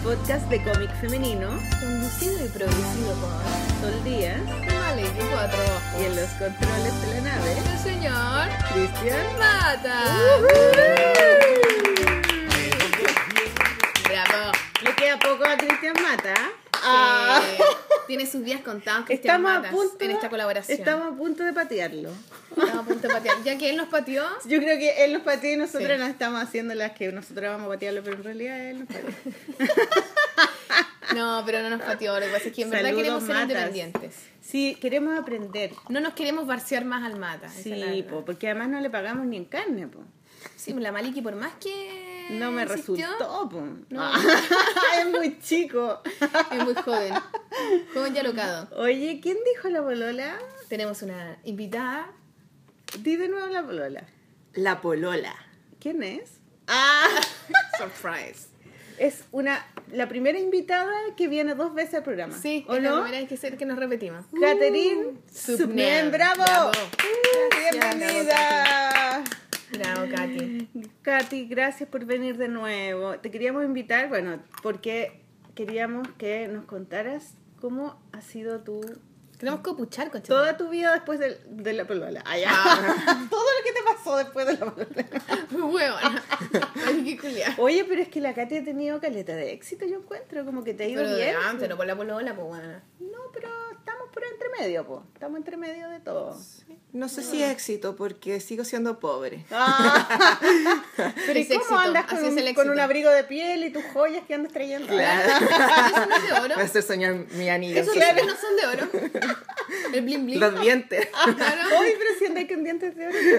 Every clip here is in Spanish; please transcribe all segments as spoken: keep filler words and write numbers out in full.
podcast de cómic femenino, conducido y producido por Sol Díaz, Maliki Cuatro y en los controles de la nave, el señor Cristian Mata. Bravo. Le queda poco a Cristian Mata. Ah. Tiene sus días contados Cristian Estamos Matas a punto, en esta colaboración. Estamos a punto de patearlo. Estamos a punto de patear. Ya que él nos pateó. Yo creo que él nos pateó y nosotros Sí. nos estamos haciendo las que nosotros vamos a patearlo, pero en realidad él nos pateó. No, pero no nos pateó. Lo que pasa es que en verdad Saludos, queremos ser Matas. independientes. Sí, queremos aprender. No nos queremos barcear más al Mata. esa es la Sí, verdad. po, porque además no le pagamos ni en carne, po. Sí, la Maliki por más que No me insistió, resultó, po. No. Es muy chico. es muy joven. Joven y alocado. Oye, ¿quién dijo la polola? Tenemos una invitada. Di de nuevo la polola. La polola. ¿Quién es? Ah, Surprise. es una la primera invitada que viene dos veces al programa. Sí, ¿o es la no? primera vez que, ser, que nos repetimos. Catherine Subnem. Subnem, bravo. Bravo. Uh, bienvenida. Bravo, Katy. Katy, gracias por venir de nuevo. Te queríamos invitar, bueno, porque queríamos que nos contaras cómo ha sido tu Tenemos que puchar con toda tu vida después de, de la polola. Ah, ya. Todo lo que te pasó después de la polola. Huevona. Ay, qué culia. Oye, pero es que la Katy ha tenido caleta de éxito, yo encuentro, como que te ha ido Pero de bien. antes, no por la polola, pues bueno. No, pero estamos por entre medio, po. Estamos entre medio de todo. No sé si éxito porque sigo siendo pobre. Ah. Pero ¿y Es cómo éxito, andas con así es un, el con éxito. un abrigo de piel y tus joyas que andas trayendo? Claro. ¿Eso no es de oro? Va a hacer soñar mi anillo. Esos Sí. dientes no son de oro. El bling bling. Los dientes Claro. Oye, pero si andas con dientes de oro.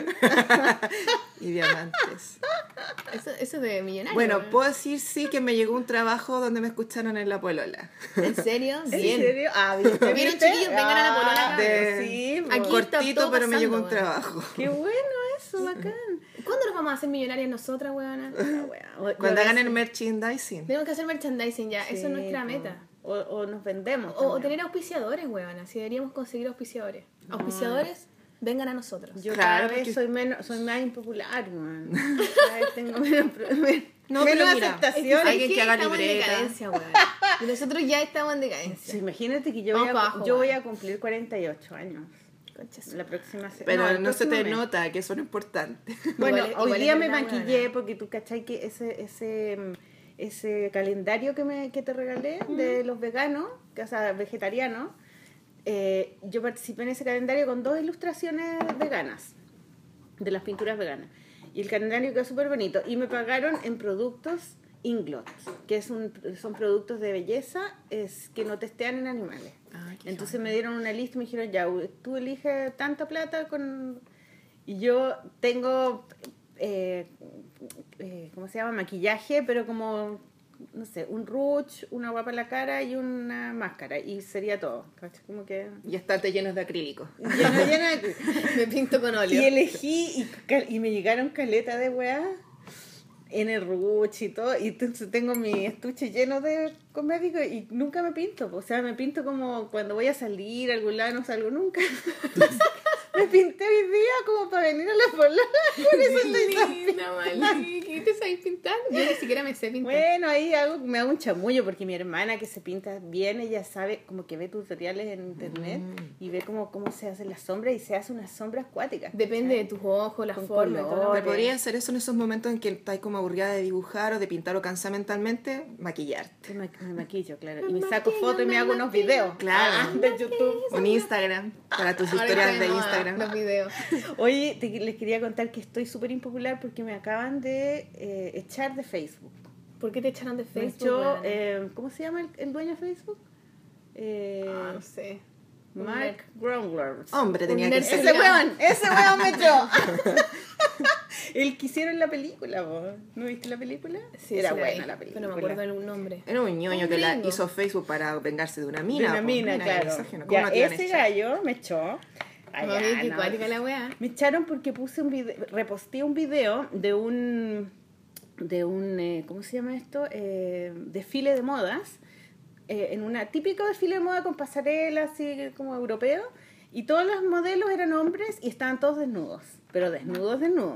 y diamantes. Eso, eso es de millonario. Bueno, ¿no? puedo decir sí que me llegó un trabajo donde me escucharon en La Polola. ¿En serio? ¿En Bien. serio? Ah, ¿viste? ¿Vieron, ¿Viste? chiquillos? Vengan a la polola, Ah, De- sí, po. Aquí está Cortito, todo pero me llegó un pasando, trabajo. Qué bueno eso, bacán. ¿Cuándo nos vamos a hacer millonarias nosotras, weona? La wea. O- Cuando o hagan es- el merchandising. Tenemos que hacer merchandising ya. Eso Sí, es nuestra po. meta. O, o nos vendemos. O, o también. tener auspiciadores, weona. Si deberíamos conseguir auspiciadores. Auspiciadores, vengan a nosotros. Yo Claro, cada vez porque- soy menos, soy más impopular, man. Cada vez tengo menos, menos, No, menos pero mira, aceptación. hay- Alguien que haga estamos libreta. en decadencia, weona. Y nosotros ya estamos en Sí, decadencia. imagínate que yo, Vamos voy a, pa' abajo, yo voy weón. a cumplir cuarenta y ocho años. Concha su- La próxima semana. Pero no, se te nota que eso no es importante. Bueno, Igual es- hoy igual es día me verdad, maquillé weona. porque tú cachai que ese ese mm, ese calendario que me que te regalé de los veganos, que, o sea, vegetarianos, eh, yo participé en ese calendario con dos ilustraciones veganas de las pinturas veganas. Y el calendario quedó súper bonito. Y me pagaron en productos Inglot, que es un, son productos de belleza es, que no testean en animales. Ah, qué Entonces me dieron una lista y me dijeron, ya, tú eliges tanta plata con... Y yo tengo, eh, eh, ¿cómo se llama? Maquillaje, pero como, no sé, un rouge, una guapa en la cara y una máscara. Y sería todo. ¿Cachai? Como que... Y estarte llenos de acrílico. Lleno, lleno de... Me pinto con óleo. Y elegí y, cal- y me llegaron caleta de weá en el rouge y todo. Y entonces tengo mi estuche lleno de cosméticos y nunca me pinto. O sea, me pinto como cuando voy a salir a algún lado, no salgo nunca. Entonces, me pinté hoy día como para venir a la polola. Por eso estoy tan Linda, Mali. ¿Qué te sabes pintar? Yo ni siquiera me sé pintar. Bueno, ahí hago, me hago un chamullo porque mi hermana que se pinta bien, ella sabe, como que ve tutoriales en internet y ve cómo, cómo se hacen las sombras y se hace unas sombras acuáticas. Depende de tus ojos, la Con forma y todo. color. Pero podría hacer eso en esos momentos en que estás como aburrida de dibujar o de pintar o cansada mentalmente, maquillarte. Me, me maquillo, claro. Me Y me saco maquillo, fotos y me me hago unos maquillo. videos. Claro. Ah, de YouTube. Un Instagram, para tus Ahora historias está de moda Instagram. Los videos. Oye, te- les quería contar que estoy súper impopular porque me acaban de eh, echar de Facebook. ¿Por qué te echaron de Me Facebook? echó, weona? eh, ¿cómo se llama el, el dueño de Facebook? Eh, Ah, no sé. Mark Grongler. Hombre, tenía Un que nerd ser. Ese weón, ese weón me echó. El que hicieron la película, ¿vos? ¿No viste la película? Sí, Era sí la buena vi, la película. Pero no me acuerdo del nombre. Era un ñoño Un que la gringo. hizo Facebook para vengarse de una De mina. una po. mina, Mira, claro. misógino. ¿Cómo Ya, no te iban a ese echar? gallo me echó. Ay, Mami, ya, qué no. cuática la weá. Me echaron porque puse un video, reposté un video de un, de un, eh, ¿cómo se llama esto? Eh, desfile de modas, eh, en una típico desfile de moda con pasarela así como europeo, y todos los modelos eran hombres y estaban todos desnudos, pero desnudos, desnudos.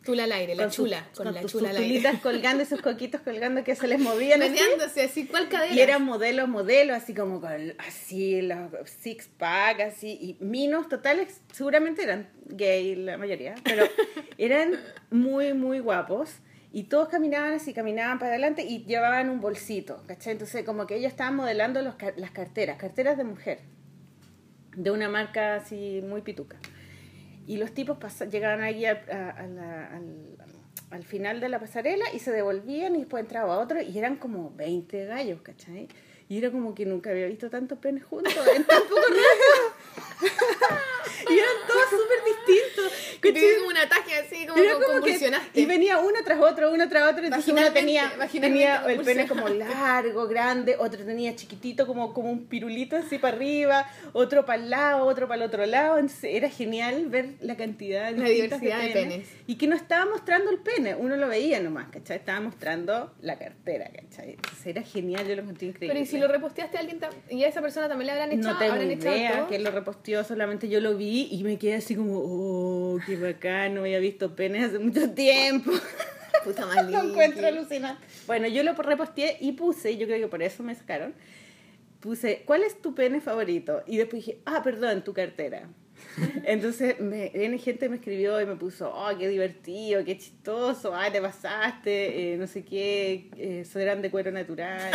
Tula al aire, la con chula, sus, con, con la sus chula al aire. tulitas colgando y sus coquitos colgando que se les movían así. Meneándose así, ¿cuál cadera? Y eran modelos, modelos, así como con así, los six pack, así, y minos totales, seguramente eran gay la mayoría, pero eran muy, muy guapos. Y todos caminaban así, caminaban para adelante y llevaban un bolsito, ¿cachai? Entonces como que ellos estaban modelando los, las carteras, carteras de mujer, de una marca así muy pituca. Y los tipos pas- llegaban ahí a, a, a la, al, al final de la pasarela y se devolvían y después entraba otro y eran como veinte gallos, ¿cachai? Y era como que nunca había visto tantos penes juntos en tan poco rato. Y eran todos súper distintos. Que te dio como un ataque así, como, Era como como que, convulsionaste. y venía uno tras otro, uno tras otro, entonces uno Vaginalmente, tenía, vaginalmente tenía el pene convulsionado. como largo, grande, otro tenía chiquitito como, como un pirulito así para arriba, otro para el lado, otro para el otro lado. Entonces era genial ver la cantidad La distintas diversidad de penes. y que no estaba mostrando el pene, uno lo veía nomás, ¿cachai? Estaba mostrando la cartera, ¿cachai? Entonces era genial, yo lo encontré increíble. Pero ¿y si lo reposteaste a alguien tam- y a esa persona también le habrán echado? No tengo ¿Habrán echado idea todo? que lo reposteó, solamente yo lo vi y me quedé así como, oh, qué bacán, no había visto penes hace mucho tiempo. Puta Lo malín. encuentro alucinante. Bueno, yo lo reposteé y puse, yo creo que por eso me sacaron, puse, ¿cuál es tu pene favorito? Y después dije, ah, perdón, tu cartera. Entonces, me, viene gente me escribió y me puso, oh, qué divertido, qué chistoso, ay, te pasaste, eh, no sé qué, eh, eso eran de cuero natural.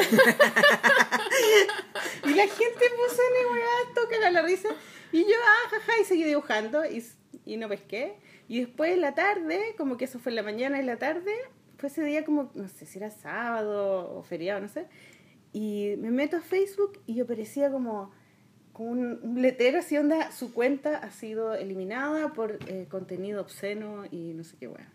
Y la gente puso en igual, toca la risa. Y yo, ah, jaja, y seguí dibujando y, y no pesqué. Y después en la tarde, como que eso fue en la mañana y en la tarde, fue ese día como, no sé si era sábado o feriado, no sé. Y me meto a Facebook y yo parecía como, como un, un letrero así, onda, su cuenta ha sido eliminada por eh, contenido obsceno y no sé qué, bueno.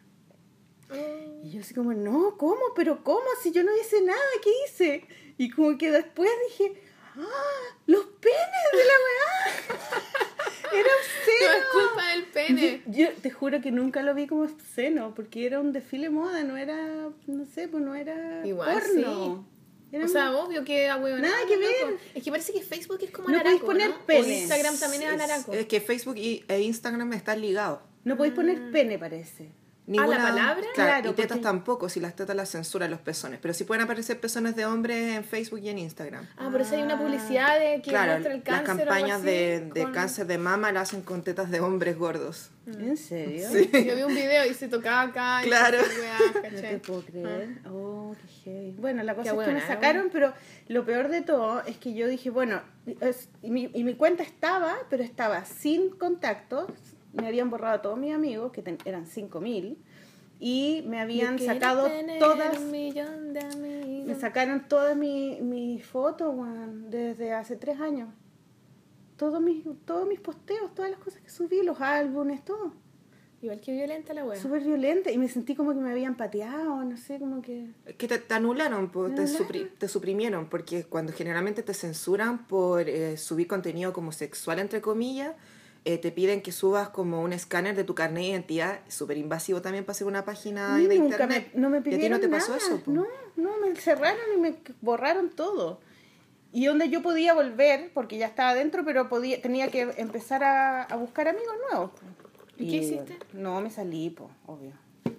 Y yo así como, no, ¿cómo? ¿Pero cómo? Si yo no hice nada, ¿qué hice? Y como que después dije, ¡ah! ¡Los penes de la weá! Era obsceno. No es culpa del pene. Yo, yo te juro que nunca lo vi como obsceno, porque era un desfile moda, no era, no sé, pues no era Igual, porno. Era O sea, obvio que a huevo. Nada que ver. Es que parece que Facebook es como No anaraco, podéis poner ¿no? O pene. Instagram también es anaraco. Es que Facebook y, e Instagram están ligados. no podéis poner pene, parece. Ninguna, ¿la palabra? Claro, Claro, y tetas porque- tampoco, si las tetas las censuran los pezones. Pero sí pueden aparecer pezones de hombres en Facebook y en Instagram. Ah, por eso hay una publicidad de que Claro, muestra el las cáncer o algo campañas así, de, de con- cáncer de mama las hacen con tetas de hombres gordos. ¿En serio? Sí. Yo vi un video y se tocaba acá. y Claro. así, weá, No ¿cachai? te puedo creer. Oh, qué heavy. Bueno, la cosa Qué es que me buena, sacaron, pero lo peor de todo es que yo dije, bueno, es- y, mi, y mi cuenta estaba, pero estaba sin contactos. Me habían borrado a todos mis amigos, que ten- eran cinco mil, y me habían Yo quiero sacado tener todas, un millón de amigos. me sacaron todas mis mis fotos, weón, desde hace tres años. Todos mis, todos mis posteos, todas las cosas que subí, los álbumes, todo. Igual que violenta la wea. Súper violenta, y me sentí como que me habían pateado, no sé, como que... Es que te, te anularon, po, Me te, anularon. supri- te suprimieron, porque cuando generalmente te censuran por eh, subir contenido como sexual, entre comillas, eh, te piden que subas como un escáner de tu carnet de identidad, súper invasivo también para hacer una página de Nunca internet. me, no me ¿Y a ti pidieron no te pasó nada. eso? po? No, no, me cerraron y me borraron todo. Y donde yo podía volver, porque ya estaba adentro, pero podía, tenía que empezar a, a buscar amigos nuevos. po. ¿Y qué hiciste? No, me salí, po, obvio.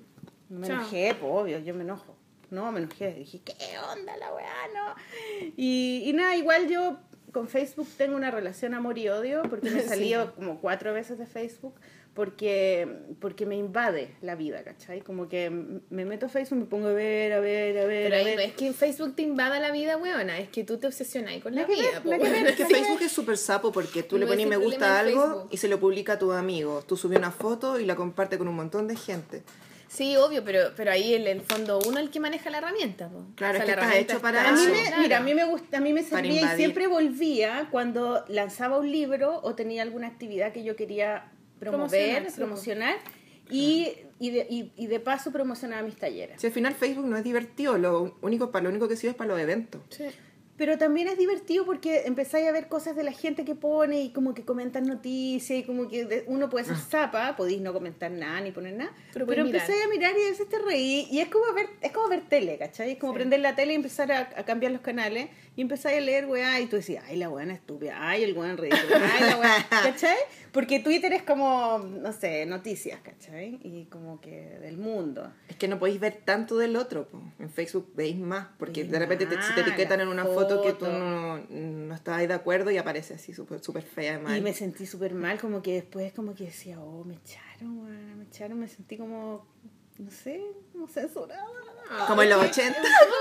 Me Chao. enojé, po, obvio, yo me enojo. No, me enojé, dije, ¿qué onda la weá? No. Y, y nada, igual yo con Facebook tengo una relación amor y odio, porque me he Sí. salido como cuatro veces de Facebook, porque, porque me invade la vida, ¿cachai? Como que me meto a Facebook, me pongo a ver, a ver, a ver, Pero a ahí ver. no es que en Facebook te invada la vida, weona. Es que tú te obsesionas con la Nada que vida, ver, po, nada que weona. ver. Es que Facebook es súper sapo porque tú No, le ese pones es me el gusta a problema de algo Facebook. y se lo publica a tus amigos. Tú subes una foto y la comparte con un montón de gente. Sí, obvio, pero, pero ahí en el fondo uno es el que maneja la herramienta, po. Claro, O sea, es que la está herramienta hecho para A mí eso. me, Claro. mira, a mí me gusta, a mí me Para servía y invadir. siempre volvía cuando lanzaba un libro o tenía alguna actividad que yo quería promover, Promocionar, sí, promocionar y, y, de, y, y de paso promocionaba mis talleres. Si al final Facebook no es divertido, lo único, para lo único que sirve es para los eventos. Sí. Pero también es divertido porque empezáis a ver cosas de la gente que pone y como que comentan noticias y como que de- uno puede ser zapa, podéis no comentar nada ni poner nada, Pero pero, puedes mirar. empezáis a mirar y a veces te reí y es como ver, es como ver tele, ¿cachai? Es como Sí. prender la tele y empezar a, a cambiar los canales Y empezáis a leer, weá, y tú decías, ay, la weá estúpida, ay, el weón ridículo, ay, la weá, ¿cachai? Porque Twitter es como, no sé, noticias, ¿cachai? Y como que del mundo. Es que no podéis ver tanto del otro, po. En Facebook veis más, porque Veis de repente te, más, si te etiquetan la en una foto, que tú foto. no, no estabas de acuerdo y aparece así súper super fea, mal. Y me sentí súper mal, como que después como que decía, oh, me echaron, weá, me echaron, me sentí como, no sé, como censurada. Como en los ochenta.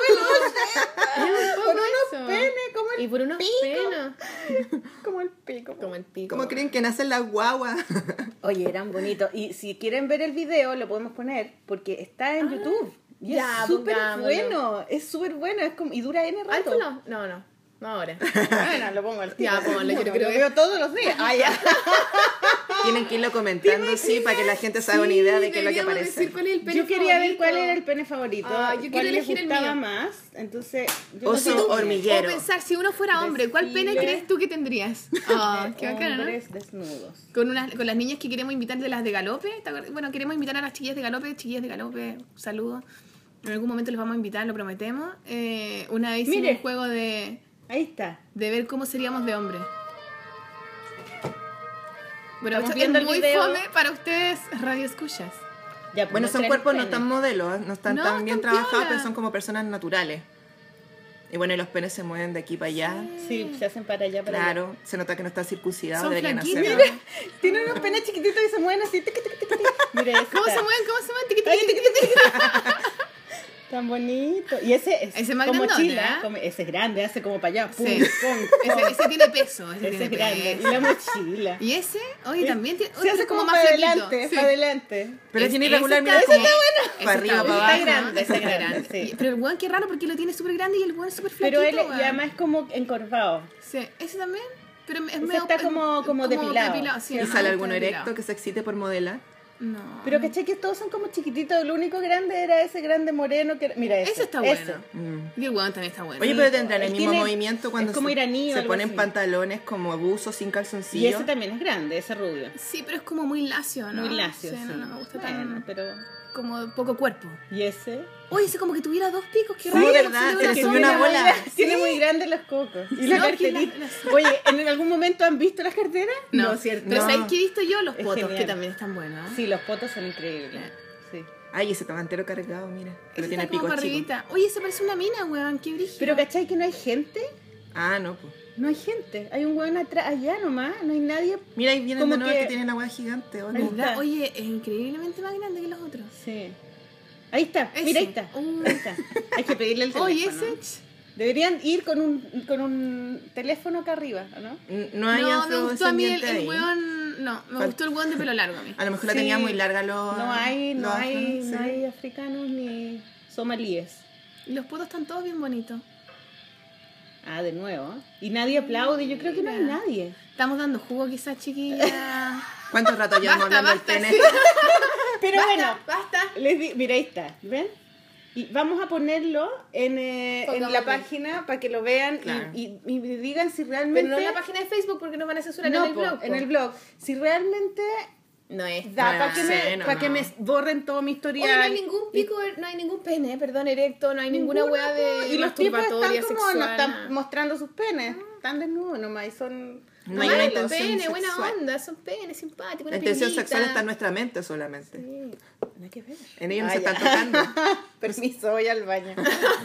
Por unos penes, como el Y por unos penos. como el pico. Como el pico. ¿Cómo creen que nacen las guaguas? Oye, eran bonitos. Y si quieren ver el video, lo podemos poner, porque está en YouTube. Y ya, es súper pongámoslo. bueno. Es súper bueno. Es como, y dura N rato. ¿Alto no? No, no. No ahora. Bueno, lo pongo al tiro. Ya, ponlo, yo Bueno, creo lo que- veo todos los días. Ah, ya. Tienen que irlo comentando, sí, para que la gente se haga una idea de qué es lo que Deberíamos aparece. decir cuál es el pene Yo quería ver favorito. cuál era el pene favorito. Ah, yo quiero cuál les elegir el gustaba mío. más. Entonces, yo Oso no sé. hormiguero. O pensar, si uno fuera hombre, ¿cuál pene Desfile. crees tú que tendrías? Ah, qué bacana, ¿no? Hombres desnudos. Con, unas, con las niñas que queremos invitar de las de Galope. ¿te acuerdas? Bueno, queremos invitar a las chiquillas de Galope. Chiquillas de Galope, saludos. En algún momento les vamos a invitar, lo prometemos. Eh, una vez hicimos Mire. un juego de, Ahí está. de ver cómo seríamos de hombre. Bueno, Estamos esto viendo es el muy video. fome para ustedes, radio escuchas. Ya, pues, Bueno, son muestren cuerpos el no pene. tan modelos, no están No, tan bien están trabajados, piola. pero son como personas naturales. Y bueno, y los penes se mueven de aquí para allá. Sí, se hacen para allá, para allá. Claro, se nota que no están circuncidados, Son deberían flaquitos. hacerlo. Tienen unos penes chiquititos y se mueven así. tiqui, tiqui, tiqui, tiqui. Mira, ese ¿Cómo está se mueven? ¿Cómo se mueven? Tiqui, tiqui, Ay, tiqui, tiqui, tiqui, tiqui. tan bonito. Y ese es Ese es más como grandote, mochila. ¿eh? como- ese es grande, hace como para allá. Pum, Sí. pum, pum. Ese, ese tiene peso. Ese, Ese tiene es grande. Y peso. la mochila. Y ese, oye, también tiene. Se otro hace como, más para flaquito. adelante, Sí. para adelante. Pero Ese- tiene ese irregular, está- mira, ese como está bueno. para Ese arriba, está para bueno. abajo. Está grande, Ese está grande, sí. Pero el weón, qué raro, porque lo tiene súper grande y el weón es súper flaquito. Pero él, weón. y además es como encorvado. Sí, ese también. Pero es Ese medio. está como- es- como depilado. sí, ¿Y ajá, sale está alguno depilado. erecto que se excite por modelar? No. Pero caché que todos son como chiquititos. Lo único grande era ese grande moreno que... Mira ese. Ese está ese. bueno. Mm. Y el weón también está bueno. Oye, pero tendrán el Él mismo tiene- movimiento cuando es como se, iraní o se algo ponen así. pantalones como buzos sin Y calzoncillo. ese también es grande, ese rubio. Sí, pero es como muy lacio, ¿no? Muy lacio, Sí, sí. no, no me gusta Bueno, tan. pero... Como poco cuerpo. ¿Y ese? Oye, ese como que tuviera dos picos, qué Sí, raro. verdad, se se le ve subió una una sola. bola. Tiene muy grandes los cocos. Y la No, que la- carterita. la- Oye, ¿en algún momento han visto las carteras? No, ¿cierto? Pero No. ¿sabes qué he visto yo? Los Es potos, genial. que también están buenos. ¿eh? Sí, los potos son increíbles. Sí. Ay, ese tomantero cargado, mira. Pero Ese tiene está como pico para chico. arribita. Oye, se parece una mina, weón. Qué brillo. Pero ¿cachai que no hay gente? Ah, no, pues. No hay gente. Hay un hueón atrás, allá nomás. No hay nadie. Mira, ahí vienen Como de nuevo que... que- tienen la hueá gigante. ¿o no? Ahí ¿Verdad? está. Oye, es increíblemente más grande que los otros. Sí. Ahí está. Ese. Mira, ahí está. Uh. Ahí está. Hay que pedirle el teléfono. Oye, ese. ch, Deberían ir con un, con un teléfono acá arriba, ¿o ¿no? N- No hay No, me gustó a mí el, afrodescendiente el ahí. weón. No, me Fal- gustó el weón de pelo largo a mí. A lo mejor la Sí. tenía muy larga los. No hay, no los hay, afros, no sí. hay africanos ni somalíes. Y los potos están todos bien bonitos. Ah, de nuevo. ¿eh? Y nadie aplaude. Yo creo que no hay Mira. nadie. Estamos dando jugo quizás, chiquilla. ¿Cuánto rato llevamos Basta, hablando basta, del pene? sí. Pero bueno, Basta. les di- mira, ahí está. ¿Ven? Y vamos a ponerlo en, eh, en Pongamos la link. página para que lo vean y- Claro. y, y me digan si realmente... Pero no en la página de Facebook porque nos van a censurar No, en el po, blog. en po. el blog. Si realmente No es. da No, para que, me, sí, no, pa' no. que me borren todo mi Oye, historial. no hay ningún pico, no hay ningún pene, perdón, erecto, no hay ninguna Ninguno, weá de y los tipos están masturbatoria como sexual. no están nada. mostrando sus penes, están desnudos nomás y son No hay Ay, una los intención penes, buena sexual. onda, son penes simpáticos, una La intención piernita. sexual está en nuestra mente solamente. sí, no hay que ver. En ellos no Ah, se ya. están tocando. Permiso, voy al baño.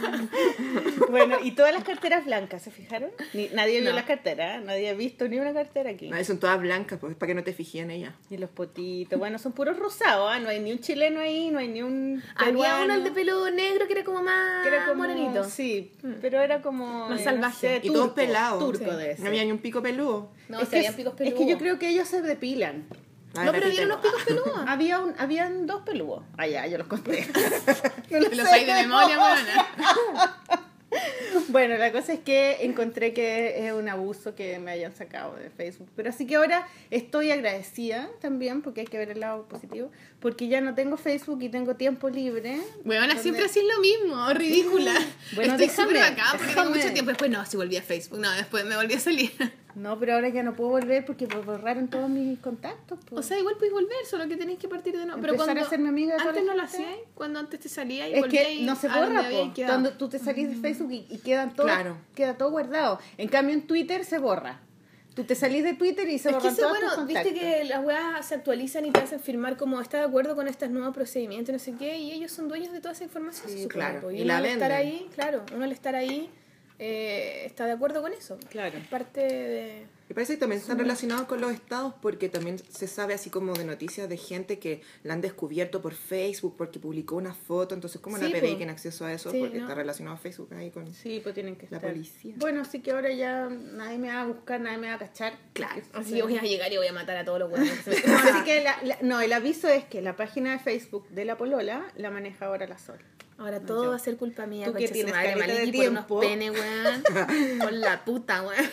Bueno, y todas las carteras blancas, ¿se fijaron? Ni- nadie vio No. las carteras, nadie ha visto ni una cartera aquí. No, son todas blancas, pues, para que no te fijes en ellas. Y los potitos, bueno, son puros rosados, ¿ah? No hay ni un chileno ahí, no hay ni un Había peruano. uno el de pelo negro que era como más que era como morenito. Sí, pero era como... Más eh, salvaje. Y todos pelados. Turco Sí. de ese. No había ni un pico peludo. No, es, se que, habían picos es peludos. que yo creo que ellos se depilan. Ay, No, pero repite. había unos picos peludos. Había un, habían dos peludos. Ah, ya, yo los conté. No Te los hay de memoria, weona. Bueno, la cosa es que encontré que es un abuso que me hayan sacado de Facebook. Pero así que ahora estoy agradecida también, porque hay que ver el lado positivo, porque ya no tengo Facebook y tengo tiempo libre. Weona, donde- siempre así lo mismo, ridícula. Bueno, Estoy déjame, súper acá porque tengo déjame. mucho tiempo. Después no, si volví a Facebook. No, después me volví a salir. No, pero ahora ya no puedo volver porque me borraron todos mis contactos. Po. O sea, igual podéis volver, solo que tenéis que partir de nuevo. Pero Empezar cuando a hacerme amiga de toda antes la no lo gente. hacíais, cuando antes te salías y Es volvíais que no se a donde borra, habíais po. quedado. Cuando tú te salís de Facebook y, y quedan todo, Claro. queda todo guardado. En cambio en Twitter se borra. Tú te salís de Twitter y se Es que borran eso, todos tus bueno, contactos. viste que las weas se actualizan y te hacen firmar como está de acuerdo con estos nuevos procedimientos, no sé qué, y ellos son dueños de toda esa información. Sí, se supone, claro, po. Y, y uno la al estar venden. ahí, claro, uno al estar ahí eh, está de acuerdo con eso. Claro. Es parte de... Me parece que también están relacionados con los estados porque también se sabe así como de noticias de gente que la han descubierto por Facebook porque publicó una foto, entonces ¿cómo Sí, la pedí po. tiene acceso a eso? Sí, porque ¿no? está relacionado a Facebook ahí con... Sí, pues tienen que La estar. policía. Bueno, así que ahora ya nadie me va a buscar, nadie me va a cachar. Claro, Porque- así que voy a llegar y voy a matar a todos los weones que se me- No, así que la, la- no, el aviso es que la página de Facebook de la polola la maneja ahora la Sol. Ahora todo yo. va a ser culpa mía, Tú que concha su tienes madre, carita de Maliki, por unos tiempo. pene, weón. Por la puta, weón.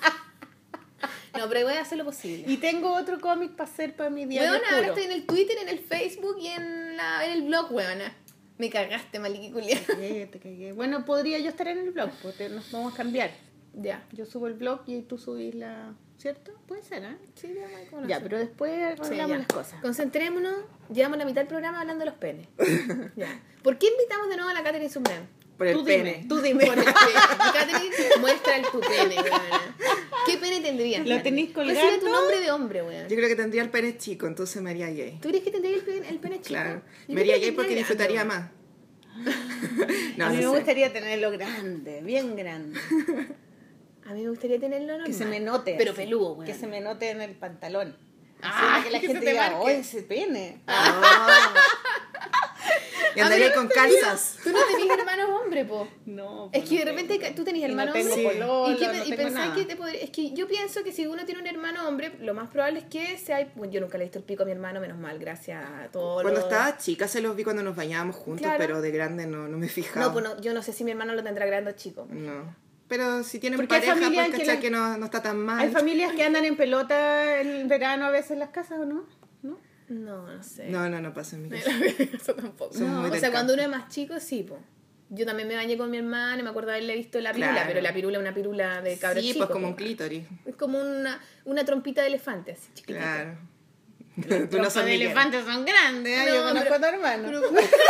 No, pero voy a hacer lo posible. Y tengo otro cómic para hacer para mi día. Weón, ahora estoy en el Twitter, en el Facebook y en, la, en el blog, weón. Me cagaste, Maliki culia. Te cagué. Bueno, podría yo estar en el blog, porque nos vamos a cambiar. Ya. Yo subo el blog y tú subís la... ¿Cierto? Puede ser, ¿eh? Sí, ya, Mike, ¿cómo no Ya, sé? pero después Sí, arreglamos ya. las cosas. Concentrémonos, llevamos la mitad del programa hablando de los penes. Ya. ¿Por qué invitamos de nuevo a la Catherine Sumren? Por el Tú pene. dime, tú dime. Por el pene. Catherine, muestra el tu pene, weón. ¿Qué pene tendrías? ¿Lo Catherine? tenés ¿Cuál sería tu colgando? nombre de hombre, weón? Yo creo que tendría el pene chico, entonces me haría gay. ¿Tú crees que tendría el pene, el pene chico? Claro. Yo Me haría creo que gay porque tendría disfrutaría grande, más. No, a mí no me sé. gustaría tenerlo grande, bien grande. weón. A mí me gustaría tenerlo normal. Que se me note. Pero así, peludo, weón. Que se me note en el pantalón. Ah, Así, que la que se gente te diga, marque. oye, ese pene. Ah. Y andaría A mí con me gustaría- calzas. Tú no tenés hermanos hombre, po. No, Es pues que de no repente tengo. tú tenías Y no hermanos tengo hombres polola, y, que, no y tengo pensáis nada. que te podría... Es que yo pienso que si uno tiene un hermano hombre, lo más probable es que sea... Bueno, yo nunca le he visto el pico a mi hermano, menos mal, gracias a todos Cuando los- estaba chica se los vi cuando nos bañábamos juntos, Claro. pero de grande no, no me fijaba. No, pues no, yo no sé si mi hermano lo tendrá grande o chico. No. Pero si tienen Porque hay pareja, familias pues en que cachar la- que no, no está tan mal. Hay familias que andan en pelota en verano a veces en las casas, ¿o no? ¿No? No, no sé. No, no, no pasa en mi casa. Eso tampoco. Son muy o del sea, cuando campo. uno es más chico, sí, po. Yo también me bañé con mi hermano y me acuerdo haberle visto la pirula, Claro. pero la pirula es una pirula de cabro Sí, chico. pues como po. un clítoris. Es como una, una trompita de elefante, así chiquitita. Claro. Tú no Los sos de Miguel. elefantes son grandes, ¿eh? No, Yo conozco pero- a tu hermano. Pero,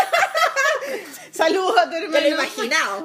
Saludos a tu hermano. Te lo he imaginado.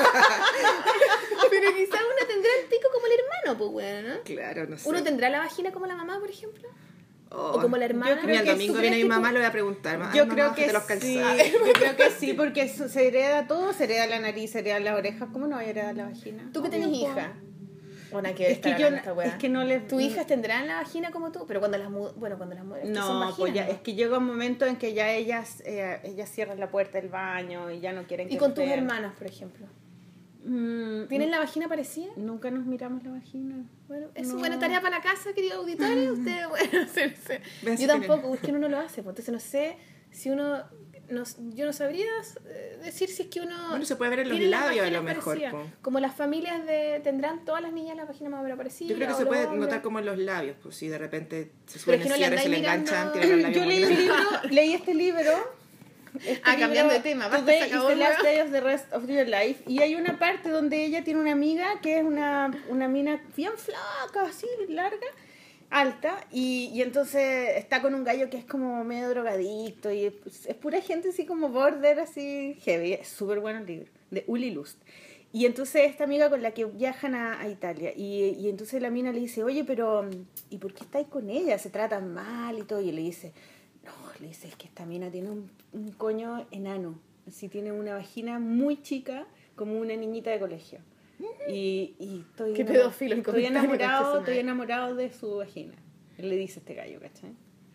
pero quizás uno tendrá el pico como el hermano, pues, bueno, ¿no? Claro, no sé. ¿Uno tendrá la vagina como la mamá, por ejemplo? Oh. O como la hermana. Yo creo Mira, el que domingo tú viene mi crees que mamá, tú- le voy a preguntar. Ay, Yo mamá, creo bájate que los sí, calzones. yo creo que sí, porque eso se hereda todo, se hereda la nariz, se hereda las orejas, ¿cómo no va a heredar la vagina? ¿Tú que tenés Obvio, hija? Una que Es estar que yo, hablando esta weá. es que no les... ¿Tus hijas tendrán la vagina como tú? Pero cuando las mu- bueno, cuando las mujeres No, son vaginas, pues ya, ¿no? es que llega un momento en que ya ellas, eh, ellas cierran la puerta del baño y ya no quieren que Y con les tus vean. hermanas, por ejemplo. Mm, ¿Tienen la vagina parecida? Nunca nos miramos la vagina. Bueno, es No. buena tarea para la casa, querido auditorio. Ustedes, bueno, se- se- Ve si yo tienen. tampoco, es que uno no lo hace. Pues, entonces no sé si uno. No, yo no sabría eh, decir si es que uno. Bueno, se puede ver en los tiene las labios a lo vaginas mejor, parecidas. po. Como las familias de. ¿Tendrán todas las niñas la vagina más o menos parecida? Yo creo que o se los puede hombres? notar como en los labios, pues si de repente se Pero suben es que no el le cierre, se le andáis enganchan, mirando- tienen los labios Yo muy leí, un grandes. libro, leí este libro. Este Ah, cambiando de tema, basta, Today se is acabó the el last libro. day of the rest of your life. Y hay una parte donde ella tiene una amiga que es una, una mina bien flaca, así, larga, alta. Y, y entonces está con un gallo que es como medio drogadicto. Y es, es pura gente así como border, así heavy. Es súper bueno el libro, de Uli Lust. Y entonces esta amiga con la que viajan a, a Italia, y, y entonces la mina le dice, oye, pero ¿y por qué estáis con ella? Se tratan mal y todo. Y le dice, no, le dice, es que esta mina tiene un, un coño enano. Así tiene una vagina muy chica, como una niñita de colegio. Y, y estoy, Qué enamor- pedófilo el estoy comentario, enamorado, concha su estoy madre. enamorado de su vagina. Él le dice a este gallo, ¿cachai?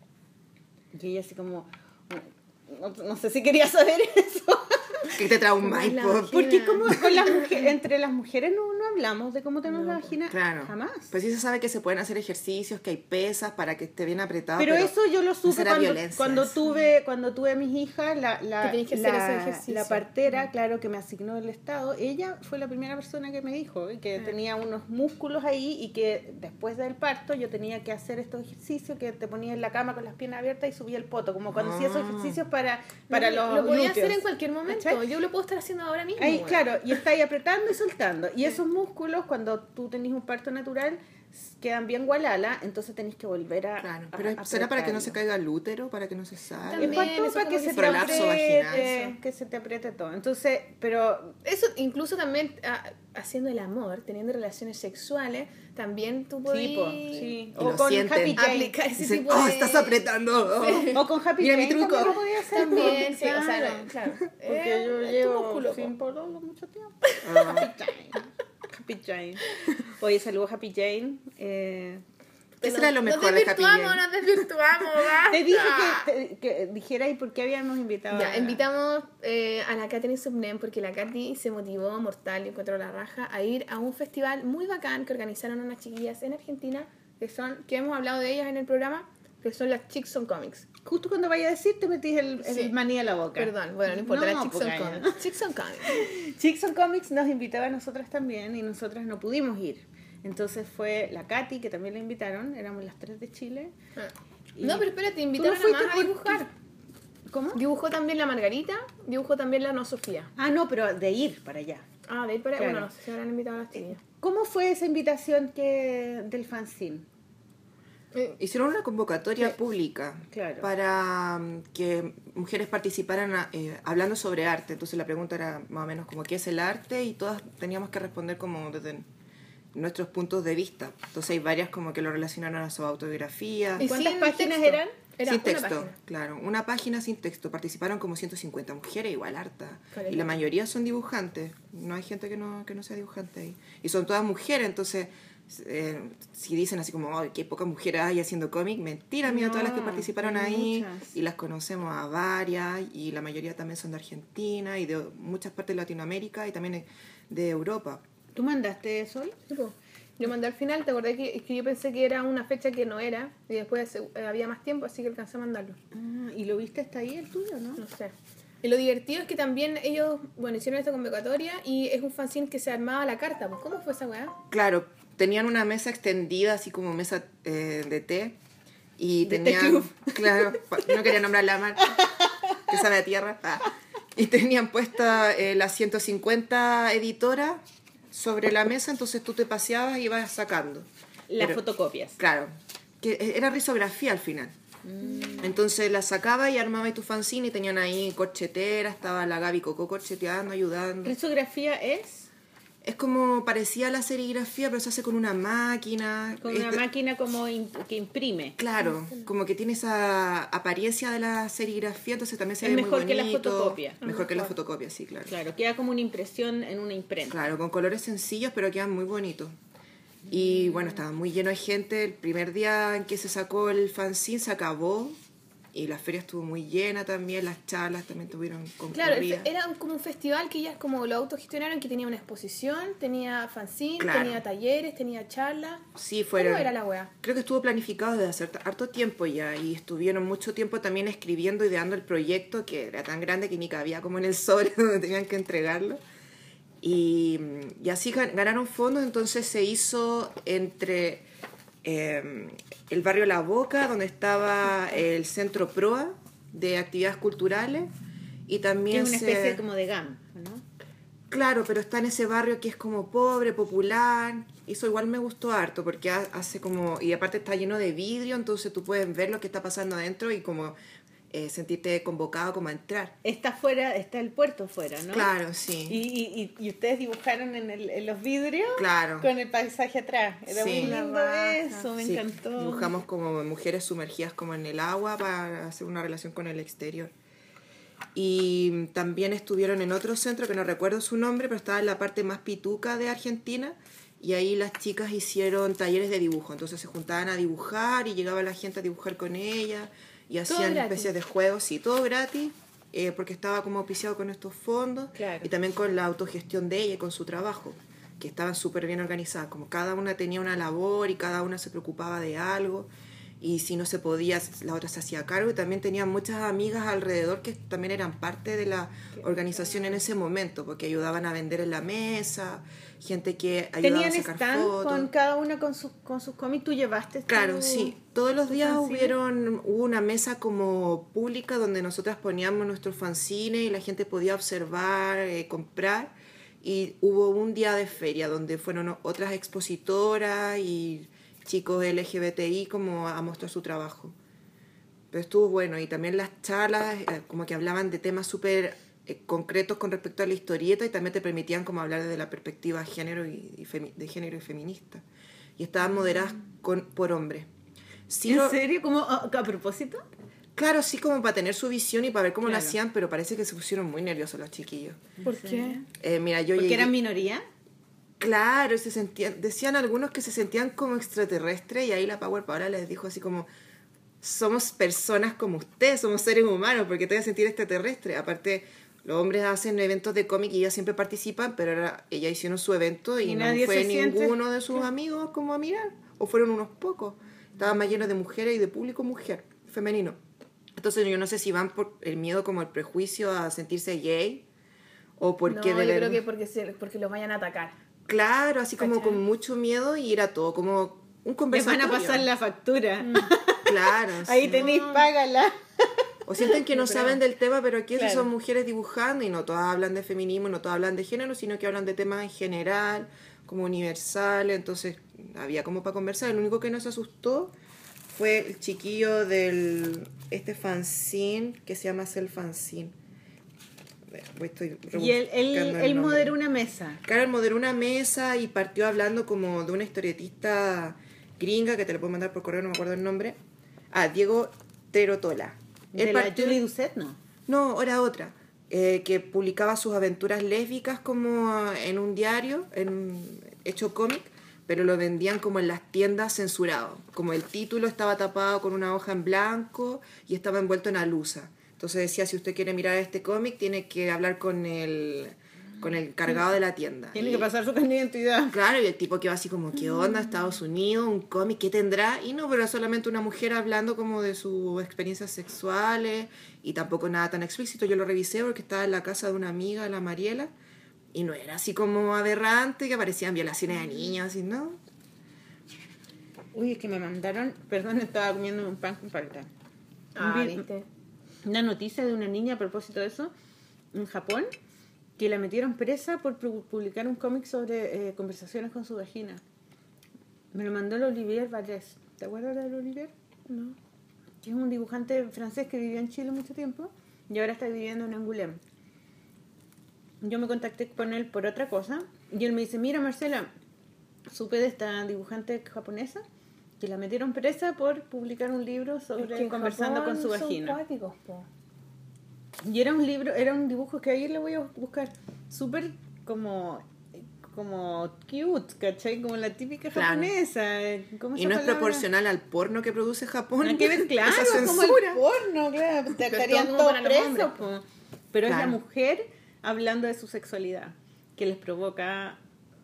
Y ella así como, no, no sé si quería saber eso. Que te traumáis, La po. vagina. Porque como con las mujeres, entre las mujeres no, no hablamos de cómo tenemos la No, vagina Claro. jamás. Pues sí se sabe que se pueden hacer ejercicios, que hay pesas para que esté bien apretado. pero, eso yo lo no supe será cuando, violencia, cuando eso. tuve cuando tuve a mis hijas, la, la, Que tenés que hacer ese la, ejercicio. la partera, claro, que me asignó el Estado, ella fue la primera persona que me dijo y que Ah. tenía unos músculos ahí y que después del parto yo tenía que hacer estos ejercicios que te ponía en la cama con las piernas abiertas y subía el poto, como cuando hacía esos Ah. ejercicios para, para lo, los lo podía glúteos. hacer en cualquier momento. ¿Cachai? Yo lo puedo estar haciendo ahora mismo. Ahí, weón. claro, y está ahí apretando y soltando. Y esos músculos, cuando tú tenés un parto natural, quedan bien gualala, entonces tenéis que volver a. Claro, a- pero a ¿será para que no se apretarlo. caiga el útero? ¿Para que no se salga? También. Es para, todo, eso para que como se que te prolapso vaginal. apriete, que se te apriete todo. Entonces, pero Eso incluso también ah, haciendo el amor, teniendo relaciones sexuales, también tú podías sí, po, sí. Y O lo con sienten. Happy Jane. aplicar ese Dicen, tipo oh, de... estás apretando. oh". O con Happy Mira mi Jane truco. también lo podía hacer. También, sí, claro. o sea, no, claro. Porque Eh, yo es tu llevo músculo, po. sin pololo mucho tiempo. Ah. Happy Jane. Happy Jane. Oye, saludos Happy Jane. Eh, ¿Qué Pero será lo nos mejor de Happy desvirtuamos, Jane? Nos desvirtuamos, basta. te dije que, te- que dijera y por qué habíamos invitado. Ya, a- invitamos eh, a la Katherine Subnem porque la Katy se motivó, mortal, y encontró la raja, a ir a un festival muy bacán que organizaron unas chiquillas en Argentina, que son, que hemos hablado de ellas en el programa, que son las Chicks on Comics. Justo cuando vaya a decir, te metís el, el Sí. maní a la boca. Perdón, bueno, no importa, las Chicks pues, on calla. Comics. Chicks on Comics. Chicks on Comics nos invitaba a nosotras también y nosotras no pudimos ir. Entonces fue la Katy, que también la invitaron, éramos las tres de Chile. Ah. Y- No, pero espérate, invitaron a fuiste más a por- dibujar. ¿Cómo? Dibujó también la Margarita, dibujó también la No Sofía. Ah, no, pero de ir para allá. Ah, de ahí para Claro. bueno, no sé si habrán invitado a las chicas. ¿Cómo fue esa invitación que del fanzine? Eh, Hicieron una convocatoria Sí. pública Claro. para mm, que mujeres participaran a- eh, hablando sobre arte. Entonces la pregunta era más o menos como qué es el arte y todas teníamos que responder como desde nuestros puntos de vista. Entonces hay varias como que lo relacionaron a su autobiografía. Y ¿Cuántas sin páginas texto. eran? Era sin una texto, página. claro. Una página sin texto. Participaron como ciento cincuenta mujeres, igual harta. Caleta. Y la mayoría son dibujantes. No hay gente que no, que no sea dibujante ahí. Y son todas mujeres, entonces... eh, si dicen así como, "Ay, qué pocas mujeres hay haciendo cómic", mentira, mira, todas las que No, participaron hay ahí muchas. y las conocemos a varias y la mayoría también son de Argentina y de muchas partes de Latinoamérica y también de Europa. ¿Tú mandaste eso hoy? Sí, po. Yo mandé al final, te acordé que, que yo pensé que era una fecha que no era y después eh, había más tiempo, así que alcancé a mandarlo. Ah, ¿y lo viste hasta ahí el tuyo, no? No sé. Y lo divertido es que también ellos, bueno, hicieron esta convocatoria y es un fanzine que se armaba a la carta. Pues, ¿cómo fue esa weá? Claro, tenían una mesa extendida, así como mesa eh, de té. Y De té tenían, club. claro, pa- no quería nombrar la marca, que sabe a tierra. Ah. Y tenían puesta eh, las ciento cincuenta editoras sobre la mesa, entonces tú te paseabas y ibas sacando. Las Pero- fotocopias. Claro, que era risografía al final. Entonces la sacaba y armaba tu fanzine y tenían ahí corchetera, estaba la Gaby Coco corcheteando, ayudando. ¿Risografía es? Es como parecía la serigrafía, pero se hace con una máquina. Con una Este- máquina como in- que imprime. Claro, como que tiene esa apariencia de la serigrafía, entonces también se Es ve mejor muy que la bonito. fotocopia. Mejor que la fotocopia, sí, claro. Claro, queda como una impresión en una imprenta. Claro, con colores sencillos, pero quedan muy bonitos. Y bueno, estaba muy lleno de gente. El primer día en que se sacó el fanzine se acabó. Y la feria estuvo muy llena también. Las charlas también tuvieron Claro, el concurridas. fe- era un- como un festival que ellas como lo autogestionaron, que tenía una exposición, tenía fanzine, Claro. tenía talleres, tenía charlas. Sí, fueron. ¿Cómo era la weá? Creo que estuvo planificado desde hace harto tiempo ya. Y estuvieron mucho tiempo también escribiendo, ideando el proyecto, que era tan grande que ni cabía como en el sobre donde tenían que entregarlo. Y, y así gan- ganaron fondos, entonces se hizo entre eh, el barrio La Boca, donde estaba el Centro Proa de Actividades Culturales, y Que también es una se- especie como de GAM, ¿no? Claro, pero está en ese barrio que es como pobre, popular. Eso igual me gustó harto, porque ha- hace como... Y aparte está lleno de vidrio, entonces tú puedes ver lo que está pasando adentro y como eh, sentirte convocado como a entrar. Está fuera, está el puerto fuera, ¿no? Claro, sí. Y, y, y, y ustedes dibujaron en, el, en los vidrios Claro. con el paisaje atrás. Era Sí. muy La lindo raja. eso, me Sí, encantó. dibujamos como mujeres sumergidas como en el agua para hacer una relación con el exterior. Y también estuvieron en otro centro que no recuerdo su nombre, pero estaba en la parte más pituca de Argentina. Y ahí las chicas hicieron talleres de dibujo. Entonces se juntaban a dibujar y llegaba la gente a dibujar con ellas. Y Todo hacían gratis. especies de juegos, sí, todo gratis, eh, porque estaba como auspiciado con estos fondos. Claro. Y también con la autogestión de ella y con su trabajo, que estaban súper bien organizadas. Como cada una tenía una labor y cada una se preocupaba de algo. Y si no se podía, la otra se hacía cargo. Y también tenían muchas amigas alrededor que también eran parte de la organización en ese momento, porque ayudaban a vender en la mesa, gente que ayudaba Tenían a sacar stand fotos. con cada una con sus, con sus cómics. ¿Tú llevaste tu- Claro, sí. Todos los tu días fanzine? hubieron, hubo una mesa como pública donde nosotras poníamos nuestros fanzines y la gente podía observar, eh, comprar. Y hubo un día de feria donde fueron otras expositoras y, chicos L G B T I como a mostrar su trabajo. Pero estuvo bueno, y también las charlas eh, como que hablaban de temas súper eh, concretos con respecto a la historieta, y también te permitían como hablar desde la perspectiva género y, y femi- de género y feminista. Y estaban moderadas con, por hombres. Sí, ¿En lo- serio? ¿Cómo, a, a propósito? Claro, sí, como para tener su visión y para ver cómo Claro. lo hacían, pero parece que se pusieron muy nerviosos los chiquillos. ¿Por Sí. qué? Eh, mira, yo ¿Porque llegué- eran minoría? Claro, se sentían, decían algunos que se sentían como extraterrestres, y ahí la Power Paola les dijo así como, somos personas como ustedes, somos seres humanos, porque te vas a sentir extraterrestre. Aparte, los hombres hacen eventos de cómic y ellas siempre participan, pero ahora ellas hicieron su evento y, Y no nadie fue se siente- ninguno de sus amigos como a mirar, o fueron unos pocos. Estaba más lleno de mujeres y de público mujer, femenino. Entonces yo no sé si van por el miedo como el prejuicio a sentirse gay, o porque no, de yo verdad... creo que porque, se, porque los vayan a atacar. Claro, así como ¿Cachai? con mucho miedo, y era todo como un Les conversatorio. van a pasar la factura. Claro, Ahí sí. tenéis, págala. O sienten que no Yo creo. saben del tema, pero aquí Claro. son mujeres dibujando, y no todas hablan de feminismo, no todas hablan de género, sino que hablan de temas en general, como universales. Entonces había como para conversar. El único que nos asustó fue el chiquillo del este fanzine que se llama Self Fanzine. Estoy Y él, él, rebuscando el él nombre. moderó una mesa. Claro, él moderó una mesa y partió hablando como de una historietista gringa, que te la puedo mandar por correo, no me acuerdo el nombre. Ah, Diego Terotola. Él De la partió- Julie Doucet, ¿no? No, era otra. Eh, que publicaba sus aventuras lésbicas como en un diario, en hecho cómic, pero lo vendían como en las tiendas censurado. Como el título estaba tapado con una hoja en blanco y estaba envuelto en alusa. Entonces decía, si usted quiere mirar este cómic, tiene que hablar con el, con el encargado de la tienda. Tiene Y- que pasar su carnet de identidad. Claro, y el tipo que va así como, ¿qué onda? Estados Unidos, un cómic, ¿qué tendrá? Y no, pero es solamente una mujer hablando como de sus experiencias sexuales, y tampoco nada tan explícito. Yo lo revisé porque estaba en la casa de una amiga, la Mariela, y no era así como aberrante, que aparecían violaciones a niños, así, ¿no? Uy, es que me mandaron, perdón, estaba comiendo un pan con palta. Ah, Vi- viste. Una noticia de una niña a propósito de eso, en Japón, que la metieron presa por pu- publicar un cómic sobre eh, conversaciones con su vagina. Me lo mandó el Olivier Vallès. ¿Te acuerdas del Olivier? No. Que es un dibujante francés que vivió en Chile mucho tiempo y ahora está viviendo en Angoulême. Yo me contacté con él por otra cosa y él me dice, mira Marcela, supe de esta dibujante japonesa que la metieron presa por publicar un libro sobre Es que en conversando Japón con su son vagina. cuáticos, po. Y era un libro, era un dibujo que ahí le voy a buscar, súper como como cute, ¿cachai? Como la típica Claro. japonesa. ¿Cómo Y esa no es palabra? proporcional al porno que produce Japón. Nada que ver, claro, Esa es como el censura. porno, claro. Te Pero estarían todo todos para los presos, hombres, po. Pero es la Claro. mujer hablando de su sexualidad, que les provoca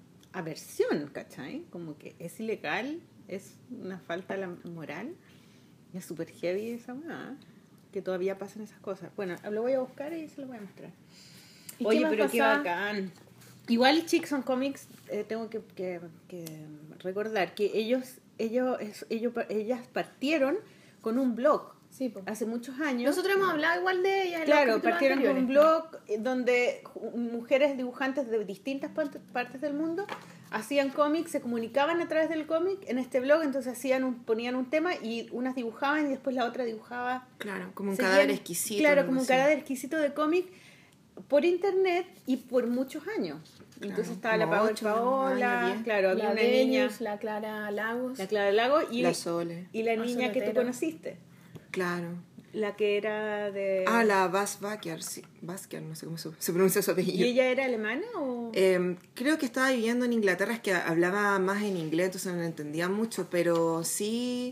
aversión, ¿cachai? Como que es ilegal, es una falta de la moral. Y es súper heavy esa weá, que todavía pasan esas cosas. Bueno, lo voy a buscar y se lo voy a mostrar. ¿Y Oye, qué más pero qué pasaba? bacán. Igual Chicks on Comics, eh, tengo que, que- que recordar que ellos, ellos, es- ellos, ellas partieron con un blog Sí, po. hace muchos años. Nosotros hemos hablado igual de ellas en Claro, los capítulos partieron con un anteriores. blog eh, donde ju- mujeres dibujantes de distintas part- partes del mundo hacían cómics, se comunicaban a través del cómic en este blog, entonces hacían un, ponían un tema y unas dibujaban y después la otra dibujaba. Claro, como un Seguían- cadáver exquisito. Claro, algo como un así. cadáver exquisito de cómic por internet y por muchos años. Entonces estaba la como Power ocho Paola, años, diez. claro, había La una Venus, niña, la Clara Lagos. la Clara Lago y La Sole. y la La niña que tú Solotero. conociste, Claro. la que era de... Ah, la Bas Bakiar, sí. Baskiar, no sé cómo se, se pronuncia su apellido. ¿Y ella era alemana o...? Eh, creo que estaba viviendo en Inglaterra, es que hablaba más en inglés, entonces no lo entendía mucho, pero sí...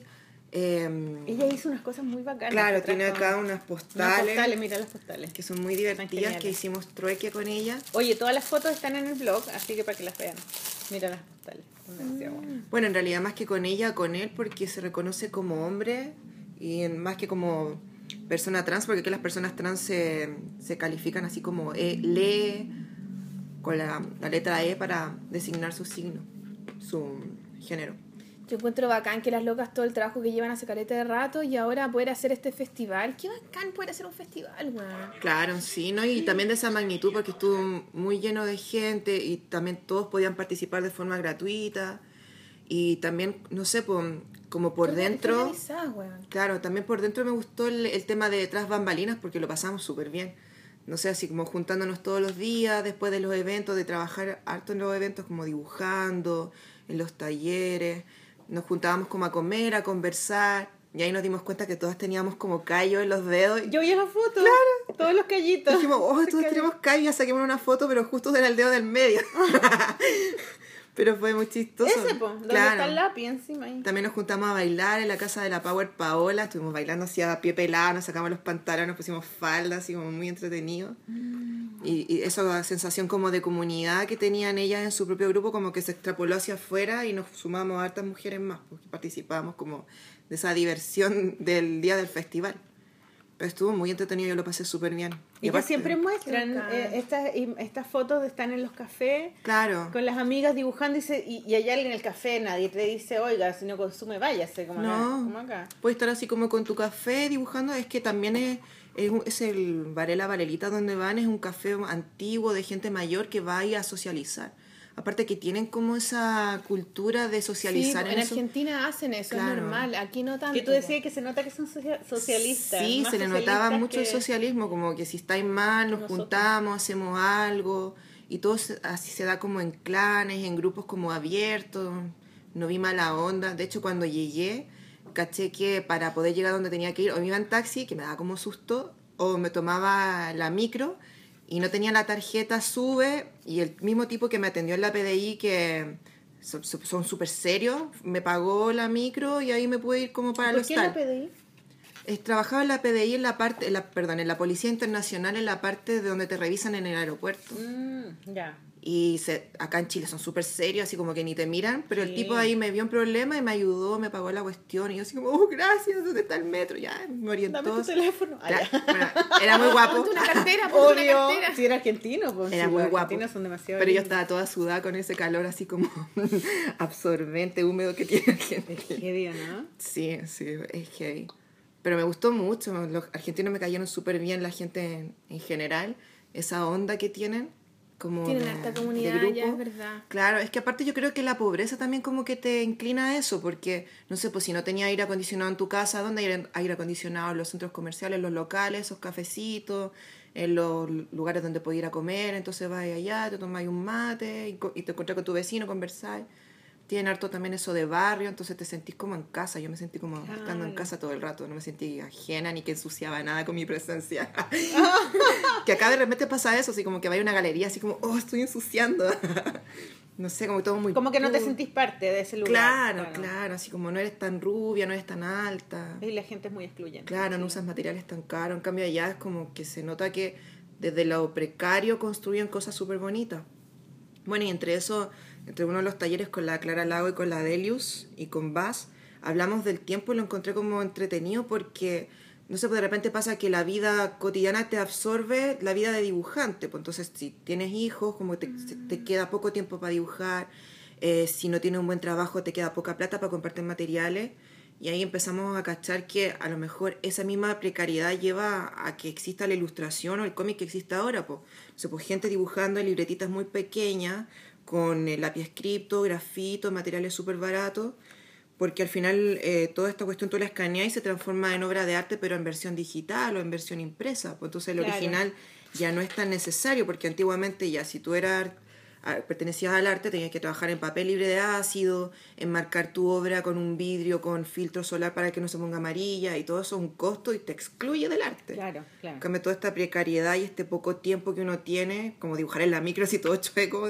eh, Ella hizo unas cosas muy bacanas. claro, que tiene trajo- acá unas unas postales, postales, mira las postales. que son muy divertidas, geniales. que hicimos trueque con ella. Oye, todas las fotos están en el blog, así que para que las vean. Mira las postales. son demasiado Mm. buenas. Bueno, en realidad más que con ella, con él, porque se reconoce como hombre y en- más que como persona trans, porque aquí las personas trans se, se califican así como e, le, con la, la letra E para designar su signo, su género. Yo encuentro bacán que las locas todo el trabajo que llevan hace caleta de rato y ahora poder hacer este festival. Qué bacán poder hacer un festival, weón. Claro, sí, ¿no? Y también de esa magnitud porque estuvo muy lleno de gente y también todos podían participar de forma gratuita. Y también, no sé, pues, como por Qué dentro... organizada, weón. Claro, también por dentro me gustó el, el tema de tras bambalinas porque lo pasamos súper bien. No sé, así como juntándonos todos los días después de los eventos, de trabajar harto en los eventos, como dibujando, en los talleres. Nos juntábamos como a comer, a conversar. Y ahí nos dimos cuenta que todas teníamos como callos en los dedos. Yo vi la foto. Claro. Todos los callitos. Dijimos, oh, todos tenemos callos, saquemos una foto, pero justo era el dedo del medio. Pero fue muy chistoso. Ese, po, donde claro. está el lápiz encima ahí. También nos juntamos a bailar en la casa de la Power Paola. Estuvimos bailando así a pie pelado, nos sacamos los pantalones, nos pusimos faldas, así como muy entretenido. Mm. Y, y esa sensación como de comunidad que tenían ellas en su propio grupo, como que se extrapoló hacia afuera y nos sumamos a hartas mujeres más, porque participábamos como de esa diversión del día del festival. Pero estuvo muy entretenido, yo lo pasé súper bien. Y, y aparte, que siempre muestran eh, estas, estas fotos de están en los cafés, claro, con las amigas dibujando y, se, y, y allá en el café nadie te dice, oiga, si no consume, váyase, como, no, acá, como acá. Puedes estar así como con tu café dibujando, es que también es, es, es el Varela Varelita donde van, es un café antiguo de gente mayor que va ahí a socializar. Aparte que tienen como esa cultura de socializar. Sí, en, en Argentina hacen eso, claro. Es normal, aquí no tanto. Que tú decías que se nota que son socialistas. Sí, se le notaba mucho el socialismo, como que si estáis mal, nos nosotros. juntamos, hacemos algo, y todo así se da como en clanes, en grupos como abiertos, no vi mala onda. De hecho, cuando llegué, caché que para poder llegar a donde tenía que ir, o me iba en taxi, que me daba como susto, o me tomaba la micro, y no tenía la tarjeta SUBE, y el mismo tipo que me atendió en la P D I, que son súper serios, me pagó la micro y ahí me pude ir como para el hostal. ¿Por qué la P D I? Es, trabajaba en la P D I, en la parte, en la, perdón, en la Policía Internacional, en la parte de donde te revisan en el aeropuerto. Mm, ya. Y se, acá en Chile son súper serios, así como que ni te miran, pero sí. El tipo ahí me vio un problema y me ayudó, me pagó la cuestión, y yo así como, oh, gracias, ¿dónde está el metro? Ya, me orientó. Dame tu teléfono. Era, bueno, era muy guapo. Ponte una cartera, ponte Obvio, una cartera. Si era argentino, pues. Era sí, muy los guapo. argentinos son demasiado pero lindos. Yo estaba toda sudada con ese calor así como absorbente, húmedo que tiene Argentina. Es heavy, ¿no? Sí, sí, es heavy. Pero me gustó mucho, los argentinos me cayeron súper bien, la gente en, en general, esa onda que tienen. Como tienen de, harta comunidad, ya es verdad. Claro, es que aparte yo creo que la pobreza también como que te inclina a eso, porque, no sé, pues si no tenía aire acondicionado en tu casa, ¿dónde hay aire acondicionado? En los centros comerciales, en los locales, esos cafecitos, en los lugares donde podías ir a comer, entonces vas allá, te tomas un mate y, y te encuentras con tu vecino, conversáis. Tienen harto también eso de barrio, entonces te sentís como en casa. Yo me sentí como ah, estando en casa todo el rato, no me sentí ajena ni que ensuciaba nada con mi presencia. Que acá de repente pasa eso, así como que vaya a una galería, así como, oh, estoy ensuciando. No sé, como todo muy... Como que no te sentís parte de ese lugar. Claro, claro, claro, así como no eres tan rubia, no eres tan alta. Y la gente es muy excluyente. Claro, sí. No usas materiales tan caros, en cambio allá es como que se nota que desde lo precario construyen cosas súper bonitas. Bueno, y entre eso... Entre uno de los talleres con la Clara Lago y con la Delius y con Baz, hablamos del tiempo y lo encontré como entretenido porque, no sé, pues de repente pasa que la vida cotidiana te absorbe la vida de dibujante. Pues entonces, si tienes hijos, como te, mm. te queda poco tiempo para dibujar, eh, si no tienes un buen trabajo, te queda poca plata para comprarte materiales. Y ahí empezamos a cachar que a lo mejor esa misma precariedad lleva a que exista la ilustración o el cómic que existe ahora. Pues, o sea, pues gente dibujando en libretitas muy pequeñas, con el lápiz escrito, grafito, materiales súper baratos, porque al final eh, toda esta cuestión tú la escaneas y se transforma en obra de arte, pero en versión digital o en versión impresa. Pues entonces el claro. original ya no es tan necesario, porque antiguamente ya si tú eras, pertenecías al arte, tenías que trabajar en papel libre de ácido, enmarcar tu obra con un vidrio, con filtro solar para que no se ponga amarilla, y todo eso es un costo y te excluye del arte. Claro, claro. En cambio, toda esta precariedad y este poco tiempo que uno tiene, como dibujar en la micro así todo chueco,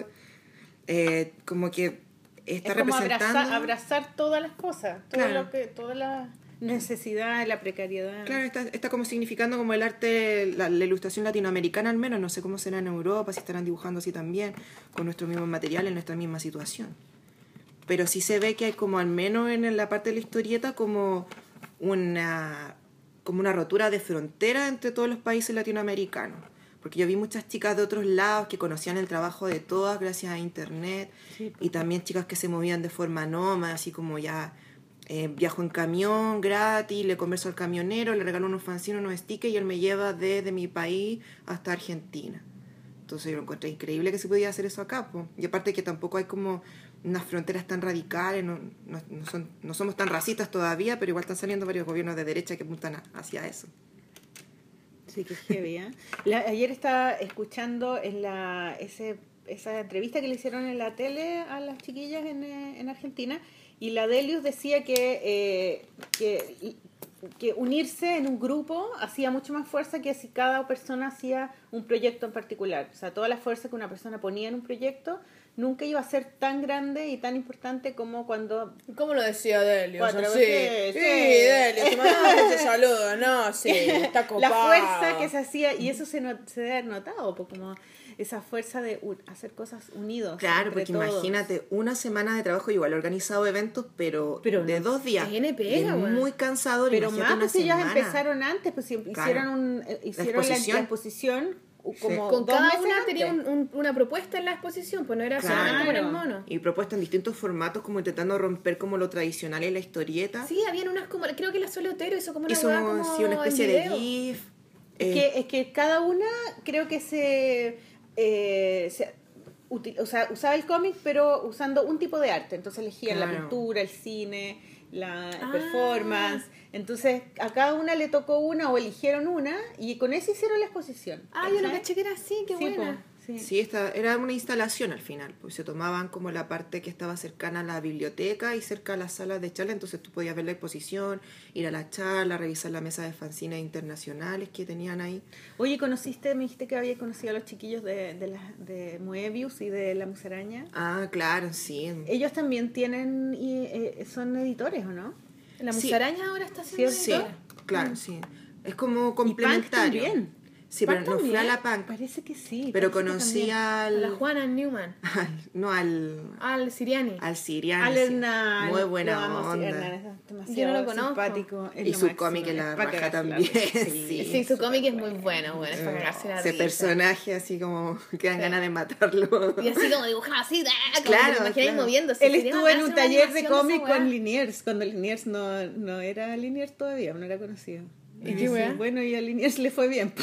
Eh, como que está es como representando abrazar, abrazar todas las cosas, todo claro. lo que, toda la necesidad, la precariedad. Claro, está, está como significando como el arte, la, la ilustración latinoamericana al menos, no sé cómo será en Europa, si estarán dibujando así también, con nuestros mismos materiales, en nuestra misma situación. Pero sí se ve que hay como al menos en la parte de la historieta como una, como una rotura de frontera entre todos los países latinoamericanos. Porque yo vi muchas chicas de otros lados que conocían el trabajo de todas gracias a internet, sí. Y también chicas que se movían de forma nómada, así como ya eh, viajo en camión gratis, le converso al camionero, le regalo unos fanzines, unos stickers y él me lleva desde mi país hasta Argentina. Entonces yo lo encontré increíble que se podía hacer eso acá, po. Y aparte que tampoco hay como unas fronteras tan radicales, no, no, no, son, no somos tan racistas todavía, pero igual están saliendo varios gobiernos de derecha que apuntan a, hacia eso. Sí, que heavy, ¿eh? La, ayer estaba escuchando en la ese, esa entrevista que le hicieron en la tele a las chiquillas en, en Argentina, y la Delius decía que, eh, que, que unirse en un grupo hacía mucho más fuerza que si cada persona hacía un proyecto en particular. O sea, toda la fuerza que una persona ponía en un proyecto nunca iba a ser tan grande y tan importante como cuando... ¿Cómo lo decía Delio? Cuatro O sea, sí, veces, sí, sí. Delio, te mandamos muchos saludos, no, sí, está La copado. fuerza que se hacía, y eso se, no, se debe haber notado, pues, como esa fuerza de un, hacer cosas unidos. Claro, entre porque todos. imagínate, una semana de trabajo, igual he organizado eventos, pero, Pero de no, dos días. tiene pega, y es güey. muy cansador. Pero imagínate más, una pues ellas semana. empezaron antes, pues hicieron, Claro. un, eh, hicieron la, exposición. la exposición como Con dos cada meses una antes. tenía un, un, una propuesta en la exposición, pues no era Claro. solamente poner mono. Y propuestas en distintos formatos, como intentando romper como lo tradicional en la historieta. Sí, habían unas como, creo que la Sole Otero hizo como una Hizo hueá como sí, una especie en de video. GIF. Es, eh, que, es que cada una creo que se, eh, se util- o sea, usaba el cómic, pero usando un tipo de arte. Entonces elegían la Claro. pintura, el cine, la Ah. performance. Entonces a cada una le tocó una o eligieron una y con eso hicieron la exposición. Ah, yo no ¿cachai? caché que era así, qué Sí, buena. po, sí. Sí, esta, era una instalación al final, pues se tomaban como la parte que estaba cercana a la biblioteca y cerca a las salas de charla, entonces tú podías ver la exposición, ir a la charla, revisar la mesa de fanzines internacionales que tenían ahí. Oye, ¿conociste? Me dijiste que había conocido a los chiquillos de, de, la, de Moebius y de La Musaraña. Ah, claro, sí. Ellos también tienen, y, eh, son editores, ¿o no? La Sí. musaraña ahora está haciendo Sí, Sí, editora. claro, sí. Es como Y Punk complementario. también. Sí, pero Punk no fui a también. la Punk, Parece que sí. pero parece que conocí también. al, La Juana Newman, al- no al al Siriani. al Siriano. Al sí. Hernán. Muy lo buena amo, sí, onda. Hernán es demasiado Yo no lo conozco. simpático. es Y lo su máximo, cómic en la es para raja cagarse la también, risa. sí. Sí, su cómic es muy bueno, bueno, es para cagarse la Ese risa. personaje así como que dan Sí. ganas de matarlo. Y así como dibujado así, ¡ah! Como Claro, que te imagináis claro. moviéndose. Él Sería estuvo bacán en un hacer una taller de animación esa cómic weá. con Liniers, cuando Liniers no, no era Liniers todavía, no era conocido. ¿Y Y qué dice, weá? bueno, y a Liniers le fue bien. po.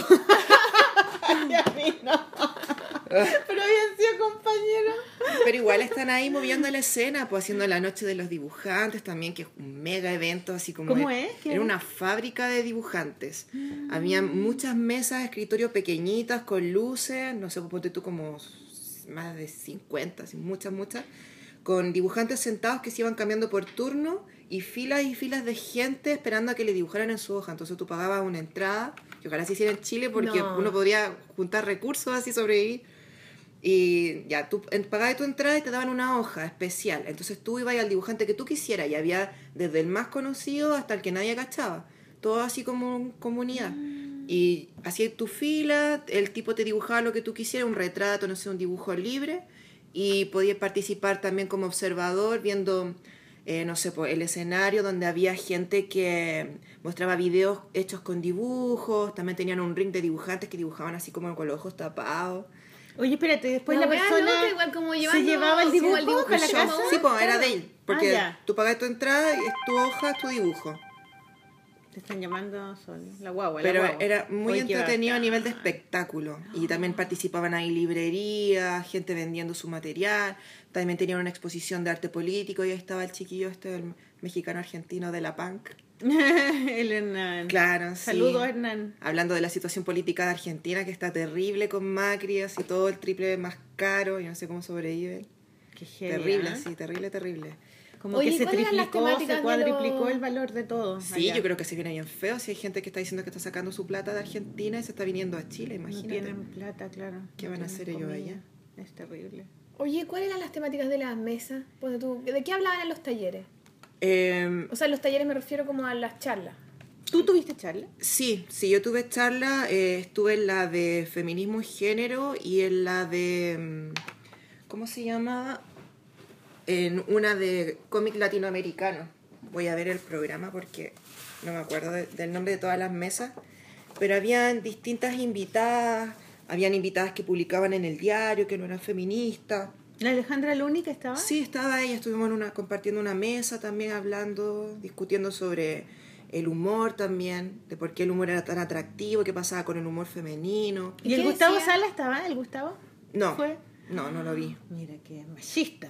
Y a mí no. Pero habían sido compañeros. Pero igual están ahí moviendo la escena, pues haciendo la noche de los dibujantes también, que es un mega evento, así como... ¿Cómo es? ¿Qué Era es? una fábrica de dibujantes. Había muchas mesas, escritorios pequeñitas, con luces, no sé, ponte tú como más de cincuenta, así, muchas, muchas, con dibujantes sentados que se iban cambiando por turno y filas y filas de gente esperando a que le dibujaran en su hoja. Entonces tú pagabas una entrada, que ojalá se hiciera en Chile porque No. uno podría juntar recursos así sobrevivir. Y ya, tú en- pagabas tu entrada y te daban una hoja especial. Entonces tú ibas al dibujante que tú quisieras y había desde el más conocido hasta el que nadie cachaba. Todo así como comunidad. Y hacías tu fila, el tipo te dibujaba lo que tú quisieras, un retrato, no sé, un dibujo libre. Y podías participar también como observador viendo, eh, no sé, pues, el escenario donde había gente que mostraba videos hechos con dibujos. También tenían un ring de dibujantes que dibujaban así como con los ojos tapados. Oye, espérate, después La la, wea persona loca, igual como se llevando llevaba el como dibujo el dibujo a la show. casa. Sí, pues era de él. Porque Ah, ya. tú pagas tu entrada, y es tu hoja, es tu dibujo. Te están llamando Sol, la guagua. la Pero guagua. era muy Oye, qué entretenido a bacán. nivel de espectáculo. Y también participaban ahí librerías, gente vendiendo su material. También tenían una exposición de arte político y ahí estaba el chiquillo este, el mexicano argentino de la punk. El Hernán. Claro, sí. Saludos, Hernán. Hablando de la situación política de Argentina, que está terrible con Macri, así todo el triple más caro, yo no sé cómo sobreviven. Qué heavy, Terrible, ¿eh? sí, terrible, terrible. Como Oye, que se ¿cuáles eran las triplicó, temáticas se de cuadriplicó los- el valor de todo. Sí, allá. yo creo que se viene bien feo si hay gente que está diciendo que está sacando su plata de Argentina y se está viniendo a Chile, No imagínate. tienen plata, claro. ¿Qué No van a tienen hacer ellos comida. allá? Es terrible. Oye, ¿cuáles eran las temáticas de las mesas? Ponte tú, ¿de qué hablaban en los talleres? Eh, O sea, en los talleres me refiero como a las charlas. ¿Tú tuviste charla? sí, sí, yo tuve charla, eh, estuve en la de feminismo y género y en la de, mm, ¿cómo se llama? En una de cómic latinoamericano. Voy a ver el programa porque no me acuerdo de- del nombre de todas las mesas, pero habían distintas invitadas, habían invitadas que publicaban en el diario, que no eran feministas. ¿La Alejandra Luni que estaba? Sí, estaba ahí, estuvimos en una, compartiendo una mesa también, hablando, discutiendo sobre el humor también, de por qué el humor era tan atractivo, qué pasaba con el humor femenino. ¿Y el qué Gustavo decía? Sala estaba? ¿El Gustavo? No, ¿Fue? no, no lo vi. Mira que machista.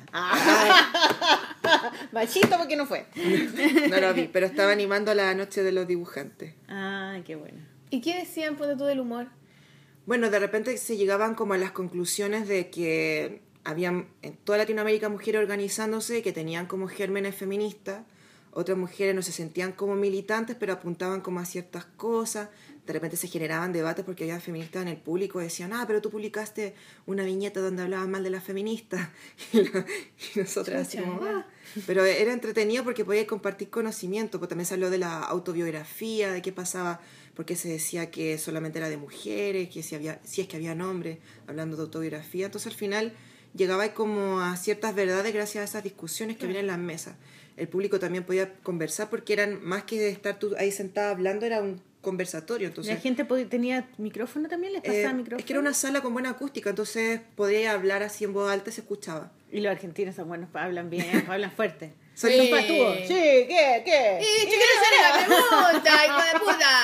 Machista porque no fue. No lo vi, pero estaba animando la noche de los dibujantes. Ah, qué bueno. ¿Y qué decían, ponte tú, del humor? Bueno, de repente se llegaban como a las conclusiones de que había en toda Latinoamérica mujeres organizándose que tenían como gérmenes feministas, otras mujeres no se sentían como militantes, pero apuntaban como a ciertas cosas. De repente se generaban debates porque había feministas en el público y decían, ah, pero tú publicaste una viñeta donde hablaban mal de las feministas. Y, la, y nosotras así como, ah. Pero era entretenido porque podías compartir conocimiento, pues también salió de la autobiografía, de qué pasaba, porque se decía que solamente era de mujeres, que si, había, si es que había hombres, hablando de autobiografía. Entonces al final llegaba como a ciertas verdades gracias a esas discusiones que había en las mesas. El público también podía conversar porque eran más que estar tú ahí sentada hablando, era un conversatorio. Entonces, ¿La gente podía, tenía micrófono también? ¿Les pasaba eh, micrófono? es que era una sala con buena acústica, entonces podía hablar así en voz alta y se escuchaba. Y los argentinos son buenos, hablan bien, hablan fuerte. Sí. Son patúos. Sí, ¿qué? ¿Qué? ¡Y yo quiero hacer la pregunta, hijo de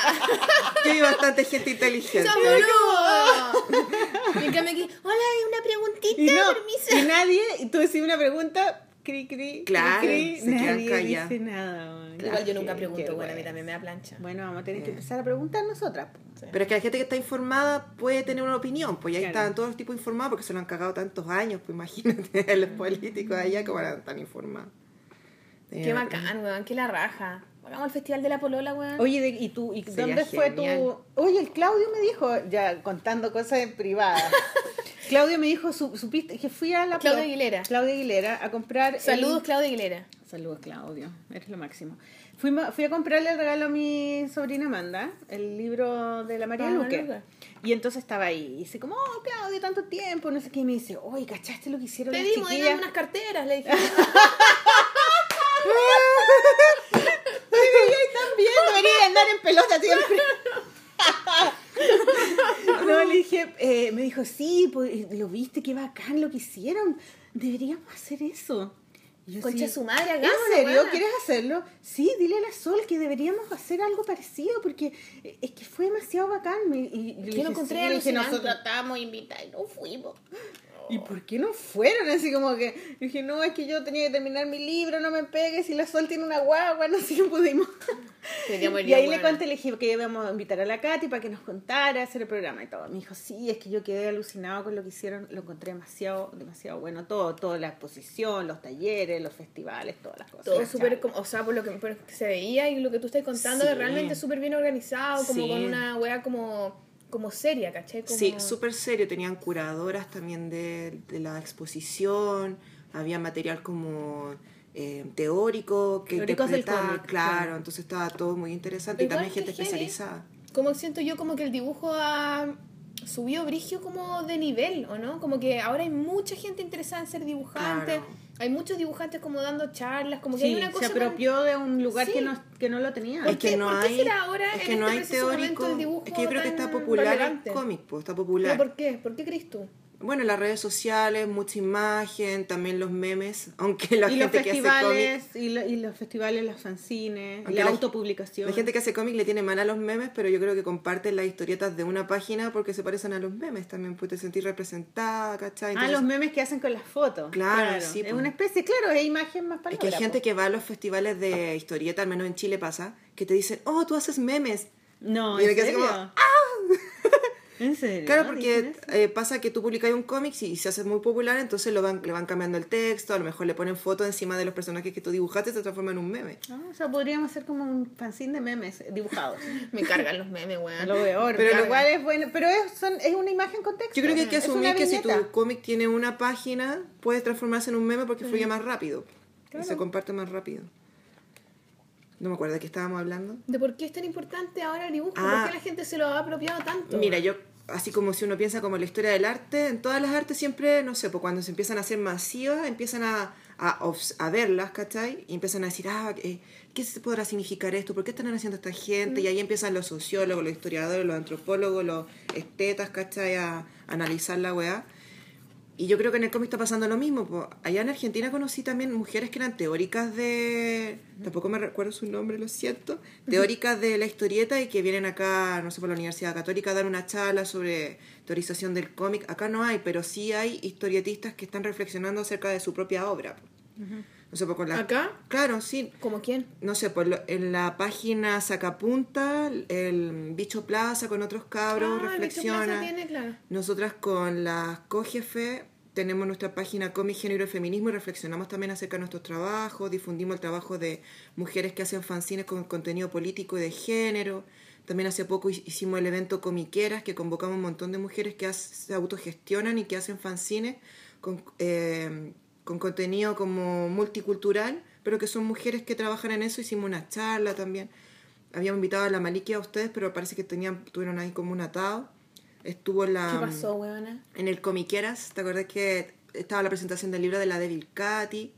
puta! Yo vi bastante gente inteligente. ¡Son boludos! Y en cambio aquí, hola, hay una preguntita, Y no, permiso. y nadie, y tú decís una pregunta, cri, cri, Claro, cri, se quedan nadie callados. dice nada. man. Igual yo Qué- nunca qué pregunto, bueno, a mí bueno. también me da plancha. Bueno, vamos a tener que Eh. empezar a preguntar nosotras. Pero es que la gente que está informada puede tener una opinión, pues ya Claro. estaban todos los tipos informados porque se lo han cagado tantos años, pues imagínate los políticos allá como eran tan informados. Qué bacán, weón, qué la raja. Hagamos el festival de la polola, weón. Oye, de- ¿y tú? ¿Y Sería dónde fue tu...? genial. Oye, el Claudio me dijo, ya contando cosas en privada. Claudio me dijo, su- supiste que fui a la... Claudia Aguilera. Claudia Aguilera a comprar... el- Saludos, Claudia Aguilera. Saludos, Claudio. Eres lo máximo. Fui, fui a comprarle el regalo a mi sobrina Amanda, el libro de la María Ah, Luque. Luque. Y entonces estaba ahí. Y dice como, oh, Claudio, tanto tiempo, no sé qué. Y me dice, oye, ¿cachaste lo que hicieron las Pedimos, chiquillas? digan unas carteras, le dije. Y también debería andar en pelota siempre. No, le dije, eh, me dijo, sí, pues, lo viste, qué bacán lo que hicieron. Deberíamos hacer eso. Y yo, Concha sí, su madre, ¿en hagámoslo, serio? weona. ¿Quieres hacerlo? Sí, dile a la Sol que deberíamos hacer algo parecido porque es que fue demasiado bacán. Y, y le Yo dije, lo encontré sí, le dije, alucinante. nosotros estábamos invitados y no fuimos. ¿Y por qué no fueron? Así como que dije, no, es que yo tenía que terminar mi libro, no me pegues, y la Sol tiene una guagua, no sé qué pudimos. Deberíamos ir, Y ahí le buena. conté, le dije que íbamos a invitar a la Katy para que nos contara, hacer el programa y todo. Me dijo, sí, es que yo quedé alucinado con lo que hicieron, lo encontré demasiado, demasiado bueno, todo, toda la exposición, los talleres, los festivales, todas las cosas. Todo las súper, charlas. como- o sea, por lo que, por lo que se veía y lo que tú estás contando, Sí. es realmente súper bien organizado, como Sí. con una wea como, como seria, ¿cachai? Como... Sí, súper serio. Tenían curadoras también de, de la exposición, había material como eh, teórico que Teóricos del interpretaba, cómic, claro, claro. entonces estaba todo muy interesante y Igual también gente que heavy. especializada. Como siento yo como que el dibujo ha subido brigio como de nivel, ¿o no? Como que ahora hay mucha gente interesada en ser dibujante, Claro. hay muchos dibujantes como dando charlas, como que Sí, hay una se cosa... apropió de un lugar Sí. que, no, que no lo tenía. ¿Por Es que qué- no por qué hay, será ahora es en que no este hay preciso momento teórico, el dibujo es que yo creo que tan está popular relevante? el cómic, pues, está ¿Pero popular. por qué? ¿Por qué crees tú? Bueno, las redes sociales, mucha imagen, también los memes, aunque la y los gente que hace cómic, festivales, y, lo- y los festivales, los fanzines, Aunque la, la- autopublicación. la gente que hace cómic le tiene mal a los memes, pero yo creo que comparten las historietas de una página porque se parecen a los memes, también puedes sentir representada, ¿cachai? Ah, los memes que hacen con las fotos. Claro, sí, Es pues. una especie, claro, es imagen más Es palabra. que hay gente po. que va a los festivales de historieta, al menos en Chile pasa, que te dicen, oh, tú haces memes. No, Y ¿en me quedé así serio? como, ¿En serio? Claro, ¿Dicen porque eso? eh, pasa que tú publicas un cómic y se hace muy popular, entonces lo van, le van cambiando el texto, a lo mejor le ponen fotos encima de los personajes que tú dibujaste y se transforma en un meme. Ah, o sea, podríamos hacer como un fanzine de memes dibujados. Me cargan los memes, A weón. lo peor, Pero pero lo- igual es bueno. Pero es, son, es una imagen con texto. Yo creo que hay que Es una asumir que si viñeta. tu cómic tiene una página, puedes transformarse en un meme porque fluye más rápido. Claro. Y se comparte más rápido. No me acuerdo de qué estábamos hablando. ¿De por qué es tan importante ahora el dibujo? Ah. ¿Por qué la gente se lo ha apropiado tanto? Mira, yo, así como si uno piensa como la historia del arte, en todas las artes siempre, no sé, pues cuando se empiezan a hacer masivas, empiezan a, a, obs- a verlas, ¿cachai? Y empiezan a decir, ah, eh, ¿qué se podrá significar esto? ¿Por qué están haciendo esta gente? Y ahí empiezan los sociólogos, los historiadores, los antropólogos, los estetas, ¿cachai? A, a analizar la weá. y yo creo que en el cómic está pasando lo mismo. Pues. Allá en Argentina conocí también mujeres que eran teóricas de... Tampoco me recuerdo su nombre, lo siento. Teóricas de la historieta y que vienen acá, no sé, por la Universidad Católica a dar una charla sobre teorización del cómic. Acá no hay, pero sí hay historietistas que están reflexionando acerca de su propia obra. Uh-huh. No sé, pues con la... ¿Acá? Claro, sí. ¿Cómo quién? No sé, pues lo, en la página Sacapunta, el Bicho Plaza con otros cabros ah, reflexiona. El Bicho Plaza tiene, claro. Nosotras con las cojefe tenemos nuestra página Cómic, Género y Feminismo y reflexionamos también acerca de nuestros trabajos, difundimos el trabajo de mujeres que hacen fanzines con contenido político y de género. También hace poco hicimos el evento Comiqueras, que convocamos un montón de mujeres que se autogestionan y que hacen fanzines con, eh, con contenido como multicultural, pero que son mujeres que trabajan en eso. Hicimos una charla también. Habíamos invitado a la Maliki a ustedes, pero parece que tenían, tuvieron ahí como un atado. Estuvo la... ¿Qué pasó, huevona? En el Comiqueras, ¿te acuerdas que estaba la presentación del libro de la Devil Cathy?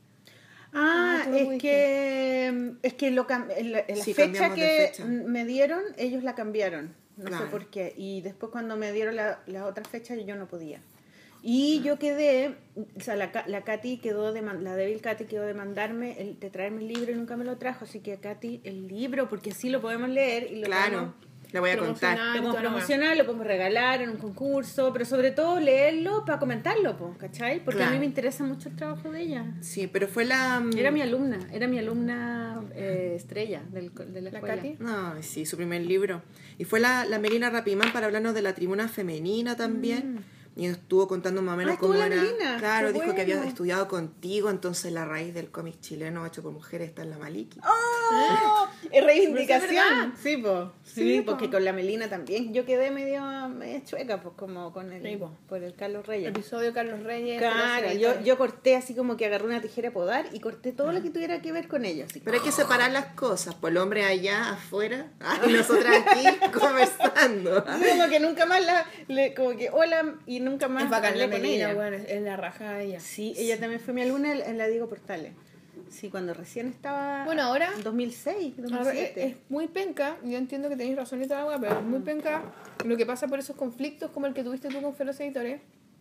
Ah, ah es que es que lo cam- la, la sí, fecha que fecha. me dieron, ellos la cambiaron. No claro. sé por qué. Y después cuando me dieron la, la otra fecha, yo no podía. Y ah. yo quedé, o sea, la, la Katy quedó de la Devil Cathy quedó de mandarme, el, de traerme el libro y nunca me lo trajo. Así que Katy, el libro, porque sí lo podemos leer y lo claro. podemos... Le voy a contar. Lo podemos promocionar, lo podemos regalar en un concurso, pero sobre todo leerlo para comentarlo, ¿cachai? Porque claro. a mí me interesa mucho el trabajo de ella. Sí, pero fue la... Era mi alumna, era mi alumna eh, estrella del, de la, ¿La escuela. Katy? No, sí, su primer libro. Y fue la, la Melina Rapimán para hablarnos de la tribuna femenina también. Mm. Y estuvo contando más o menos ah, cómo la era. Melina. Claro, Qué dijo bueno. que había estudiado contigo, entonces la raíz del cómic chileno hecho por mujeres está en la Maliki. ¡Oh! Es reivindicación. Es sí, pues. Sí, sí, porque con la Melina también. Yo quedé medio, medio chueca, pues, como con el, sí, po. por el Carlos Reyes. El episodio Carlos Reyes. Claro, yo, yo corté así como que agarré una tijera a podar y corté todo ah. lo que tuviera que ver con ellos. Pero hay que separar las cosas, pues el hombre allá afuera y nosotras aquí conversando. Sí, como que nunca más la, le, como que hola y nunca más es bacán la con Melina, ella. Bueno, es la raja de ella. Sí, ella también fue mi alumna en la Diego Portales. Sí, cuando recién estaba... Bueno, ahora... dos mil seis, dos mil siete. Ver, es muy penca, yo entiendo que tenéis razón y toda la hueá, pero es muy penca lo que pasa por esos conflictos como el que tuviste tú con Feroz Editores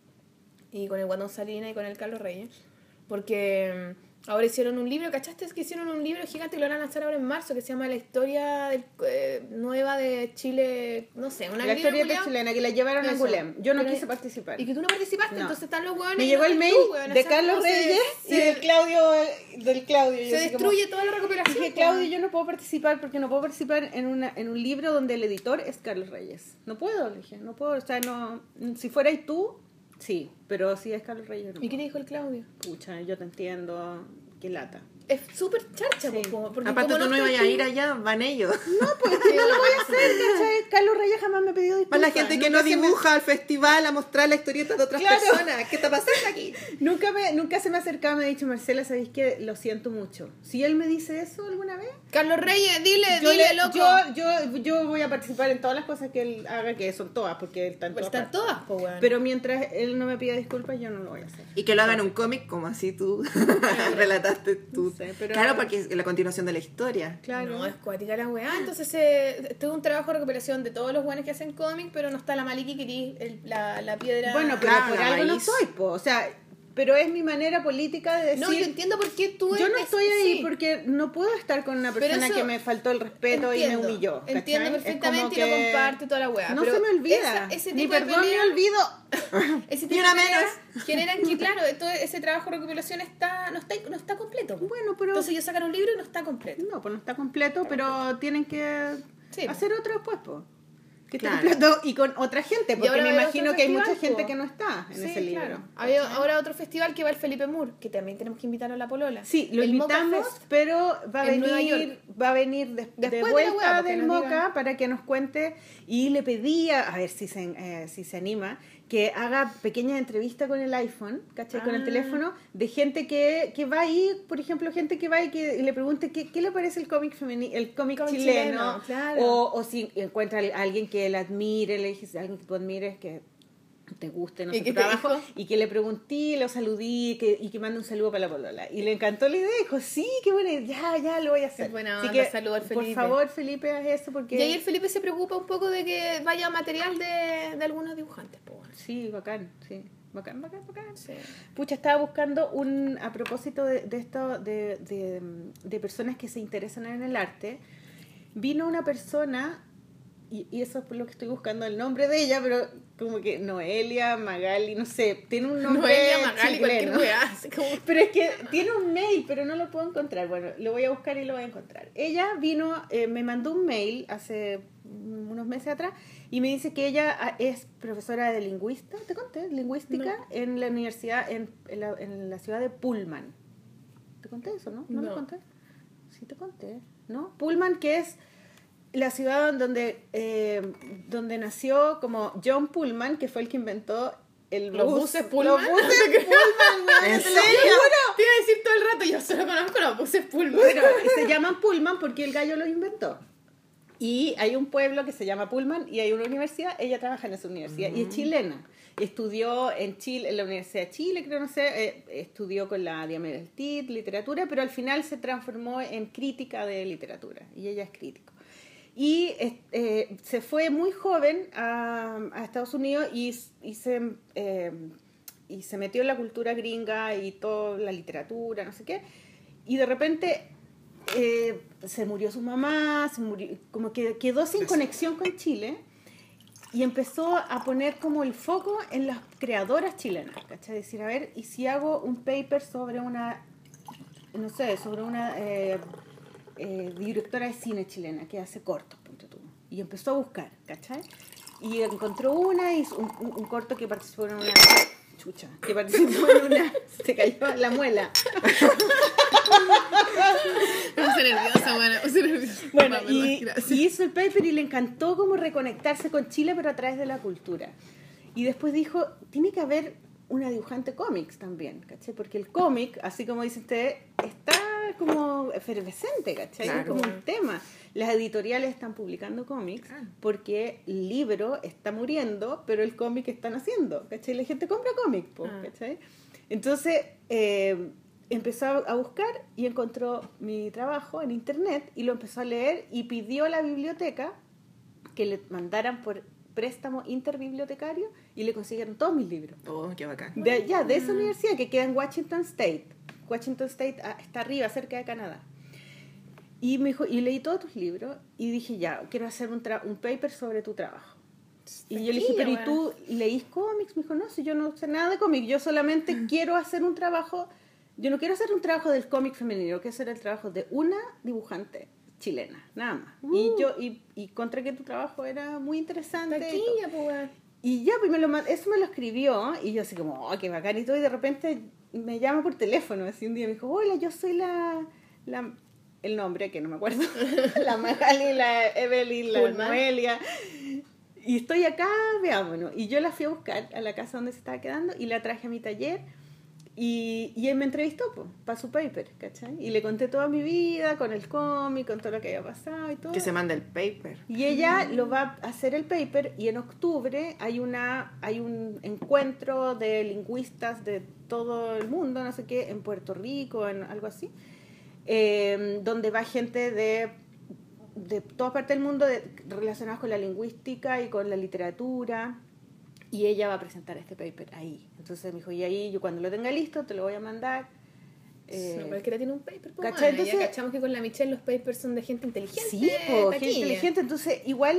y con el Guatón Salina y con el Carlos Reyes. Porque ahora hicieron un libro, ¿cachaste? Es que hicieron un libro gigante que lo van a lanzar ahora en marzo, que se llama La historia de, eh, nueva de Chile, no sé, una La historia de chilena, que la llevaron a Angulem. Yo no pero, quise participar. Y que tú no participaste, no. Entonces están los hueones. Me llegó el mail tú, de Carlos Reyes se, y del Claudio. Del Claudio. Se destruye como, toda la recuperación. Dije, Claudio, yo no puedo participar porque no puedo participar en, una, en un libro donde el editor es Carlos Reyes. No puedo, le dije, no puedo. O sea, no, si fueras tú... Sí, pero si es Carlos Reyes no. ¿Y qué le dijo el Claudio? Pucha, yo te entiendo, qué lata. Es súper charcha, sí. Porque aparte tú no ibas a ir allá, van ellos. No, pues que no lo voy a hacer, ¿cachai? Carlos Reyes jamás me pidió disculpas. Para la gente que nunca no dibuja me... al festival a mostrar la historieta de otras claro. personas. ¿Qué está pasando aquí? Nunca me, nunca se me ha acercado y me ha dicho, Marcela, ¿sabéis qué? Lo siento mucho. Si él me dice eso alguna vez... Carlos Reyes, dile, yo dile, le, loco. Yo, yo, yo voy a participar en todas las cosas que él haga, que son todas, porque él está en pues todas están todas, pues, bueno. Pero mientras él no me pida disculpas, yo no lo voy a hacer. Y que lo hagan en un cómic, como así tú relataste tú. No sé, pero... Claro, porque es la continuación de la historia. Claro. No, es cuática la weá. Entonces, eh, tuve un trabajo de recuperación de todos los weones que hacen cómic, pero no está la Maliki que el, la, la piedra. Bueno, pero claro, por algo no soy, po. O sea, pero es mi manera política de decir... No, yo entiendo por qué tú... Yo no eres, estoy ahí sí. porque no puedo estar con una persona eso, que me faltó el respeto entiendo, y me humilló. ¿cachai? Entiendo perfectamente y lo comparte toda la weá. No se me olvida. Esa, ese Ni perdón pelea, me olvido. Ese tipo Ni una de menos. Generan que, claro, todo ese trabajo de recopilación está, no, está, no está completo. Bueno, pero... Entonces ellos sacan un libro y no está completo. No, pues no está completo, pero tienen que sí, hacer otro después, pues. Que claro. completo y con otra gente, porque me imagino que hay mucha gente que no está en sí, ese libro. Claro. Hay ahora otro festival que va el Felipe Moore, que también tenemos que invitarlo a la polola. Sí, lo el invitamos, pero va a venir, va a venir de, Después de vuelta de la hueá, del Moca diga... para que nos cuente, y le pedía, a ver si se, eh, si se anima, que haga pequeñas entrevistas con el iPhone, ¿cachai? Ah. Con el teléfono, de gente que, que va ahí, por ejemplo, gente que va y que y le pregunte qué, qué le parece el cómic femeni el cómic chileno, chileno claro. o, o si encuentra a alguien que él admire, le dije, alguien que tú admires, que te guste, no sé, tu trabajo, y que le pregunté, lo saludí, que, y que mande un saludo para la polola. Y le encantó la idea, dijo, sí, qué buena, ya, ya lo voy a hacer. Es buena Así onda, que, saludo al Felipe. Por favor, Felipe, haz eso, porque... Y ahí el Felipe se preocupa un poco de que vaya material de, de algunos dibujantes. Po. Sí, bacán, sí. Bacán, bacán, bacán. Sí. Pucha, estaba buscando un, a propósito de, de esto, de, de, de personas que se interesan en el arte, vino una persona, y, y eso es por lo que estoy buscando el nombre de ella, pero como que Noelia, Magali, no sé, tiene un nombre Noelia, Magali, chileno. cualquier weá. así como- Pero es que tiene un mail, pero no lo puedo encontrar. Bueno, lo voy a buscar y lo voy a encontrar. Ella vino, eh, me mandó un mail hace unos meses atrás y me dice que ella ah, es profesora de lingüista, ¿te conté? Lingüística No. en la universidad, en, en, la, en la ciudad de Pullman. ¿Te conté eso, no? ¿No, No. lo conté? Sí te conté, ¿no? Pullman, que es la ciudad donde, eh, donde nació como John Pullman, que fue el que inventó el ¿Los bus- buses Pullman? Los buses Pullman, weón, ¿En te lo serio? juro. Te iba a decir todo el rato, yo solo conozco los buses Pullman. Bueno, se llaman Pullman porque el gallo lo inventó. Y hay un pueblo que se llama Pullman y hay una universidad, ella trabaja en esa universidad y es chilena. Estudió en Chile, en la Universidad de Chile, creo, no sé, eh, estudió con la Diamela Eltit, literatura, pero al final se transformó en crítica de literatura y ella es crítico. Y eh, se fue muy joven a, a Estados Unidos y, y, se, eh, y se metió en la cultura gringa y toda la literatura, no sé qué. Y de repente eh, se murió su mamá, se murió, como que quedó sin conexión con Chile y empezó a poner como el foco en las creadoras chilenas, ¿cachai? Decir, a ver, ¿y si hago un paper sobre una, no sé, sobre una... Eh, Eh, directora de cine chilena que hace cortos, punto tú. Y empezó a buscar, ¿cachai? Y encontró una, y un, un, un corto que participó en una chucha, que participó en una, se cayó la muela. Me puse nerviosa, bueno, me puse nerviosa. Bueno, Mamá, y, gracias. y hizo el paper y le encantó como reconectarse con Chile, pero a través de la cultura. Y después dijo, tiene que haber una dibujante cómics también, ¿cachai? Porque el cómic, así como dice usted, está como efervescente, ¿cachai? Claro. Es como un tema. Las editoriales están publicando cómics porque el libro está muriendo, pero el cómic están haciendo, ¿cachai? La gente compra cómics, po, Ah. ¿cachai? Entonces eh, empezó a buscar y encontró mi trabajo en internet y lo empezó a leer y pidió a la biblioteca que le mandaran por préstamo interbibliotecario y le consiguieron todos mis libros. Oh, qué bacán. De allá, de esa universidad que queda en Washington State. Washington State ah, está arriba, cerca de Canadá. Y me dijo, y leí todos tus libros y dije, ya, quiero hacer un, tra- un paper sobre tu trabajo. Y yo le dije, pero ¿y tú leís cómics? Me dijo, no, si yo no sé nada de cómics, yo solamente quiero hacer un trabajo, yo no quiero hacer un trabajo del cómic femenino, quiero hacer el trabajo de una dibujante chilena, nada más. Uh. Y yo, y, y encontré que tu trabajo era muy interesante. y todo. Taquilla, pues, weón. Y ya, pues me lo, ma- eso me lo escribió, y yo así como, oh, qué bacán y todo, y de repente me llama por teléfono, así un día me dijo, hola, yo soy la, la el nombre, que no me acuerdo, la Magali, la Evelyn, la Pullman. Noelia, y estoy acá, veámonos. Y yo la fui a buscar a la casa donde se estaba quedando, y la traje a mi taller, y, y él me entrevistó, pues, para su paper, ¿cachai? Y le conté toda mi vida, con el cómic, con todo lo que había pasado y todo. Que se manda el paper. Y ella lo va a hacer el paper y en octubre hay una hay un encuentro de lingüistas de todo el mundo, no sé qué, en Puerto Rico, en algo así, eh, donde va gente de, de toda parte del mundo de, relacionados con la lingüística y con la literatura. Y ella va a presentar este paper ahí. Entonces me dijo, y ahí yo cuando lo tenga listo te lo voy a mandar. Eh, No, cualquiera tiene un paper, pues, ¿cachai? bueno, ya Entonces- cachamos que con la Michelle los papers son de gente inteligente. sí, po, gente taquilla. inteligente. Entonces, igual...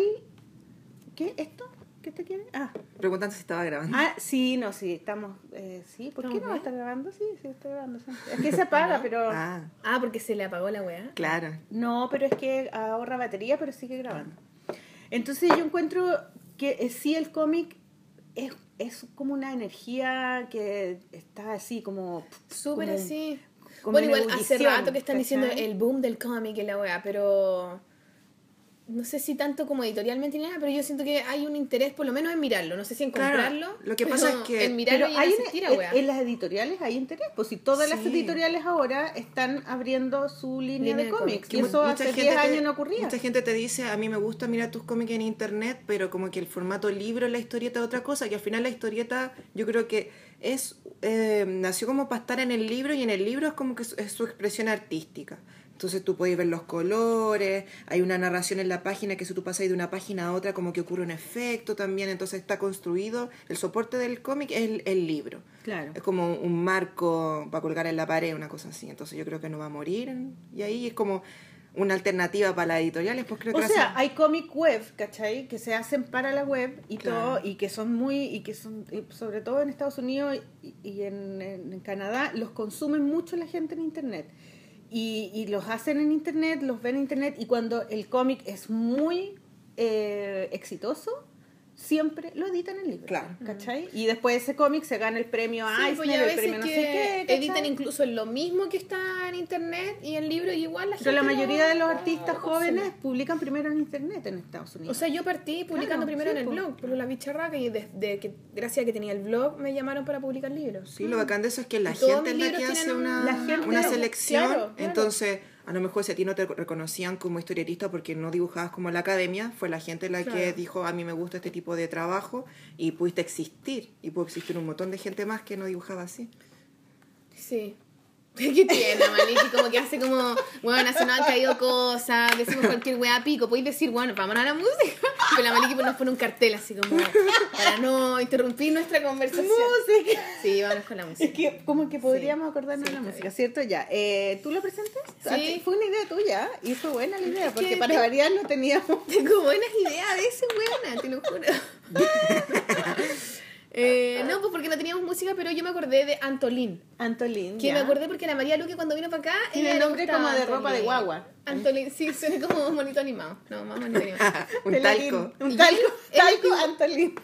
¿Qué? ¿Esto? ¿Qué te quiere? Ah, Preguntando si estaba grabando. ah sí, no, sí, estamos... Eh, sí, ¿por qué ¿Estamos no bien? está grabando? Sí, sí, estoy grabando. Sí. Es que se apaga, pero... Ah, Ah, porque se le apagó la weá. claro. No, pero es que ahorra batería, pero sigue grabando. Entonces yo encuentro que eh, sí el cómic es, es como una energía que está así como... Súper como- así. como Bueno, en igual hace ebullición, rato que están diciendo ¿cachai? el boom del cómic y la weá, pero no sé si tanto como editorialmente ni nada, pero yo siento que hay un interés por lo menos en mirarlo, no sé si en Claro, comprarlo. lo que pero pasa es que- en mirarlo Pero y en hay asistir a en, weá. en las editoriales hay interés, pues si todas las Sí. editoriales ahora están abriendo su línea, Línea de de cómics, cómics. y eso Mucha hace gente diez te- años no ocurría. Mucha gente te dice, a mí me gusta mirar tus cómics en internet, pero como que el formato libro, la historieta es otra cosa, que al final la historieta yo creo que es eh, nació como para estar en el libro y en el libro es como que es, es su expresión artística. Entonces tú puedes ver los colores, hay una narración en la página que si tú pasas de una página a otra como que ocurre un efecto también, entonces está construido, el soporte del cómic es el, el libro. Claro. Es como un marco para colgar en la pared, una cosa así, entonces yo creo que no va a morir y ahí es como una alternativa para las editoriales. Pues creo o que sea, hacen... hay cómic web, ¿cachai? Que se hacen para la web y Claro. todo, y que son muy, y que son, y sobre todo en Estados Unidos y, y en, en, en Canadá, los consumen mucho la gente en internet. Y, y los hacen en internet, los ven en internet, y cuando el cómic es muy eh, exitoso, siempre lo editan en libro. Claro. ¿Cachai? Y después ese cómic se gana el premio Sí, Eisner, pues ya a el veces premio no que sé qué, ¿cachai? editan incluso lo mismo que está en internet y en libro, y igual la gente Pero la mayoría no- de los no artistas consume. jóvenes publican primero en internet en Estados Unidos. O sea, yo partí publicando Claro, primero sí, en el po. blog, por la bicharraca, y desde que, gracias a que tenía el blog, me llamaron para publicar libros. Sí, lo bacán de eso es que la Y todos gente es mis la que libros hace tienen una, un- La gente, una claro, selección, claro. entonces a lo mejor si a ti no te reconocían como historietista porque no dibujabas como la academia, fue la gente la que Claro. dijo a mí me gusta este tipo de trabajo y pudiste existir, y pudo existir un montón de gente más que no dibujaba así. Sí. ¿Qué tiene, Maliki? Como que hace como, bueno, se nos han caído cosas, decimos cualquier weá pico. Podéis decir, bueno, vámonos a la música. Pero la Maliki nos pone un cartel así como para no interrumpir nuestra conversación. música. Sí, vámonos con la música. Es que como que podríamos Sí. acordarnos Sí, de la está música, bien. ¿cierto? Ya. Eh, ¿Tú lo presentes? Sí. Fue una idea tuya y fue buena la idea, Es porque que para te- variar no teníamos... Tengo buenas ideas de ese weona, te lo juro. eh, no, pues porque no teníamos música, pero yo me acordé de Antolín. Antolín, Que ya. me acordé porque la María Luque cuando vino para acá... Tiene ella le nombre gustaba como de ropa de Antolín. guagua. Antolín, sí, suena como monito animado. No, más monito animado. Un Telín. talco. Un ¿Y talco, él? Él talco dijo- Antolín.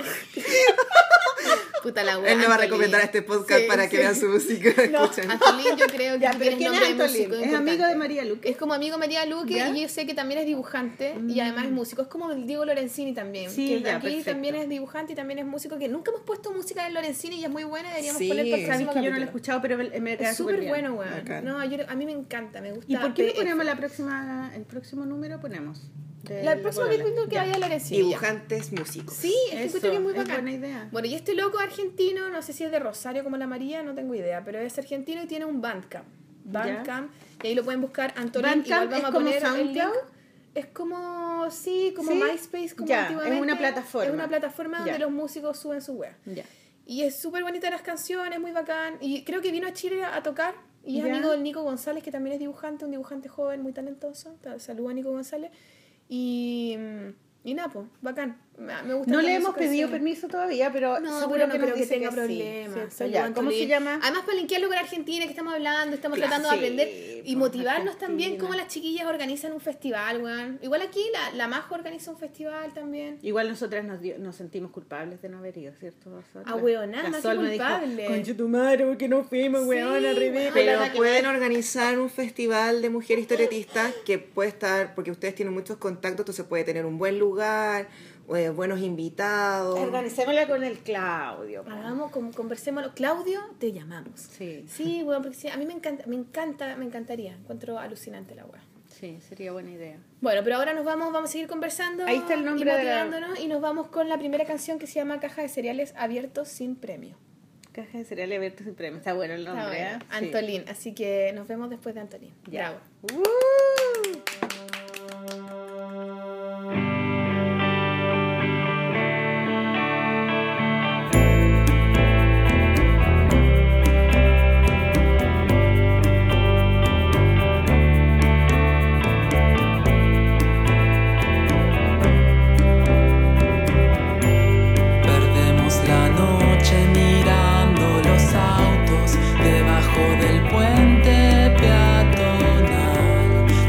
Puta la wea. Él me va a Antolín. recomendar este podcast Sí, para que sí. vean su música. No. Escuchen. Antolín yo creo que Ya, tiene pero ¿quién nombre es de Antolín? músico Es amigo importante. de María Luque. Es como amigo de María Luque ¿Ya? y yo sé que también es dibujante y además es músico. Es como el Diego Lorenzini también. Sí, que ya, aquí perfecto. también es dibujante y también es músico. Que nunca hemos puesto música de Lorenzini y es muy buena. Deberíamos Sí. poner para el Sabes próximo que yo no lo he capítulo. escuchado, pero me, me queda Es súper bien. bueno, weón. Bacán. No, yo, a mí me encanta, me gusta. ¿Y por qué no P F? ponemos la próxima, el próximo número ponemos? De La próxima Polola. capítulo que Ya. vaya a Lorenzini. ya. Dibujantes músicos. Sí, es que Eso, encuentro que es muy es bacán. buena idea. Bueno, y este loco argentino, no sé si es de Rosario como la María, no tengo idea, pero es argentino y tiene un Bandcamp. Bandcamp, y ahí lo pueden buscar. Antolín, Bandcamp igual vamos es a como poner el link. SoundCloud. Es como, sí, como ¿Sí? MySpace, como Ya, antiguamente. es una plataforma. Es una plataforma donde Ya. los músicos suben su web. Ya. Y es súper bonita las canciones, muy bacán. Y creo que vino a Chile a tocar. Y es Ya. amigo del Nico González, que también es dibujante, un dibujante joven, muy talentoso. Saludos a Nico González. Y, y nada, pues, bacán. Me me gusta No la le hemos música, pedido sí. permiso todavía, pero No, seguro pero no que nos creo que dice tenga sí, problemas. ¿cierto? Saludos, Ya, ¿cómo se Antolín. llama? Además, para linkearlo con Argentina, que estamos hablando, estamos Claro, tratando de sí, aprender y pues, motivarnos también Argentina. como las chiquillas organizan un festival, weón. Igual aquí la, la Majo organiza un festival también. Igual nosotras nos, dio- nos sentimos culpables de no haber ido, ¿cierto? Sol? Ah, weona, La más Sol que me dijo, culpable. concha tu madre, ¿por qué no fuimos, Sí, weona, ridícula? Pero nada que pueden ver". organizar un festival de mujeres historietistas que puede estar, porque ustedes tienen muchos contactos, entonces puede tener un buen lugar, eh, buenos invitados. Organicémosla con el Claudio. po. Hagamos, con- conversémoslo. Claudio, te llamamos. Sí, Sí, weón, porque sí, a mí me encanta, me encanta, me encantaría. Encuentro alucinante la weá. sí, sería buena idea. Bueno, pero ahora nos vamos, vamos a seguir conversando. Ahí está el nombre y de la- motivándonos y nos vamos con la primera canción que se llama Caja de Cereales Abiertos sin Premio. Caja de cereales abiertos sin premio. Está bueno el Está nombre, bueno. ¿eh? Sí. Antolín, así que nos vemos después de Antolín. Ya. Bravo. ¡Uh! Perdemos la noche mirando los autos debajo del puente peatonal.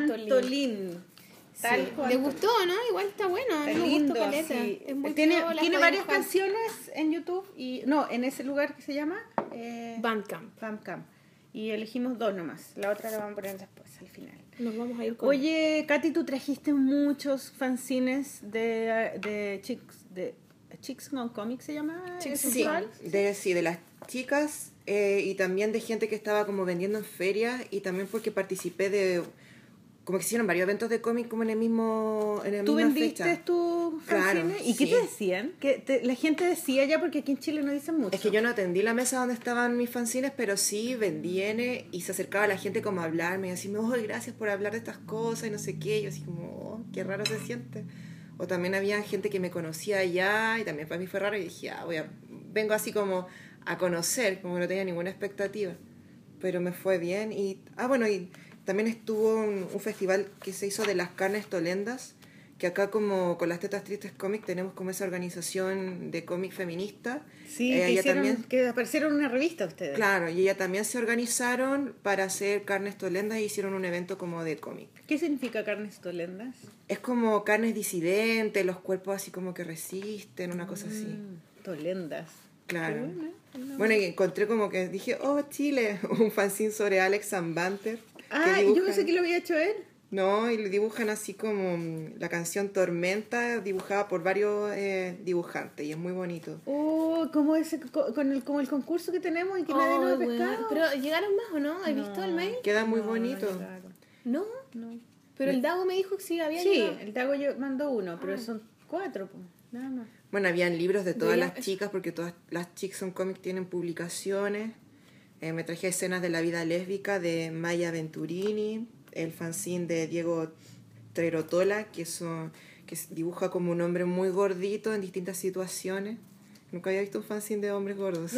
Antolín. Antolín. Tal Sí. cual. ¿Le gustó, no? Igual está bueno. A mí Está me lindo, gustó caleta. sí. Es muy Tiene, piola, tiene para varias dibujar. canciones en YouTube y no, en ese lugar que se llama eh, Bandcamp. Bandcamp. Y elegimos dos nomás. La otra la vamos a poner después, al final. Nos vamos a ir con... Oye, Katy, tú trajiste muchos fanzines de, de Chicks, de Chicks on Comics se llama el Chicks on festival. De, sí, de las chicas eh, y también de gente que estaba como vendiendo en ferias y también porque participé de... Como que hicieron varios eventos de cómic como en el mismo en la ¿Tú misma vendiste fecha. tus Claro, fanzines? ¿Y sí. qué te decían? Que te- la gente decía ya, porque aquí en Chile no dicen mucho. Es que yo no atendí la mesa donde estaban mis fanzines, pero sí vendí N y se acercaba la gente como a hablarme y decirme, oh, gracias por hablar de estas cosas y no sé qué. Y yo así como, oh, qué raro se siente. O también había gente que me conocía allá y también para mí fue raro y dije, ah, voy a... vengo así como a conocer, como que no tenía ninguna expectativa. Pero me fue bien y... Ah, bueno, y también estuvo un, un festival que se hizo de las carnes tolendas, que acá como con las tetas tristes cómic tenemos como esa organización de cómic feminista. Sí, Eh, que, ella hicieron, también- que aparecieron en una revista ustedes. Claro, y ella también se organizaron para hacer carnes tolendas y hicieron un evento como de cómic. ¿Qué significa carnes tolendas? Es como carnes disidentes, los cuerpos así como que resisten, una cosa así. Mm, tolendas. Claro. Qué buena, buena. Bueno, y encontré como que dije, oh, Chile, un fanzine sobre Alex Zambanter. Ah, yo pensé que lo había hecho él. No, y le dibujan así como mm, la canción Tormenta, dibujada por varios eh, dibujantes, y es muy bonito. Oh, como ese co- con el como el concurso que tenemos y que nadie Ay, nos ha weón. pescado. Pero llegaron más o no? ¿Has visto el mail? Queda muy No, bonito. no llegaron. No. No. Pero el Dago me dijo que sí había Sí, llegado. el Dago yo mandó uno, pero Ah. son cuatro, pues. Nada más. Bueno, habían libros de todas Debería- las chicas, porque todas las chicas son cómics, tienen publicaciones. Eh, me traje escenas de la vida lésbica de Maya Venturini, el fanzine de Diego Trerotola, que, son, que s- dibuja como un hombre muy gordito en distintas situaciones. Nunca había visto un fanzine de hombres gordos.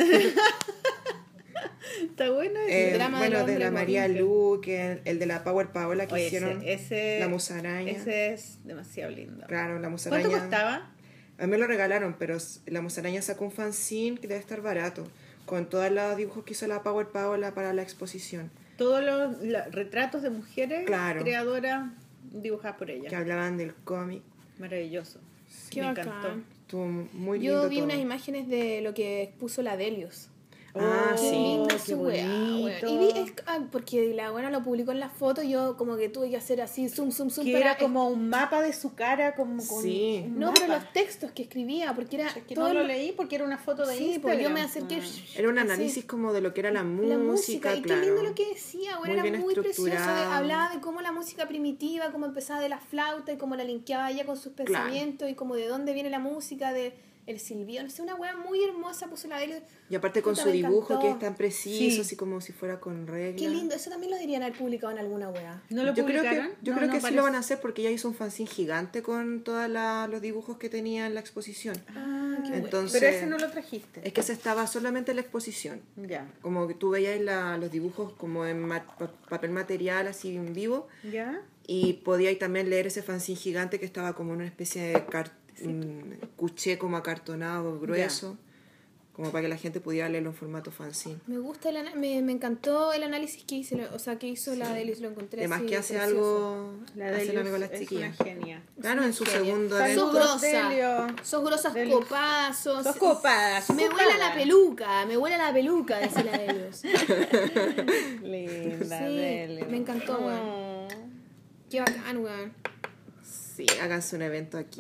Está bueno Eh, ese. drama del bueno, de hombre la María gordito. Lu, que el, el de la Power Paola que Oye, hicieron. ese, ese, La musaraña. Ese es demasiado lindo. Claro, la musaraña. ¿Cuánto costaba? A mí me lo regalaron, pero s- la musaraña sacó un fanzine que debe estar barato, con todos los dibujos que hizo la Power Paola para la exposición, Todos los la- retratos de mujeres Claro. creadoras dibujadas por que ella. hablaban del cómic. Maravilloso. Qué Me bacán. encantó. Estuvo muy lindo Yo vi todo. unas imágenes de lo que expuso la Delius. Ah, Oh, sí. Qué linda qué su weá, bonito. weón. Y vi, es, ah, porque la buena lo publicó en la foto, yo como que tuve que hacer así, zoom, zoom, zoom. Que para- era como un mapa de su cara, como con Sí. un No, pero mapa. los textos que escribía, porque era Es que todo no lo lo- leí porque era una foto de Sí, Instagram. pues yo me acerqué. Ah. Era un así. análisis como de lo que era la música, La música, y qué claro. lindo lo que decía, güey, Muy era bien muy precioso. de- estructurado. hablaba de cómo la música primitiva, cómo empezaba de la flauta y cómo la linkeaba ella con sus pensamientos y como de dónde viene la música, de el silbido, no sé, una wea muy hermosa puso la Delius. Y aparte con Puta, su me dibujo encantó. que es tan preciso, Sí. así como si fuera con reglas. Qué lindo, eso también lo deberían haber publicado en alguna wea. ¿No lo yo creo que, publicaron? yo No, creo no que sí parece. lo van a hacer porque ella hizo un fanzine gigante con todos los dibujos que tenía en la exposición. Ah, qué bueno. Entonces, Pero ese no lo trajiste. es que se estaba solamente en la exposición. Ya. Como que tú veías la- los dibujos como en ma- pa- papel material, así en vivo, ¿Ya? y podíais también leer ese fanzine gigante que estaba como en una especie de car- un cuché como acartonado, grueso, como para que la gente pudiera leerlo en formato fanzine. Me gusta, el ana- me, me encantó el análisis que hizo, o sea, que hizo la Delius, lo encontré Además así que hace precioso. algo, La hace Delius algo con las es chiquillas. una genia. Claro, en su genia. segundo Salud. evento. Sos Saludos, grosa, Delio. sos grosas Delio. copadas, sos... Sos copadas, Me copada. huele la peluca, me huele la peluca, dice la Delius. Linda, Sí, Delio. me encantó, weón. Oh. Qué bacán, weón. Sí, háganse un evento aquí.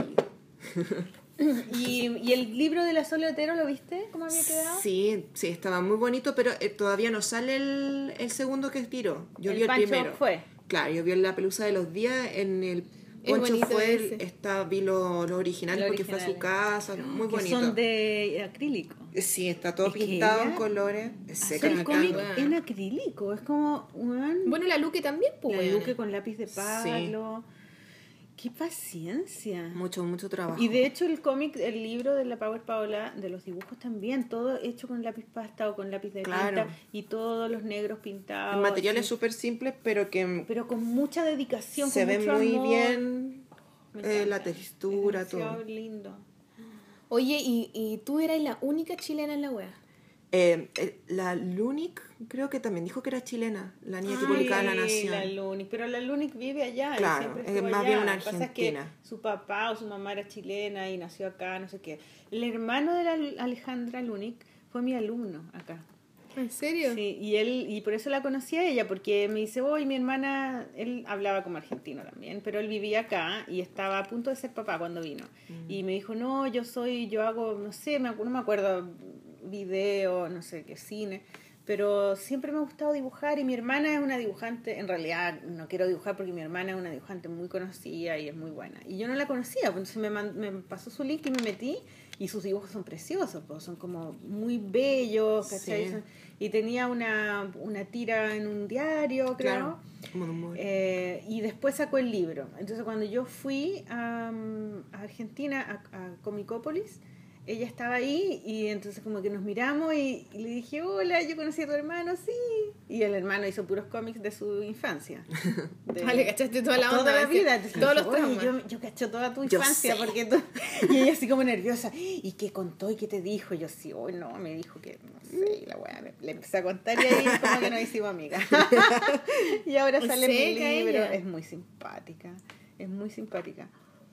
¿Y, ¿Y el libro de la Sole Otero lo viste? ¿Cómo había quedado? Sí, sí, estaba muy bonito, pero eh, todavía no sale el, el segundo que tiró. Yo El vi el Pancho primero. fue. Claro, yo vi la pelusa de los días, en el Es Poncho bonito fue, el- ese. está, vi los los originales Los porque fue a su originales. casa, muy Que bonito. son de acrílico. Sí, está todo Es que pintado en ella colores. Es Hacer seca, me el cómic encanta. weón. en acrílico. Es como un... Bueno, la Luque también, pues, la weón. Luque con lápiz de palo. ¡Qué paciencia! Mucho, mucho trabajo. Y de hecho el cómic, el libro de la Power Paola, de los dibujos también, todo hecho con lápiz pasta o con lápiz de Claro. tinta y todos los negros pintados. el material así, es súper simple, pero que pero con mucha dedicación, se con ve mucho muy amor. bien Me eh, la encanta. textura, Es demasiado todo. lindo. Oye, ¿y, y tú eras la única chilena en la wea? Eh, eh, la Lunic creo que también dijo que era chilena, la niña que publicaba en La Nación. La Lunic, pero la Lunic vive allá. Claro, siempre es estuvo más allá. bien una Lo que pasa es que argentina. su papá o su mamá era chilena y nació acá, no sé qué. El hermano de la Alejandra Lunic fue mi alumno acá. ¿En serio? Sí, y él, y por eso la conocí a ella, porque me dice, oye, mi hermana, él hablaba como argentino también, pero él vivía acá y estaba a punto de ser papá cuando vino. Mm. Y me dijo, no, yo soy, yo hago, no sé, me, no me acuerdo, video, no sé qué, cine, pero siempre me ha gustado dibujar y mi hermana es una dibujante, en realidad no quiero dibujar porque mi hermana es una dibujante muy conocida y es muy buena. Y yo no la conocía, entonces me, man, me pasó su link y me metí. Y sus dibujos son preciosos, pues, son como muy bellos, ¿cachai? Sí. Y tenía una, una tira en un diario, creo. Claro, como de humor. Eh, y después sacó el libro. Entonces, cuando yo fui a, a Argentina, a, a Comicópolis, ella estaba ahí y entonces como que nos miramos y, y le dije, hola, yo conocí a tu hermano, sí. Y el hermano hizo puros cómics de su infancia. De, vale, cachaste toda la onda. Toda la vida. Entonces, todos los traumas. Yo, yo cacho toda tu infancia. porque tú... Y ella así como nerviosa. ¿Y qué contó y qué te dijo? Y yo sí, oh no, me dijo que, no sé, y la weá le, le empecé a contar y ahí como que nos hicimos amigas. Y ahora sale mi libro. Ella. Es muy simpática. Es muy simpática.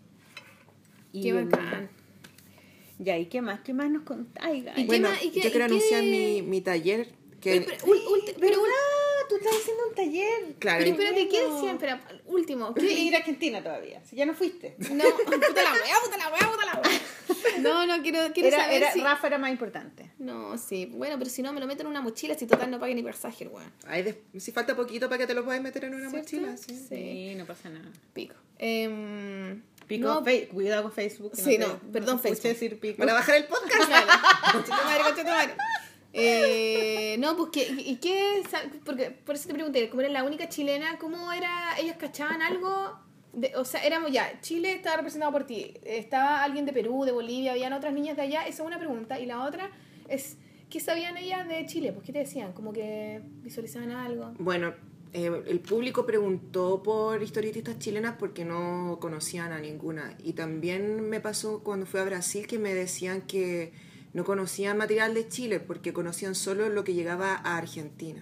Y qué bacán. Ya, ¿y qué más? ¿Qué más nos contáis? ¿Y bueno, qué, y qué, yo quiero y anunciar qué... mi, mi taller. Que... Pero, pero, ulti, pero, pero tú estás haciendo un taller. Claro. Pero espérate, ¿qué decían? Espera, último. ¿Qué? Ir a Argentina todavía. Si ya no fuiste. No, puta la wea, puta la wea, puta la wea. No, no, quiero, quiero era, saber era, si... Rafa era más importante. No, sí. Bueno, pero si no, me lo meto en una mochila, si total no pague ni pasaje, el weón. Ay, de... Si falta poquito para que te lo puedas meter en una ¿cierto? mochila. Sí. Sí. sí, no pasa nada. Pico. Eh... Pico, no, fe- cuidado con Facebook. Sí, no, no, te, perdón, no Facebook. Decir pico. Para bajar el podcast. Concha tu madre, concha tu madre. Eh, no, pues que, ¿y qué? Porque por eso te pregunté, como eres la única chilena, ¿cómo era? ¿Ellos cachaban algo? De, o sea, éramos ya, Chile estaba representado por ti, estaba alguien de Perú, de Bolivia, habían otras niñas de allá, esa es una pregunta. Y la otra es, ¿qué sabían ellas de Chile? Pues, ¿qué te decían? ¿Como que visualizaban algo? Bueno, eh, el público preguntó por historietistas chilenas porque no conocían a ninguna. Y también me pasó cuando fui a Brasil que me decían que no conocían material de Chile porque conocían solo lo que llegaba a Argentina.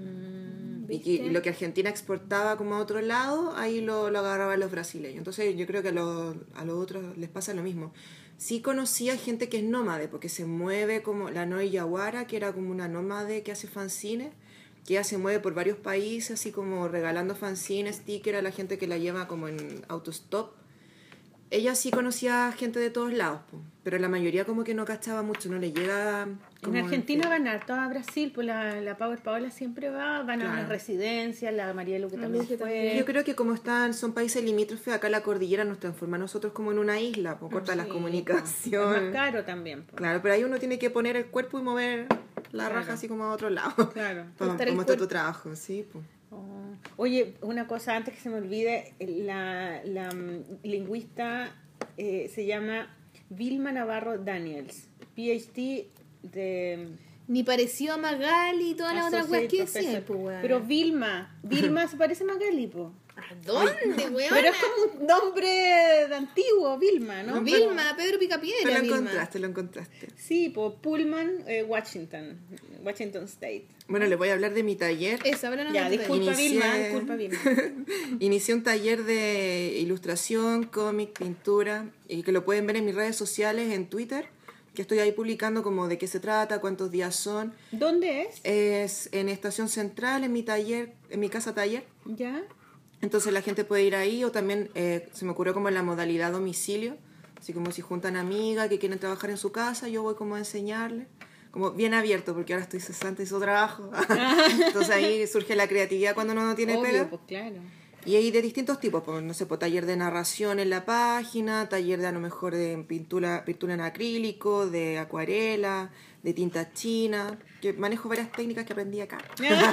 Mm, y, que, y lo que Argentina exportaba como a otro lado, ahí lo, lo agarraban los brasileños. Entonces yo creo que a los, a los otros les pasa lo mismo. Sí conocía gente que es nómade, porque se mueve como la Noy Yaguara, que era como una nómade que hace fanzines, que ella se mueve por varios países, así como regalando fanzines, stickers a la gente que la lleva como en autostop. Ella sí conocía gente de todos lados, po, pero la mayoría como que no cachaba mucho, no le llega... En Argentina van harto a Brasil, pues la, la Power Paola siempre va, van Claro. a las residencias, la María Lu que también Lu que fue. Yo creo que como están, son países limítrofes, acá la cordillera nos transforma a nosotros como en una isla, pues corta Sí, las Es comunicaciones. más caro también. po. Claro, pero ahí uno tiene que poner el cuerpo y mover la Claro. raja así como a otro lado. Claro. Para Estar el como está tu cuerpo. trabajo, sí, pues. Oh. Oye, una cosa antes que se me olvide, la, la mm, lingüista eh, se llama Vilma Navarro Daniels, P H D de... Ni pareció a Magali y todas las otras weas que Associate decían, Professor. pues, weón. Pero Vilma, Vilma se parece a Magali, po. ¿A dónde, weón? Pero es como un nombre de antiguo, Vilma, ¿no? Vilma, Pedro Picapiedra, Te lo Vilma. encontraste, lo encontraste. Sí, por Pullman, eh, Washington, Washington State. Bueno, les voy a hablar de mi taller. Eso, ahora no Ya, me disculpa Inicié- Vilma, disculpa Vilma. Inicié un taller de ilustración, cómic, pintura, y que lo pueden ver en mis redes sociales, en Twitter, que estoy ahí publicando como de qué se trata, cuántos días son. ¿Dónde es? Es en Estación Central, en mi taller, en mi casa taller. ¿Ya? Entonces la gente puede ir ahí, o también eh, se me ocurrió como en la modalidad domicilio, así como si juntan amigas que quieren trabajar en su casa, yo voy como a enseñarles, como bien abierto, porque ahora estoy cesante y su trabajo. Entonces ahí surge la creatividad cuando uno no tiene Obvio, pega. pues claro. Y hay de distintos tipos, pues, no sé, pues, taller de narración en la página, taller de a lo mejor de pintura, pintura en acrílico, de acuarela, de tinta china, que manejo varias técnicas que aprendí acá,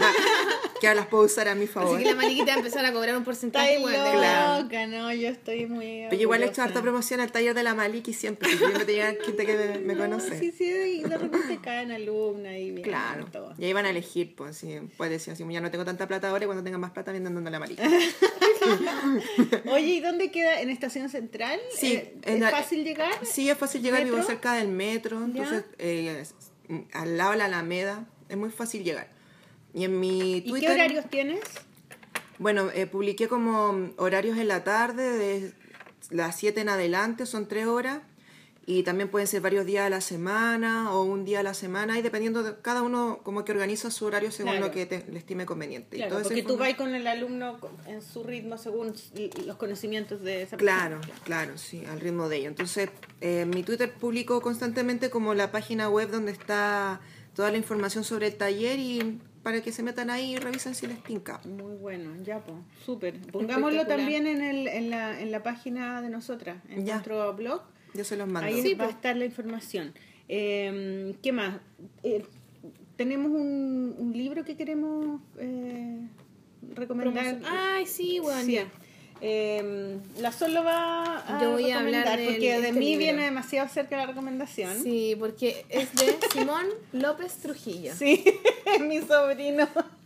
que ahora las puedo usar a mi favor. Así que la Maliquita va a empezar a cobrar un porcentaje, Está weón, de claro. loca, no, yo estoy muy Pero yo igual he hecho orgullosa. harta promoción al taller de la Maliki siempre, porque siempre tenía gente que me, me No, conoce. sí, sí, y de repente caen alumnas y bien. Claro, todo. y ahí van a elegir, pues, sí, puedes decir así, ya no tengo tanta plata ahora y cuando tenga más plata vienen dando la Maliki. Oye, ¿y dónde queda? ¿En Estación Central? Sí, Eh, en ¿Es la- fácil llegar? Sí, es fácil llegar, vivo ¿Metro? cerca del metro, entonces eh, al lado de la Alameda, es muy fácil llegar. Y en mi Twitter... ¿Y qué horarios tienes? Bueno, eh, publiqué como horarios en la tarde, de las siete en adelante, son tres horas, y también pueden ser varios días a la semana o un día a la semana, y dependiendo de cada uno como que organiza su horario según Claro. lo que te, le estime conveniente. Claro, y todo porque tú vas con el alumno en su ritmo según los conocimientos de esa Claro, persona. claro, sí, al ritmo de ello. Entonces, eh, en mi Twitter publico constantemente como la página web donde está toda la información sobre el taller y para que se metan ahí y revisen si les tinca. Muy bueno, ya, pues, súper. Pongámoslo Espectacular. también en, el, en, la, en la página de nosotras, en Ya. nuestro blog. Yo se los mando. Ahí Sí, va a pues. estar la información. Eh, ¿Qué más? Eh, tenemos un, un libro que queremos eh, recomendar. Promoción. Ay, sí, bueno, Sí. ya. Eh, la Sol lo va a Yo voy a recomendar hablar de porque de este mí libro. viene demasiado cerca la recomendación. Sí, porque es de Simón López Trujillo. Sí, es mi sobrino.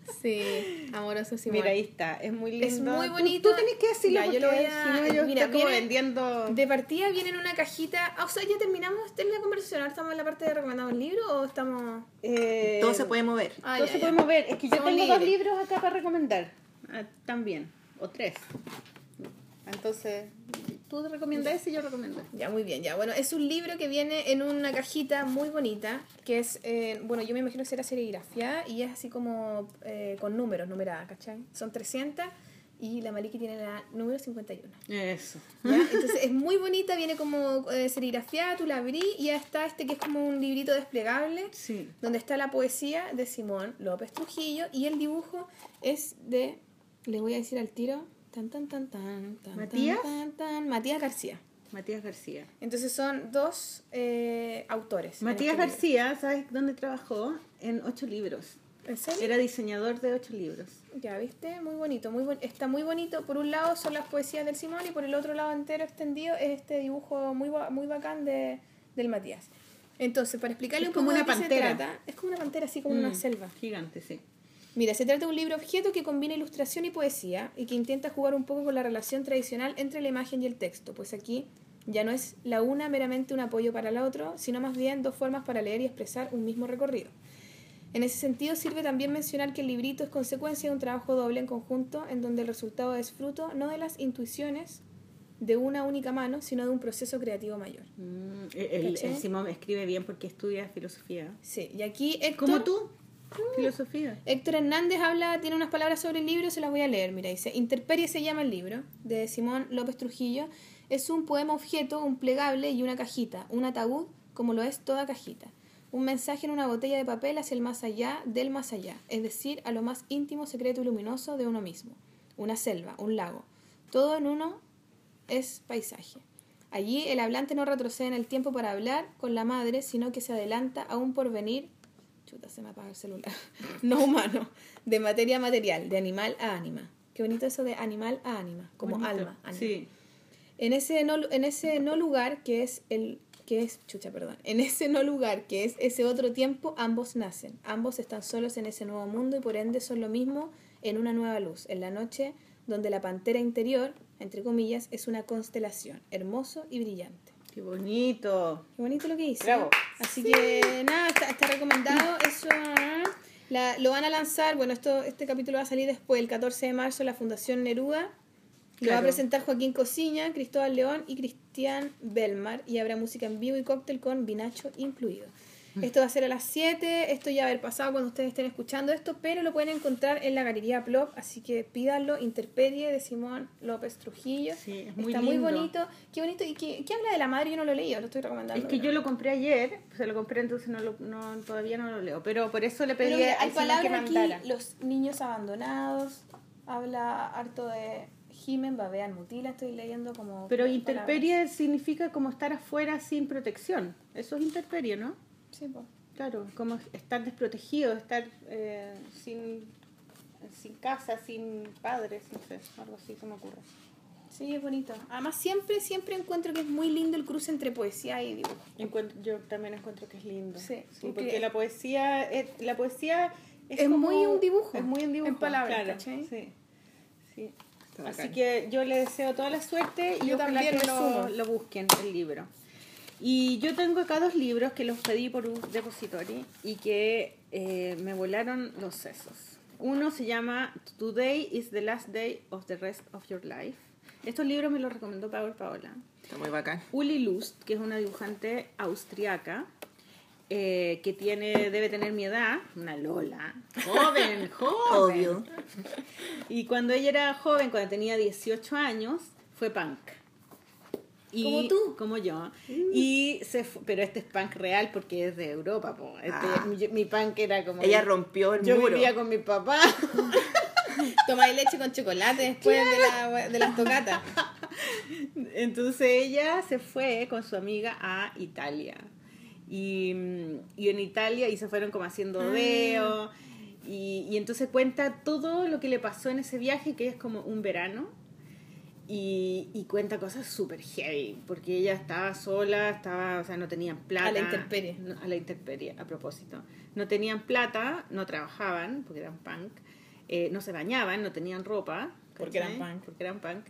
Sí, amoroso Simón. Mira, ahí está, es muy lindo. Es muy Tú- bonito. Tú, tenés que decirlo Ya, yo porque lo voy a- si no yo mira, estoy como viene- vendiendo... De partida viene en una cajita. Ah, o sea, ya terminamos de la conversación. Ahora estamos en la parte de recomendamos el libro o estamos. eh, Todo se puede mover. Ah, todo ya, se ya. puede mover. Es que yo Somos tengo dos libres. libros acá para recomendar. Ah, también. O tres. Entonces, tú recomiendas ese y yo recomiendo. Ya, muy bien, ya. Bueno, es un libro que viene en una cajita muy bonita, que es, eh, bueno, yo me imagino que será serigrafiada y es así como eh, con números, numerada, ¿cachai? Son trescientas y la Maliki tiene la número cincuenta y uno. Eso. ¿Ya? Entonces es muy bonita, viene como eh, serigrafiada, tú la abrí y ya está este que es como un librito desplegable, Sí. donde está la poesía de Simón López Trujillo y el dibujo es de, le voy a decir al tiro, tan tan tan tan, tan ¿Matías? tan, tan, tan, Matías García. Matías García. Entonces son dos eh, autores. en Matías este García, ¿sabes dónde trabajó? En ocho libros. libro. ¿En serio? Era diseñador de ocho libros. Ya, ¿viste? Muy bonito, muy bon- está muy bonito. Por un lado son las poesías del Simón y por el otro lado entero extendido es este dibujo muy, ba- muy bacán de, del Matías. Entonces, para explicarle Es un como poco una de qué pantera. se trata, es como una pantera, así como en Mm, una selva. Gigante, sí. Mira, se trata de un libro objeto que combina ilustración y poesía y que intenta jugar un poco con la relación tradicional entre la imagen y el texto, pues aquí ya no es la una meramente un apoyo para la otra, sino más bien dos formas para leer y expresar un mismo recorrido. En ese sentido, sirve también mencionar que el librito es consecuencia de un trabajo doble en conjunto, en donde el resultado es fruto no de las intuiciones de una única mano, sino de un proceso creativo mayor. Mm, el, el ¿Cachai? Simón escribe bien porque estudia filosofía. Sí, y aquí Héctor... Como tú. Filosofía. Héctor Hernández habla, tiene unas palabras sobre el libro, se las voy a leer. Mira, dice: Interperie se llama el libro, de Simón López Trujillo. Es un poema objeto, un plegable y una cajita, un ataúd, como lo es toda cajita. Un mensaje en una botella de papel hacia el más allá del más allá, es decir, a lo más íntimo, secreto y luminoso de uno mismo. Una selva, un lago. Todo en uno es paisaje. Allí el hablante no retrocede en el tiempo para hablar con la madre, sino que se adelanta a un porvenir. Chuta, se me apaga el celular. No humano. De materia a material, de animal a ánima. Qué bonito eso de animal a ánima, como Bonito. alma. Ánima. Sí. En ese no, en ese no lugar que es el que es chucha, perdón. En ese no lugar que es ese otro tiempo, ambos nacen. Ambos están solos en ese nuevo mundo y por ende son lo mismo en una nueva luz, en la noche donde la pantera interior, entre comillas, es una constelación, hermoso y brillante. Qué bonito. Qué bonito lo que hice. Bravo. Así que nada, está, está recomendado. Eso la, lo van a lanzar. Bueno, esto este capítulo va a salir después, el catorce de marzo, la Fundación Neruda. Lo va a Claro. presentar Joaquín Cosiña, Cristóbal León y Cristian Belmar. Y habrá música en vivo y cóctel con vinacho incluido. Esto va a ser a las siete. Esto ya va a haber pasado cuando ustedes estén escuchando esto, pero lo pueden encontrar en la Galería Plop. Así que pídanlo. Interperie de Simón López Trujillo. Sí, es muy Está muy lindo. bonito. Qué bonito. ¿Y qué, qué habla de la madre? Yo no lo he leído, lo estoy recomendando. Es que yo lo compré ayer, se lo compré entonces no lo, no, todavía no lo leo, pero por eso le pedí Pero mira, al hay Simón que palabras aquí, mandara. los niños abandonados, habla harto de Jimen, babean, mutila, estoy leyendo como... Pero palabras. intemperie significa como estar afuera sin protección. Eso es intemperie, ¿no? Sí, pues. Claro, como estar desprotegido, estar eh, sin, sin casa, sin padres, no sé, algo así se me ocurre. Sí, es bonito. Además, siempre, siempre encuentro que es muy lindo el cruce entre poesía y dibujo. Encuentro, yo también encuentro que es lindo. Sí, porque, porque- la poesía es, la poesía es, Es como- muy un dibujo, es muy un dibujo, en palabras, claro, ¿cachai? sí, sí. Está Así bacán. que yo le deseo toda la suerte y Yo ojalá también que me lo, sumo. lo busquen el libro. Y yo tengo acá dos libros que los pedí por un depository y que eh, me volaron los sesos. Uno se llama Today is the last day of the rest of your life. Estos libros me los recomendó Paola Paola. Está muy bacán. Uli Lust, que es una dibujante austriaca, eh, que tiene, debe tener mi edad, una Lola, joven, joven. Obvio. Y cuando ella era joven, cuando tenía dieciocho años, fue punk. Y, Como tú. Como yo. Y se fu- pero este es punk real porque es de Europa. Po. Este, Ah. mi, mi punk era como... Ella rompió el Yo muro. vivía con mi papá. Tomáis leche con chocolate después de, la, de las tocatas. Entonces ella se fue con su amiga a Italia. Y, y en Italia, y se fueron como haciendo Ah. deo. Y, y entonces cuenta todo lo que le pasó en ese viaje, que es como un verano. Y, y cuenta cosas súper heavy, porque ella estaba sola, estaba, o sea, no tenían plata. A la intemperie. No, a la intemperie, a propósito. No tenían plata, no trabajaban, porque eran punk. Eh, no se bañaban, no tenían ropa. Porque ¿cachai? eran punk. Porque eran punk.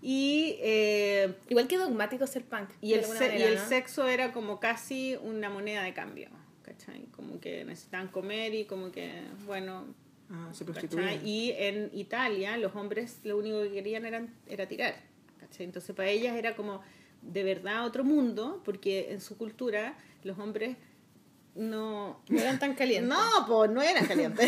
Y, eh, Igual que dogmático ser punk. y, de el, alguna se- manera, y el ¿no? sexo era como casi una moneda de cambio, ¿cachai? Como que necesitaban comer y como que, bueno... Ah, se ¿cachai? prostituían. Y en Italia los hombres lo único que querían eran, era tirar, ¿cachai? Entonces para ellas era como de verdad otro mundo, porque en su cultura los hombres no... No eran tan calientes. No, pues no eran calientes.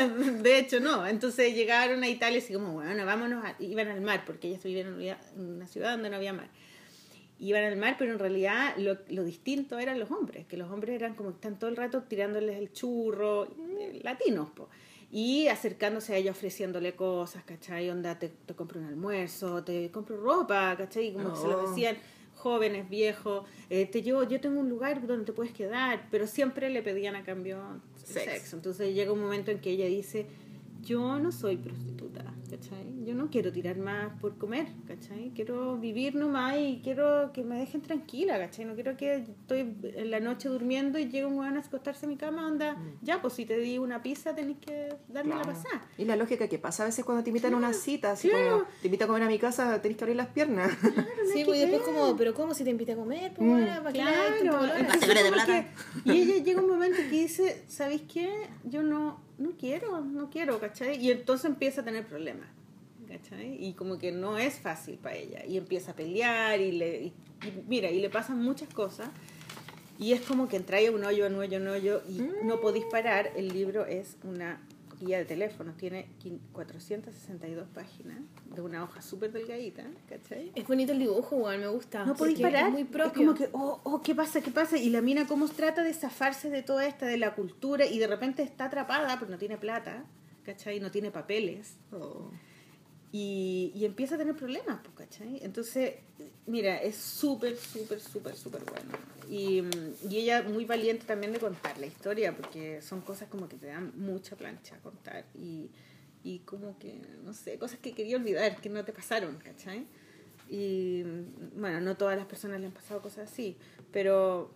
De hecho, no. Entonces llegaron a Italia así como, bueno, vámonos. A... Iban al mar, porque ellas vivían en una- en una ciudad donde no había mar. Iban al mar, pero en realidad lo, lo distinto eran los hombres, que los hombres eran como que están todo el rato tirándoles el churro, eh, latinos, po. Y acercándose a ella ofreciéndole cosas, ¿cachai? Onda, te, te compro un almuerzo, te compro ropa, ¿cachai? Como que se lo Oh. decían jóvenes, viejos, eh, te llevo, yo tengo un lugar donde te puedes quedar, pero siempre le pedían a cambio Sex. sexo. Entonces llega un momento en que ella dice, yo no soy prostituta, ¿cachai? Yo no quiero tirar más por comer, ¿cachai? Quiero vivir nomás y quiero que me dejen tranquila, ¿cachai? No quiero que estoy en la noche durmiendo y llega un weón a acostarse en mi cama, onda, ya, pues si te di una pizza tenés que darme la Claro. pasada. Y la lógica que pasa a veces cuando te invitan a una cita, así claro. como te invitan a comer a mi casa, tenés que abrir las piernas. Sí, pues y después como, pero ¿cómo si te invité a comer? Pues, Mm. bueno, ¿para qué le das tanto Claro, valor? entonces Sácale de como plata. que- y ella llega un momento que dice, ¿sabéis qué? Yo no, no quiero, no quiero, ¿cachai? Y entonces empieza a tener problemas, ¿cachai? Y como que no es fácil para ella, y empieza a pelear, y le, y, y mira, y le pasan muchas cosas, y es como que entra a un hoyo, un hoyo, un hoyo, y no podéis parar. El libro es una guía de teléfonos, tiene cuatrocientas sesenta y dos páginas, de una hoja súper delgadita, ¿cachai? Es bonito el dibujo, weón, me gusta. No podéis Porque parar. Es muy propio. Es como que, oh, oh, ¿qué pasa? ¿Qué pasa? Y la mina cómo trata de zafarse de toda esta, de la cultura, y de repente está atrapada porque no tiene plata, ¿cachai? No tiene papeles. Oh. Y, y empieza a tener problemas, pues, ¿cachai? Entonces, mira, es súper, súper, súper, súper bueno. Y, mm, y ella muy valiente también de contar la historia, porque son cosas como que te dan mucha plancha a contar. Y, y como que, no sé, cosas que quería olvidar, que no te pasaron, ¿cachai? Y mm, bueno, no todas las personas le han pasado cosas así, pero...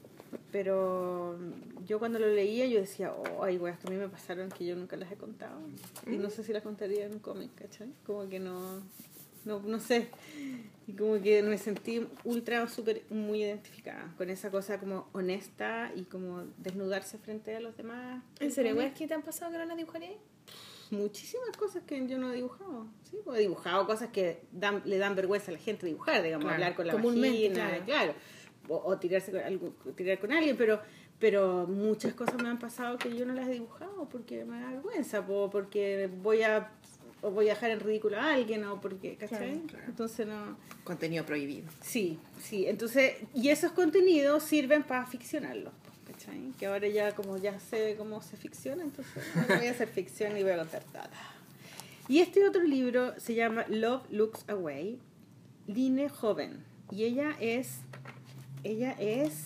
Pero yo cuando lo leía yo decía, oh, hay weas que a mí me pasaron que yo nunca las he contado. Y no sé si las contaría en un cómic, ¿cachai? Como que no, no, no sé. Y como que me sentí ultra, súper, muy identificada con esa cosa como honesta y como desnudarse frente a los demás. ¿En serio, weón, qué te han pasado que no las dibujarías? Muchísimas cosas que yo no he dibujado. Sí, pues he dibujado cosas que dan, le dan vergüenza a la gente dibujar, digamos, Claro, hablar con la comúnmente, vagina, claro. claro. O, o tirarse con algo, tirar con alguien, pero pero muchas cosas me han pasado que yo no las he dibujado porque me da vergüenza, o porque voy a o voy a dejar en ridículo a alguien, o porque, ¿cachai? Claro, claro. Entonces no... Contenido prohibido. Sí, sí, entonces, y esos contenidos sirven para ficcionarlos, ¿cachai? Que ahora ya como ya sé cómo se ficciona, entonces ahora voy a hacer ficción y voy a contar todo. Y este otro libro se llama Love Looks Away, Line Joven, y ella es, ella es,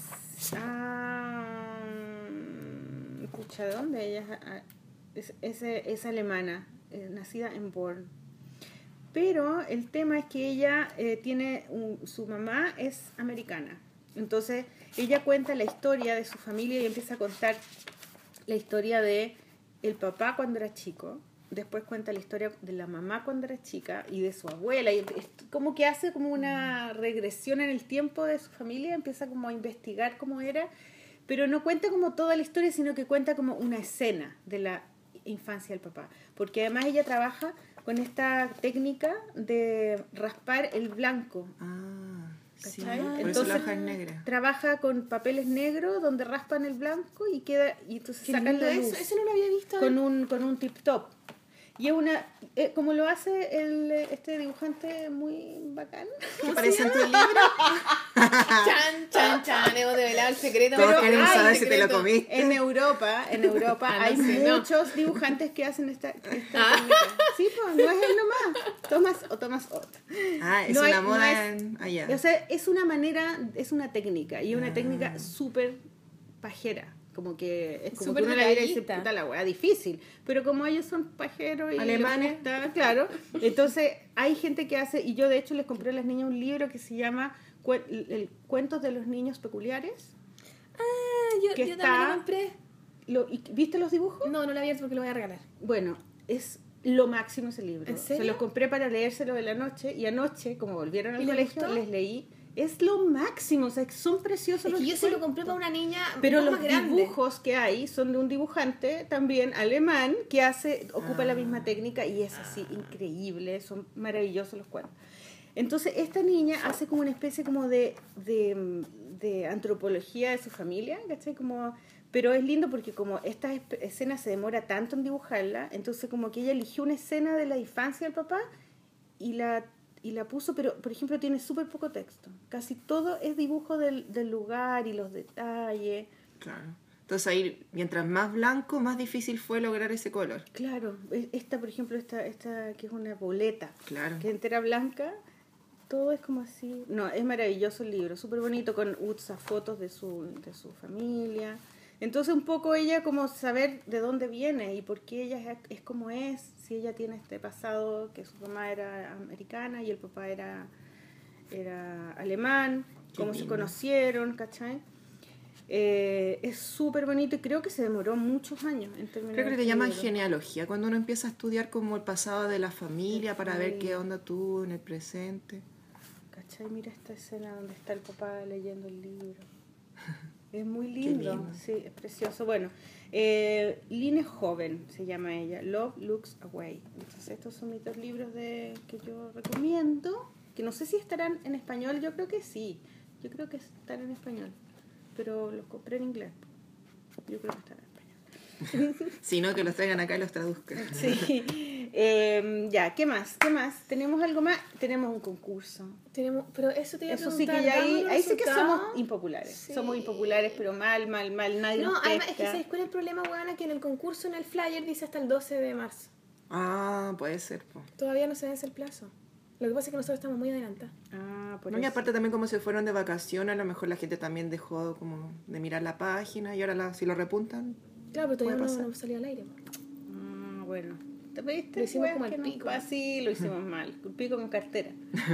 ah, escucha, ¿de dónde? Ella ah, es, es, es alemana, eh, nacida en Bonn. Pero el tema es que ella eh, tiene, un, su mamá es americana. Entonces ella cuenta la historia de su familia y empieza a contar la historia de el papá cuando era chico, después cuenta la historia de la mamá cuando era chica y de su abuela. Y es como que hace como una regresión en el tiempo de su familia, empieza como a investigar cómo era, pero no cuenta como toda la historia, sino que cuenta como una escena de la infancia del papá. Porque además ella trabaja con esta técnica de raspar el blanco. Ah, sí. ¿Cachai? Por Entonces, eso la hoja es negra. Trabaja con papeles negros donde raspan el blanco y queda y entonces Qué sacan lindo la luz eso, eso no lo había visto. con un con un tip top. Y es una eh, como lo hace el este dibujante muy bacán. ¿Qué parece en tu libro? Chan, chan, chan, hemos develado el secreto. Todos Pero queremos hay saber si te lo secreto. comiste. En Europa, en Europa Ah, no hay sé, no. muchos dibujantes que hacen esta, esta Ah. técnica. Sí, pues no es él nomás. Thomas o Thomas Ott. Ah, es No una hay- moda no es- en- allá. O sea, es una manera, es una técnica y una Ah. técnica súper pajera. Como que es como Súper que uno la viera y dice, detallista. puta la weá, difícil. Pero como ellos son pajeros y Alemanes. les gusta, claro. Entonces hay gente que hace, y yo de hecho les compré a las niñas un libro que se llama Cue- el Cuentos de los Niños Peculiares. Ah, yo, que yo está- también lo compré. Lo, y- ¿Viste los dibujos? No, no lo he abierto porque lo voy a regalar. Bueno, es lo máximo ese libro. ¿En Se serio? lo compré para leérselo de la noche y anoche, como volvieron al ¿Y les colegio, gustó? les leí. Es lo máximo, o sea, son preciosos Es los que yo se lo cuentos. compré para una niña Pero un poco los más grande. dibujos que hay son de un dibujante también alemán que hace ocupa Ah. la misma técnica y es así increíble, son maravillosos los cuentos. Entonces esta niña hace como una especie como de, de, de antropología de su familia, ¿cachai? Como, pero es lindo porque como esta esp- escena se demora tanto en dibujarla, entonces como que ella eligió una escena de la infancia del papá y la y la puso, pero por ejemplo tiene súper poco texto. Casi todo es dibujo del, del lugar y los detalles. Claro. Entonces ahí, mientras más blanco, más difícil fue lograr ese color. Claro, e- esta por ejemplo, esta, esta que es una boleta, Claro. que es entera blanca, todo es como así. No, es maravilloso el libro, súper bonito, con usa fotos de su, de su familia. Entonces un poco ella como saber de dónde viene y por qué ella es, es como es, si ella tiene este pasado, que su mamá era americana y el papá era, era alemán, Qué cómo se lindo. conocieron, ¿cachai? Eh, es súper bonito y creo que se demoró muchos años en terminar. Creo que le este llaman libro. genealogía, cuando uno empieza a estudiar como el pasado de la familia para ver Sí. qué onda tuvo en el presente. ¿Cachai? Mira esta escena donde está el papá leyendo el libro. Es muy lindo, lindo. sí, es precioso. Bueno, eh, Lynn es joven, se llama ella, Love Looks Away. Entonces estos son mis dos libros de, que yo recomiendo, que no sé si estarán en español, yo creo que sí, yo creo que están en español, pero los compré en inglés. Yo creo que están en español. Sino que los traigan acá y los traduzcan. Sí. Eh, ya, ¿qué más? ¿Qué más? ¿Tenemos algo más? Tenemos un concurso. Tenemos, pero eso te iba a Eso sí que preguntar, ya ahí, ¿damos los ahí sí que resultados? somos impopulares. Sí. Somos impopulares, pero mal, mal, mal. Nadie No, nos además es que pesca. ¿sabes cuál es el problema, weona? Que en el concurso, en el flyer, dice hasta el doce de marzo. Ah, puede ser. Po. Todavía no se vence el plazo. Lo que pasa es que nosotros estamos muy adelantados. Ah, por No, y eso. aparte también como se fueron de vacaciones, a lo mejor la gente también dejó como de mirar la página y ahora la- si lo repuntan. Claro, pero todavía Puede no, pasar. no salió al aire. po. Ah, bueno. ¿Te pediste? Lo hicimos weas como el que no- pico. Ah, sí, lo hicimos mal. El pico con cartera.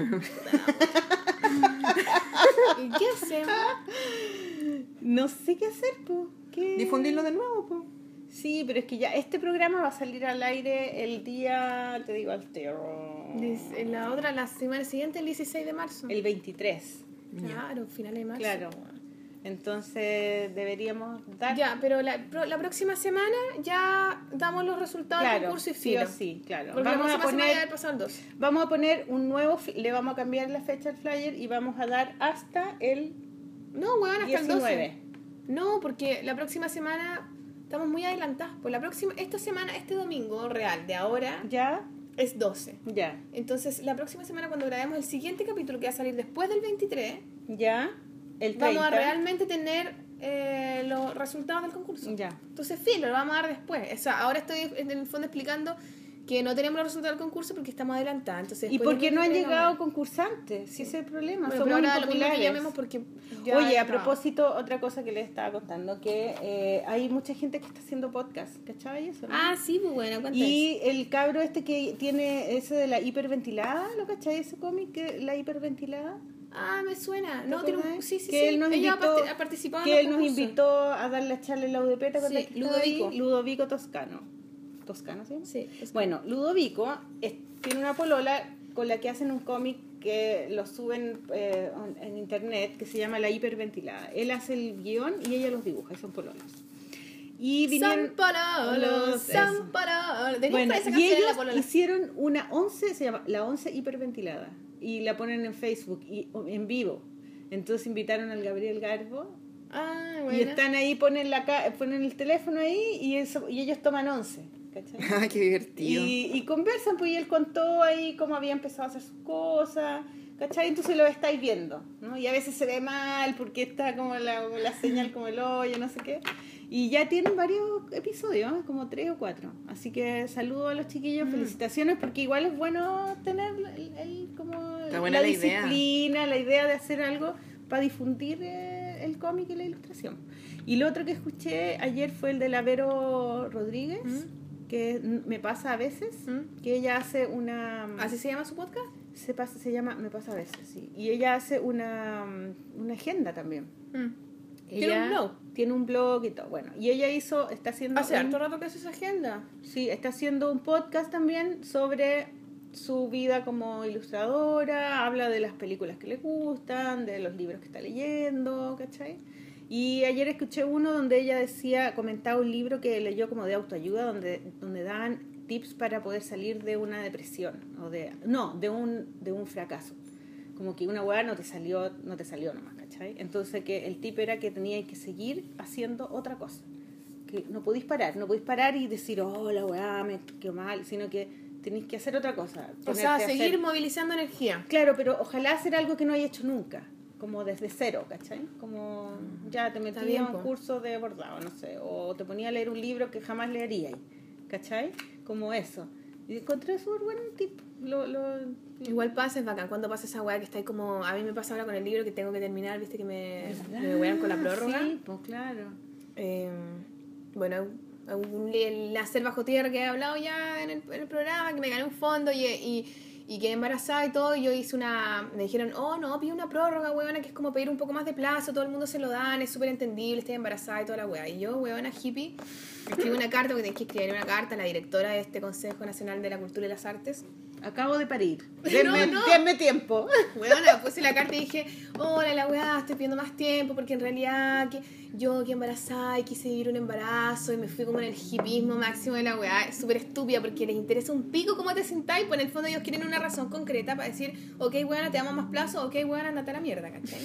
¿Y qué hacemos? No sé qué hacer, po. ¿Qué? Difundirlo de nuevo, po. Sí, pero es que ya este programa va a salir al aire el día, te digo, al teo. Dice, en la otra, la semana siguiente, el dieciséis de marzo. El veintitrés. Claro, finales de marzo. Claro. Entonces deberíamos dar. Ya, pero la, pro- la próxima semana ya damos los resultados del Claro, concurso y sí filo. o sí, claro. Porque Vamos la a próxima semana ya poner haber pasado el doce. Vamos a poner un nuevo, fl- le vamos a cambiar la fecha al flyer y vamos a dar hasta el No, weón, hasta el doce. diecinueve. No, porque la próxima semana estamos muy adelantadas. Pues la próxima, esta semana, este domingo real de ahora ¿Ya? es doce. Ya. Entonces, la próxima semana cuando grabemos el siguiente capítulo que va a salir después del veintitrés, ¿Ya? El treinta. vamos a realmente tener eh, los resultados del concurso. Ya. Entonces, filo, lo vamos a dar después. O sea, ahora estoy en el fondo explicando que no tenemos los resultados del concurso porque estamos adelantadas. Entonces, ¿Y después por qué del no han veintitrés llegado vamos concursantes? Si ese es el problema. a ver. Bueno, Somos pero ahora lo mismo que impopulares. llamemos porque ya Oye, a está. propósito, otra cosa que les estaba contando, que eh, hay mucha gente que está haciendo podcast, ¿cachai eso? no? Ah, sí, pues bueno, cuenta Y el cabro este que tiene ese de la hiperventilada, ¿lo cachai? Ese cómic, que la hiperventilada. Ah, me suena. ¿Te No, tiene un... acordás? Sí, sí, que sí. él nos Ella invitó, ha part- ha participado que en él los nos concursos. invitó a dar la charla en la U D P, ¿te acuerdas Sí, que estaba ahí? Ludovico. Ludovico Toscano. Toscano, ¿sí? Sí, es- Bueno, Ludovico es- tiene una polola con la que hacen un cómic que lo suben eh, on- en internet, que se llama La Hiperventilada. Él hace el guión y ella los dibuja, y son pololos. Y vinieron... Son pololos, los- son eso. pololos. Deberías Bueno, poner esa y canción en la ellos polola. hicieron una once, se llama La Once Hiperventilada, y la ponen en Facebook y en vivo. Entonces invitaron al Gabriel Garbo Ah, y bueno. están ahí, ponen la ca- ponen el teléfono ahí y eso y ellos toman once, ¿cachai? Ay, qué divertido. Y, y conversan, pues y él contó ahí cómo había empezado a hacer sus cosas, ¿cachai? Entonces lo estáis viendo, ¿no? Y a veces se ve mal porque está como la, la señal como el hoyo, no sé qué. Y ya tienen varios episodios, ¿eh? Como tres o cuatro. Así que saludo a los chiquillos, felicitaciones, porque igual es bueno tener el, el- como Está buena la la idea. disciplina, la idea de hacer algo para difundir eh, el cómic y la ilustración. Y lo otro que escuché ayer fue el de la Vero Rodríguez, ¿Mm? que me pasa a veces, ¿Mm? que ella hace una... ¿Así se llama su podcast? Se, pasa, se llama Me pasa a veces, sí. Y ella hace una, una agenda también. Mm. Ella ¿Tiene un blog? Tiene un blog y todo. Bueno, y ella hizo, está haciendo... Hace un- harto rato que hace esa agenda. Sí, está haciendo un podcast también sobre su vida como ilustradora, habla de las películas que le gustan, de los libros que está leyendo, ¿cachai? Y ayer escuché uno donde ella decía, comentaba un libro que leyó como de autoayuda, donde, donde daban tips para poder salir de una depresión, o de, no, de un, de un fracaso. Como que una weá no te salió, no te salió nomás, ¿cachai? Entonces que el tip era que teníais que seguir haciendo otra cosa. Que no podéis parar, no podéis parar y decir, oh, la weá, me quedó mal, sino que tenéis que hacer otra cosa. O ponerte sea, a seguir hacer- movilizando energía. Claro, pero ojalá hacer algo que no haya hecho nunca, como desde cero, ¿cachai? Como ya te Está metí bien, a un po. curso de bordado, no sé, o te ponía a leer un libro que jamás leeríais, ¿cachai? Como eso. Y encontré súper buen tip. Lo, lo, Igual pasa, es bacán. Cuando pasa esa weá que está ahí como... A mí me pasa ahora con el libro que tengo que terminar, viste que me, me wean con la prórroga. Sí, pues claro. Eh, bueno, un- el nacer bajo tierra que he hablado ya en el, en el programa, que me gané un fondo y, y, y quedé embarazada y todo, y yo hice una... Me dijeron, oh, no, pide una prórroga, weona, que es como pedir un poco más de plazo, todo el mundo se lo dan, es súper entendible, estoy embarazada y toda la weá. Y yo, weona hippie, escribí una carta, porque tenés que escribir una carta a la directora de este Consejo Nacional de la Cultura y las Artes. Acabo de parir. No, Denme, no. denme tiempo. Weona, puse la carta y dije, hola la weá, estoy pidiendo más tiempo porque en realidad que yo que embarazada y quise vivir un embarazo y me fui como en el hipismo máximo de la weá. Es súper estúpida porque les interesa un pico cómo te sentáis, pues en el fondo ellos quieren una razón concreta para decir, ok weona, te damos más plazo, ok weona, andate a la mierda, ¿cachai?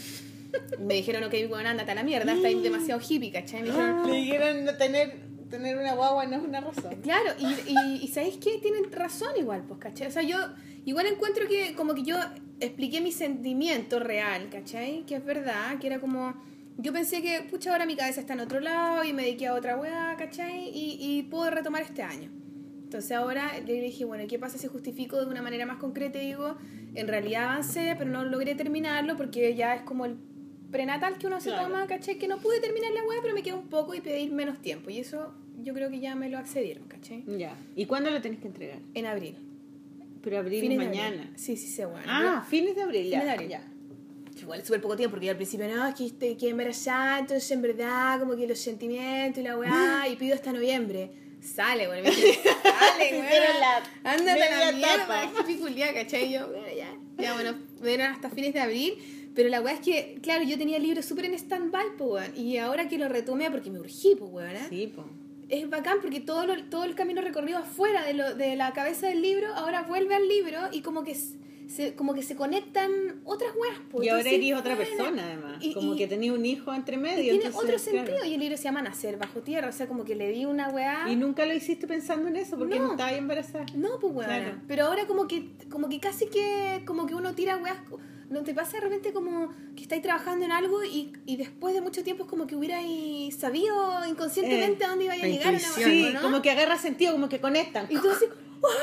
Y me dijeron, ok weona, andate a la mierda, estáis demasiado hippie, ¿cachai? Me dijeron, Le dijeron no tener, tener una guagua no es una razón. claro, y, y, y ¿sabéis qué? Tienen razón igual, pues, ¿cachai? O sea, yo igual encuentro que como que yo expliqué mi sentimiento real, ¿cachai? Que es verdad, que era como... Yo pensé que, pucha, ahora mi cabeza está en otro lado y me dediqué a otra weá, ¿cachai? Y, y puedo retomar este año. Entonces ahora yo dije, bueno, ¿qué pasa si justifico de una manera más concreta y digo, en realidad avancé, pero no logré terminarlo porque ya es como el prenatal que uno se Claro. toma, ¿cachai? Que no pude terminar la weá, pero me queda un poco y pedir menos tiempo. Y eso yo creo que ya me lo accedieron, ¿cachai? Ya. ¿Y cuándo lo tenés que entregar? En abril. Pero abril Fines de mañana. abril. Sí, sí, sí, bueno. Ah, fines de abril, ya. Fines de abril. Ya. Igual es súper poco tiempo, porque yo al principio, no, es que estoy que embarazada, entonces en verdad, como que los sentimientos y la weá, y pido hasta noviembre. Sale, bueno, me dice, sale, Pero weón. la Ándate a la media mierda, etapa. qué piculiá, ¿cachai? Y yo, bueno, ya. Ya, bueno, me dieron hasta fines de abril, pero la weá es que, claro, yo tenía el libro súper en stand-by, pues, weón, y ahora que lo retomé, porque me urgí, pues, weón, ¿eh? Sí, po. Es bacán porque todo, lo, todo el camino recorrido afuera de, lo, de la cabeza del libro, ahora vuelve al libro y como que se, como que se conectan otras weas. po. Y ahora Entonces, eres otra bueno, persona, además. y- como y- que tenías un hijo entre medio. Y tiene entonces, otro sentido. claro. Y el libro se llama Nacer bajo tierra. O sea, como que le di una weá. Y nunca lo hiciste pensando en eso, porque no, No. estabas embarazada. No, pues weá. Claro. Pero ahora como que, como que casi que, como que uno tira weas. ¿No te pasa de repente como que estáis trabajando en algo y, y después de mucho tiempo es como que hubierais sabido inconscientemente Eh, a dónde iba a la llegar una intuición. wea, Sí, ¿no? como que agarra sentido, como que conectan. Y tú así, ¡wow!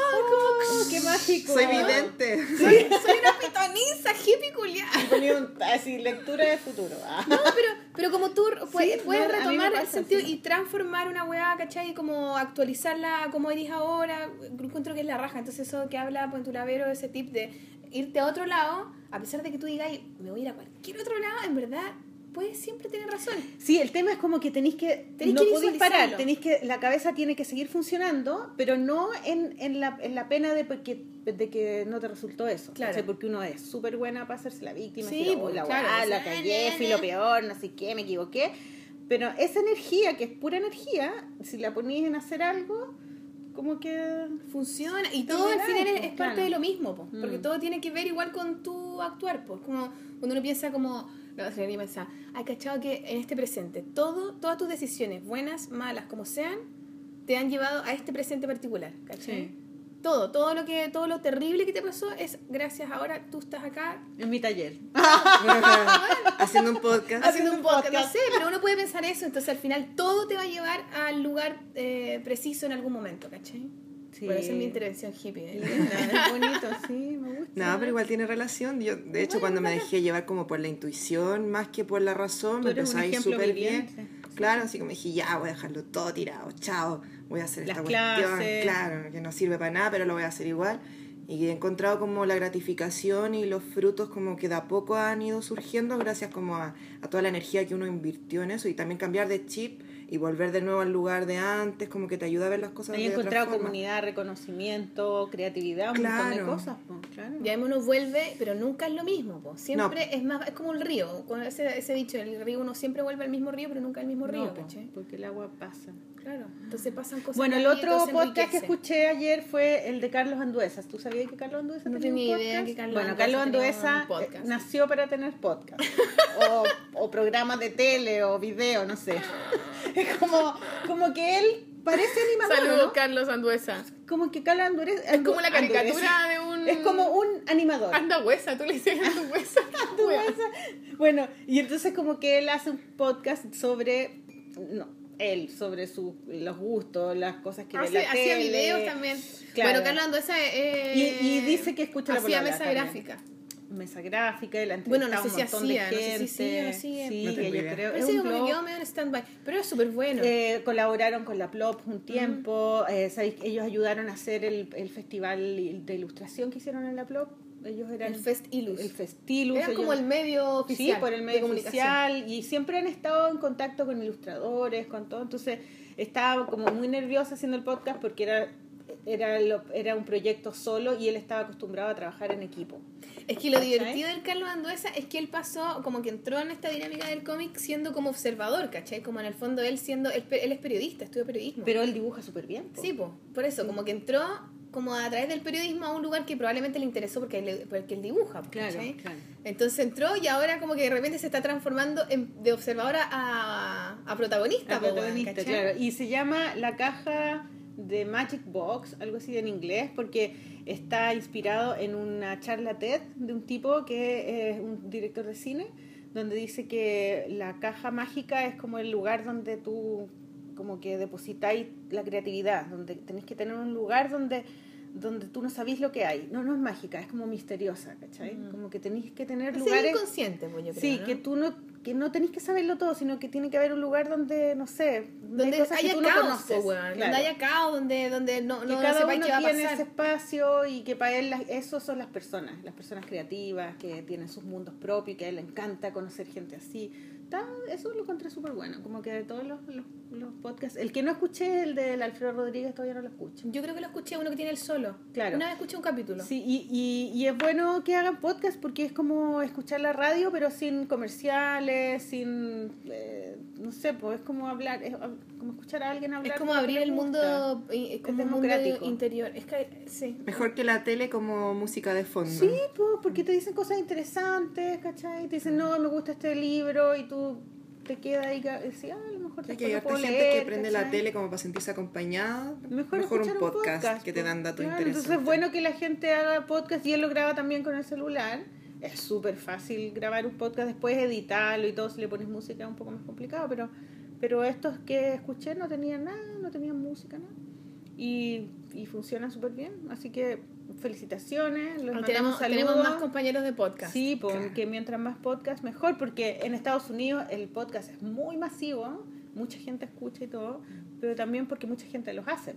¡Oh, qué mágico! Soy vidente. Soy, soy una pitoniza, hippie culiada. Ponía un- así, lectura de futuro. Ah. No, pero, pero como tú puedes, Sí, puedes no, a mí me retomar el pasa, sentido sí. y transformar una weá, ¿cachai? Y como actualizarla como eres ahora, encuentro que es la raja. Entonces eso que habla Puentulavero, ese tip de irte a otro lado, a pesar de que tú digas, "Ay, me voy a ir a cualquier otro lado", en verdad puedes siempre tener razón. Sí, el tema es como que tenéis que, Tenéis no que podéis parar, visualizarlo. tenéis que, la cabeza tiene que seguir funcionando, pero no en, en, la, en la pena de que, de que no te resultó eso. Claro. ¿Cachai? Porque uno es súper buena para hacerse la víctima, Sí, decir, oh, pues, la claro, guay, pues, la ah, cagué, na, fui na. lo peor, no sé qué, me equivoqué. Pero esa energía, que es pura energía, si la ponís en hacer algo, como que... Funciona y todo Tiene al final algo, es, es parte claro. de lo mismo, po, porque Mm. todo tiene que ver igual con tu actuar, pues como cuando uno piensa como, no sé, ni pensar, hay cachado que en este presente todo, todas tus decisiones, buenas, malas, como sean, te han llevado a este presente particular, ¿cachai? Sí. Todo, todo lo que, todo lo terrible que te pasó es gracias ahora tú estás acá En mi taller. Haciendo un podcast. haciendo un un podcast, podcast. no sé, pero uno puede pensar eso, entonces al final todo te va a llevar al lugar eh, preciso en algún momento, ¿cachai? Sí. Por eso es mi intervención hippie. ¿eh? Linda, es bonito, sí, me gusta. No, pero igual tiene relación. Yo, de hecho, cuando me dejé llevar como por la intuición más que por la razón, Tú me eres empezó un a ir ejemplo súper bien. viviente. Claro, así como dije, ya, voy a dejarlo todo tirado, chao, voy a hacer Las esta cuestión, clases. claro, que no sirve para nada, pero lo voy a hacer igual. Y he encontrado como la gratificación y los frutos como que de a poco han ido surgiendo gracias como a, a toda la energía que uno invirtió en eso, y también cambiar de chip y volver de nuevo al lugar de antes, como que te ayuda a ver las cosas Ahí he de otra encontrado forma. comunidad, reconocimiento, creatividad, un montón de Claro. cosas. Pues, claro. Ya uno vuelve, pero nunca es lo mismo, po. Siempre es más, es como el río, con ese, ese dicho, el río uno siempre vuelve al mismo río, pero nunca al mismo río, No, po, ¿cachai? porque el agua pasa. Claro, entonces pasan cosas. Bueno, el ahí, otro todo se podcast que enriquece. escuché ayer fue el de Carlos Anduesas. ¿Tú sabías que Carlos Anduesas No tenía un tenía podcast? idea que Carlos bueno, Anduesa Carlos tenía Anduesa un podcast. eh, nació para tener podcast. o, o programas de tele o video, no sé. Es como, como que él parece animador. Saludos, ¿no? Carlos Anduesa. Como que Carlos Anduesa... Es como la caricatura de un... Es como un animador. Andahuesa, tú le dices Andahuesa. Anduesa. Bueno, y entonces como que él hace un podcast sobre... No, él, sobre su, los gustos, las cosas que ve en Hace- la hacía tele. videos también. Claro. Bueno, Carlos Anduesa eh, Y- y dice que escucha la hacía palabra mesa también. gráfica. Mesa gráfica, y la Bueno, no entrevistaba sé un si montón hacía, de no sé gente. si sigue o no sigue. Sí, No tengo yo idea. creo. Es Parece un como que blog. quedó medio en stand-by, pero es súper bueno. Eh, colaboraron con la Plop un tiempo. eh, ¿sabéis? Ellos ayudaron a hacer el, el festival de ilustración que hicieron en la Plop. Ellos eran el Fest Ilus. el Festilus. Era como ellos- el medio oficial. Sí, por el de medio comunicación. oficial, y siempre han estado en contacto con ilustradores, con todo. Entonces estaba como muy nerviosa haciendo el podcast porque era era lo- era un proyecto solo y él estaba acostumbrado a trabajar en equipo. Es que lo ¿Cachai? divertido del Carlos Anduesa es que él pasó, como que entró en esta dinámica del cómic siendo como observador, ¿cachai? Como en el fondo él siendo, él, él es periodista, estudió periodismo. Pero él dibuja súper bien. po. Sí, po, por eso, como que entró como a través del periodismo a un lugar que probablemente le interesó porque él, porque él dibuja, Claro, ¿cachai? claro. Entonces entró y ahora como que de repente se está transformando en- de observadora a, a protagonista, El po, weón, protagonista, ¿cachai? claro. Y se llama La Caja de Magic Box, algo así en inglés, porque está inspirado en una charla TED de un tipo que es un director de cine, donde dice que la caja mágica es como el lugar donde tú como que depositáis la creatividad, donde tenéis que tener un lugar donde donde tú no sabís lo que hay. No, no es mágica, es como misteriosa, ¿cachai? Mm. Como que tenéis que tener Es lugares... inconsciente, pues yo creo, Sí, ¿no? que tú no, que no tenés que saberlo todo, sino que tiene que haber un lugar donde, no sé, donde hay cosas que haya tú no caos, conoces. po, weón. Claro. Donde haya caos, donde, donde no, Que no, no cada sepáis uno qué va a tiene pasar. ese espacio y que para él las- esos son las personas, las personas creativas que tienen sus mundos propios y que a él le encanta conocer gente así. Está- eso lo encontré súper bueno, como que de todos los, los, los podcasts. El que no escuché, el del Alfredo Rodríguez, todavía no lo escucho. Yo creo que lo escuché uno que tiene el solo. Claro. Una vez escuché un capítulo. Sí, y, y, y es bueno que hagan podcast porque es como escuchar la radio, pero sin comerciales, sin, eh, no sé, pues es como hablar, es como escuchar a alguien hablar. Es como de lo que abrir le el gusta. mundo, eh, Es como un mundo democrático. interior. Es que, sí. Mejor que la tele como música de fondo. Sí, pues, porque te dicen cosas interesantes, ¿cachai? Te dicen, no, me gusta este libro, y tú te quedas ahí, y decís, ah, a lo mejor Sí, después que hay lo harta puedo gente leer, que prende ¿cachai? la tele como para sentirse acompañada. Mejor, un escuchar podcast, que te pues. dan datos Claro, interesantes. entonces es bueno que la gente haga podcast, y él lo graba también con el celular. Es súper fácil grabar un podcast, después editarlo y todo, si le pones música es un poco más complicado, pero, pero estos que escuché no tenían nada, no tenían música, nada. Y, y funcionan súper bien, así que felicitaciones, les mandamos Tenemos, saludos. tenemos más compañeros de podcast. Sí, porque Claro. mientras más podcast mejor, porque en Estados Unidos el podcast es muy masivo, mucha gente escucha y todo, pero también porque mucha gente los hace, po,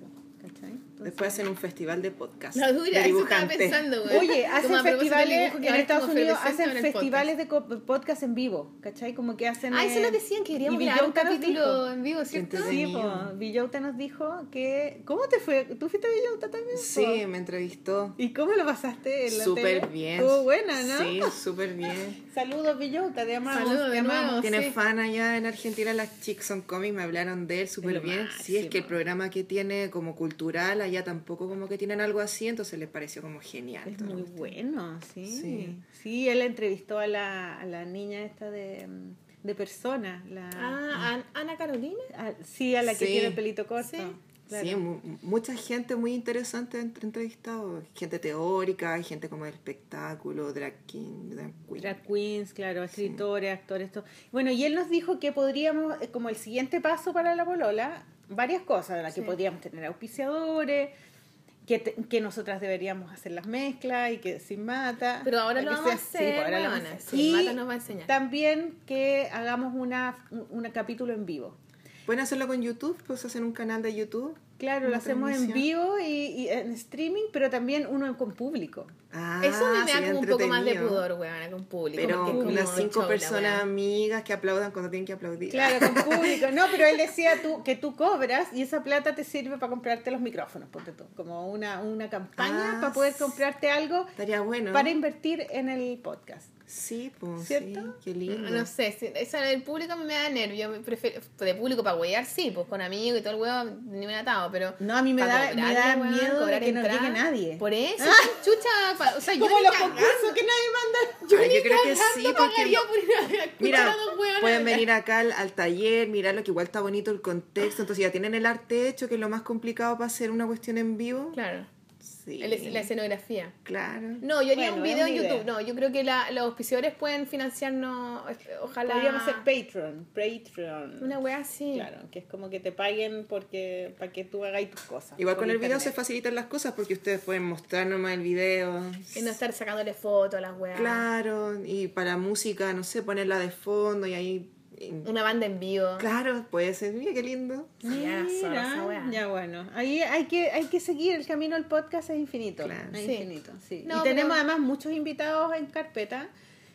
¿cachai? Entonces, Después hacen un festival de podcast. La dura, de eso estaba dibujantes. pensando, güey. Oye, hacen Como a propósito del festivales, dibujo que en ahora es Estados como Unidos efervescente hacen en el festivales de co- podcast en vivo, ¿cachai? Como que hacen... Ah, eso eh, nos decían que queríamos y grabar un Villota nos capítulo dijo- en vivo, ¿cierto? Gente Sí, Mío. po, Villota nos dijo que... ¿Cómo te fue? ¿Tú fuiste a Villota también? Sí, po? me entrevistó. ¿Y cómo lo pasaste en la Súper tele? bien. Estuvo buena, ¿no? Sí, súper bien. Saludos, Villota, te amamos, Saludos te de nuevo. amamos. Tiene sí. fan allá en Argentina, las Chicks on Comics, me hablaron de él súper lo bien. Sí, es que el máximo. programa que tiene como cultural, allá tampoco como que tienen algo así, entonces les pareció como genial. Es todo. muy bueno, sí. Sí. Sí, él entrevistó a la, a la niña esta de, mm, de Persona. La, Ah, An- Ana Carolina. a- sí, a la que Sí. tiene el pelito corto. Sí. Claro. Sí, mu- mucha gente muy interesante entre- entrevistado, gente teórica, hay gente como del espectáculo, drag king, drag queen. Drag queens, claro, escritores, actores, todo. Bueno, y él nos dijo que podríamos, eh, como el siguiente paso para la polola, varias cosas, las que Sí. podríamos tener auspiciadores, que, te- que nosotras deberíamos hacer las mezclas y que sin mata. Pero ahora para lo que vamos a sea- sí, hacer, pues ahora lo vamos a weona. hacer. Sí, Y Mata nos va a enseñar. también que hagamos una, un una capítulo en vivo. Pueden hacerlo con YouTube, pues hacen un canal de YouTube. Claro, lo Una hacemos en transmisión. vivo y, y en streaming, pero también uno con público. Ah, Eso a mí me da sería como un poco más de entretenido. pudor, weón, con público. Pero porque es como unas cinco show la personas weá. amigas que aplaudan cuando tienen que aplaudir. Claro, con público. No, pero él decía tú, que tú cobras y esa plata te sirve para comprarte los micrófonos, ponte tú. Como una, una campaña Ah, para poder sí. comprarte algo Estaría bueno. para invertir en el podcast. Sí, pues ¿Cierto? sí, qué lindo. No sé, si, eso del público a mí me da nervio. Me prefiero, de público para huear, sí, pues con amigos y todo el huevo, ni me atado, pero. No, a mí me pa' da, me cobrarle, da weón, miedo de cobrar que no entrada. llegue nadie. Por eso, chucha, pa- o sea, yo Como ni los cagando- concursos que nadie manda. yo Ay, ni yo creo que cagando sí, porque- pagaría por ir a escuchar Mira, a dos hueones pueden hablar. venir acá al, al taller, mirarlo, que igual está bonito el contexto. Entonces ya tienen el arte hecho, que es lo más complicado para hacer una cuestión en vivo. Claro, Sí. el- la escenografía. Claro. No, yo haría Bueno, un es video una en idea. YouTube. No, yo creo que la, los auspiciadores pueden financiarnos, eh, ojalá. Podríamos hacer Patreon. Patreon. Una wea así. Claro, que es como que te paguen porque para que tú hagáis tus cosas. Igual por con el video se internet. facilitan las cosas porque ustedes pueden mostrar nomás el video. Y no estar sacándole fotos a las weas. Claro, y para música, no sé, ponerla de fondo y ahí... y- Una banda en vivo. Claro, puede ser, mira qué lindo. Sí, ya la zorra esa Mira, wea. ya bueno, ahí hay que, hay que seguir, el camino del podcast es infinito, Claro. es Sí. infinito, sí. No, y tenemos pero- además muchos invitados en carpeta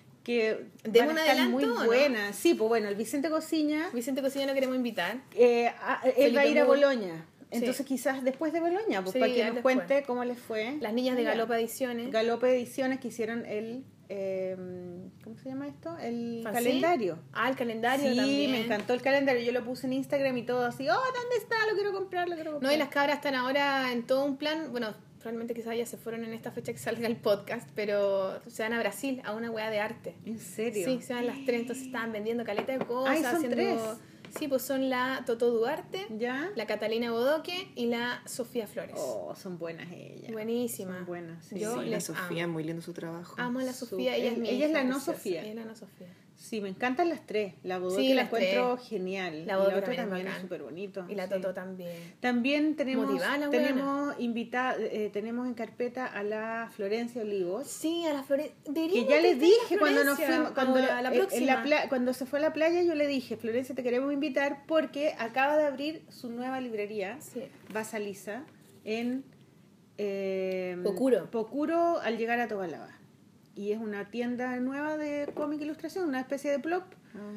que ¿Demos van un a estar adelanto muy o no? buenas. Sí, pues bueno, el Vicente Cociña, Vicente Cocina lo queremos invitar. eh, a- él Felipe va a ir a Moore. Boloña, Sí. entonces quizás después de Boloña, pues Sí, para que ya nos después. cuente cómo les fue. Las niñas de allá. Galopa Ediciones. Galope Ediciones que hicieron el, eh, ¿cómo se llama esto? El ¿Fanzine? calendario. Ah, el calendario Sí, también. me encantó el calendario. Yo lo puse en Instagram y todo así. Oh, ¿dónde está? Lo quiero comprar, lo quiero comprar. No, y las cabras están ahora en todo un plan. Bueno, probablemente quizás ya se fueron en esta fecha que salga el podcast, pero se van a Brasil a una wea de arte. ¿En serio? Sí, se van las tres, entonces estaban vendiendo caleta de cosas. Ay, son haciendo... tres. Sí, pues son la Toto Duarte, ¿Ya? la Catalina Bodoque y la Sofía Flores. Oh, son buenas ellas. Buenísima. Son buenas, sí. Yo Sí, la les Sofía, amo. muy lindo su trabajo. Amo a la Su- Sofía, ella es mi ella es la hija no preciosa, Sofía. Ella es la no Sofía. Sí, me encantan las tres. La Bodoque Sí, la las encuentro tres. genial. La y Bodoque la otra también es también es bacán. súper bonito. Y la sí. Toto también. También tenemos, Motivada la tenemos invitada, eh, tenemos en carpeta a la Florencia Olivos. Sí, a la Flores. Que ya les dije cuando nos fuimos, cuando, a la eh, en próxima. la pla- cuando se fue a la playa, yo le dije, Florencia, te queremos invitar porque acaba de abrir su nueva librería, Sí. Basalisa, en eh, Pocuro. Pocuro al llegar a Tobalaba. Y es una tienda nueva de cómic e ilustración, una especie de blog.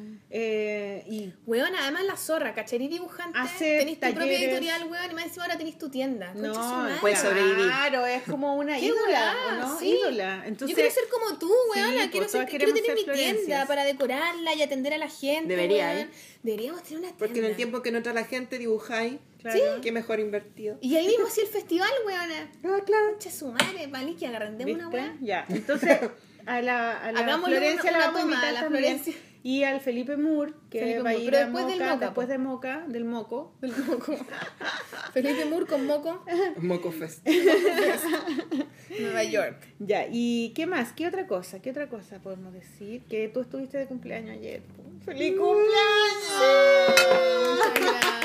Eh, y Weón, además la zorra, cacherí dibujante. Hace Tenés tu propia talleres. editorial, weón, y más encima ahora tenés tu tienda. Concha su no, madre. puede sobrevivir. claro, es como una Qué ídola, weá, ¿o ¿no? sí. Ídola. Entonces, yo quiero ser como tú, weón. Sí, quiero, pues, ser, todas quiero queremos tener mi ser tienda Florencias. para decorarla y atender a la gente. Debería, weón. ¿eh? Deberíamos tener una tienda. Porque en el tiempo que no entra la gente, dibujáis. Claro. Qué mejor invertido. Y ahí mismo hacía el festival, weón. Ah, claro. Concha su madre, vale, que agarrandemos una ¿Viste? weón. Ya, entonces a la, a la Hagámosle Florencia una- la una vamos a toma invitar a la también. Florencia. Y al Felipe Moore, que Felipe va a Moore, ir pero a después del Moca, Moca, después po. de Moca, del Moco. Del moco. Felipe Moore con moco. Moco Fest. Nueva York. Ya, ¿y qué más? ¿Qué otra cosa? ¿Qué otra cosa podemos decir? Que tú estuviste de cumpleaños ayer. ¡Feliz cumpleaños! Muchas gracias.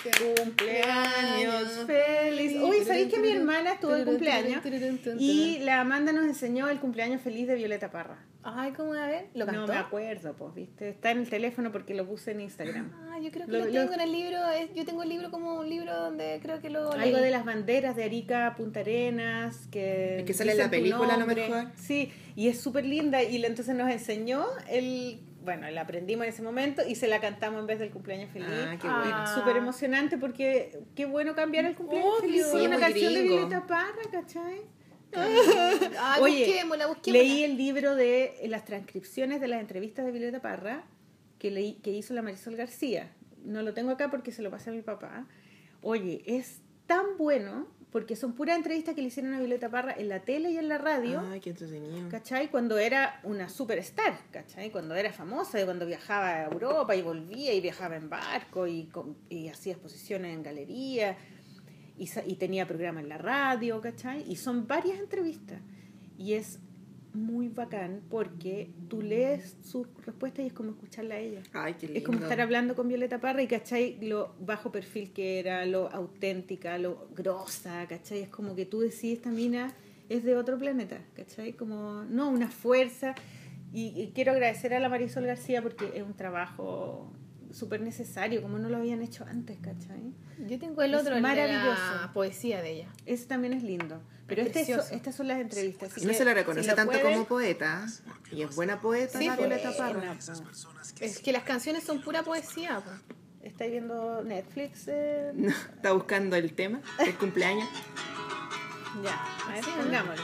Cumpleaños feliz. Uy, ¿sabéis que mi hermana estuvo de cumpleaños? Y la Amanda nos enseñó el cumpleaños feliz de Violeta Parra. Ay, ¿cómo a ver? ¿Lo cantó? No me acuerdo, pues, ¿viste? Está en el teléfono porque lo puse en Instagram. Ah, yo creo que Lo- lo, lo- tengo en el libro. Es, yo tengo el libro como un libro donde creo que lo Algo leí. de las banderas de Arica, Punta Arenas, que... Es que sale en la dicen tu película, a lo nombre. mejor. Sí, y es súper linda y la- entonces nos enseñó el... Bueno, la aprendimos en ese momento y se la cantamos en vez del cumpleaños feliz. Ah, qué Ah. bueno. Súper emocionante porque qué bueno cambiar el cumpleaños Obvio. feliz. Sí, Sí, una muy canción de gringo. Violeta Parra, ¿cachai? Ay, Oye, busquémosla, busquémosla. leí el libro de eh, las transcripciones de las entrevistas de Violeta Parra que, leí, que hizo la Marisol García. No lo tengo acá porque se lo pasé a mi papá. Oye, es tan bueno porque son puras entrevistas que le hicieron a Violeta Parra en la tele y en la radio. Ay, qué entretenido. ¿Cachai? Cuando era una superstar, ¿cachai? Cuando era famosa, y cuando viajaba a Europa y volvía y viajaba en barco y, con- y hacía exposiciones en galerías y, sa- y tenía programa en la radio, ¿cachai? Y son varias entrevistas y es muy bacán porque tú lees sus respuestas y es como escucharla a ella. Ay, qué lindo. Es como estar hablando con Violeta Parra y, ¿cachai? Lo bajo perfil que era, lo auténtica, lo grosa, ¿cachai? Es como que tú decís, esta mina es de otro planeta, ¿cachai? Como, no, una fuerza. Y, y quiero agradecer a la Marisol García porque es un trabajo súper necesario, como no lo habían hecho antes, ¿cachai? Yo tengo el Es otro, el de maravilloso. la poesía de ella. Ese también es lindo. Pero Es este so- precioso. estas son las entrevistas. así Y no que se la reconoce si lo tanto pueden- como poeta. Y es buena poeta, Sí, la pues. Violeta Parra. Buena, po. Es que las canciones son pura poesía. Po. ¿Estáis viendo Netflix? eh? No, está buscando el tema del cumpleaños. Ya, a ver, Sí, ¿no? pongámoslo.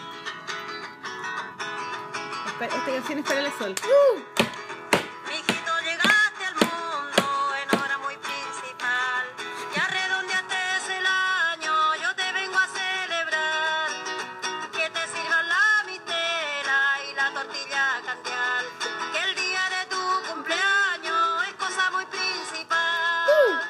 Esta esta canción es para la Sol. Mijito, llegaste al mundo en hora muy principal. Ya redondeaste el año, yo te vengo a celebrar. Que te sirvan la mitela y la tortilla candial. Que el día de tu cumpleaños es cosa muy principal.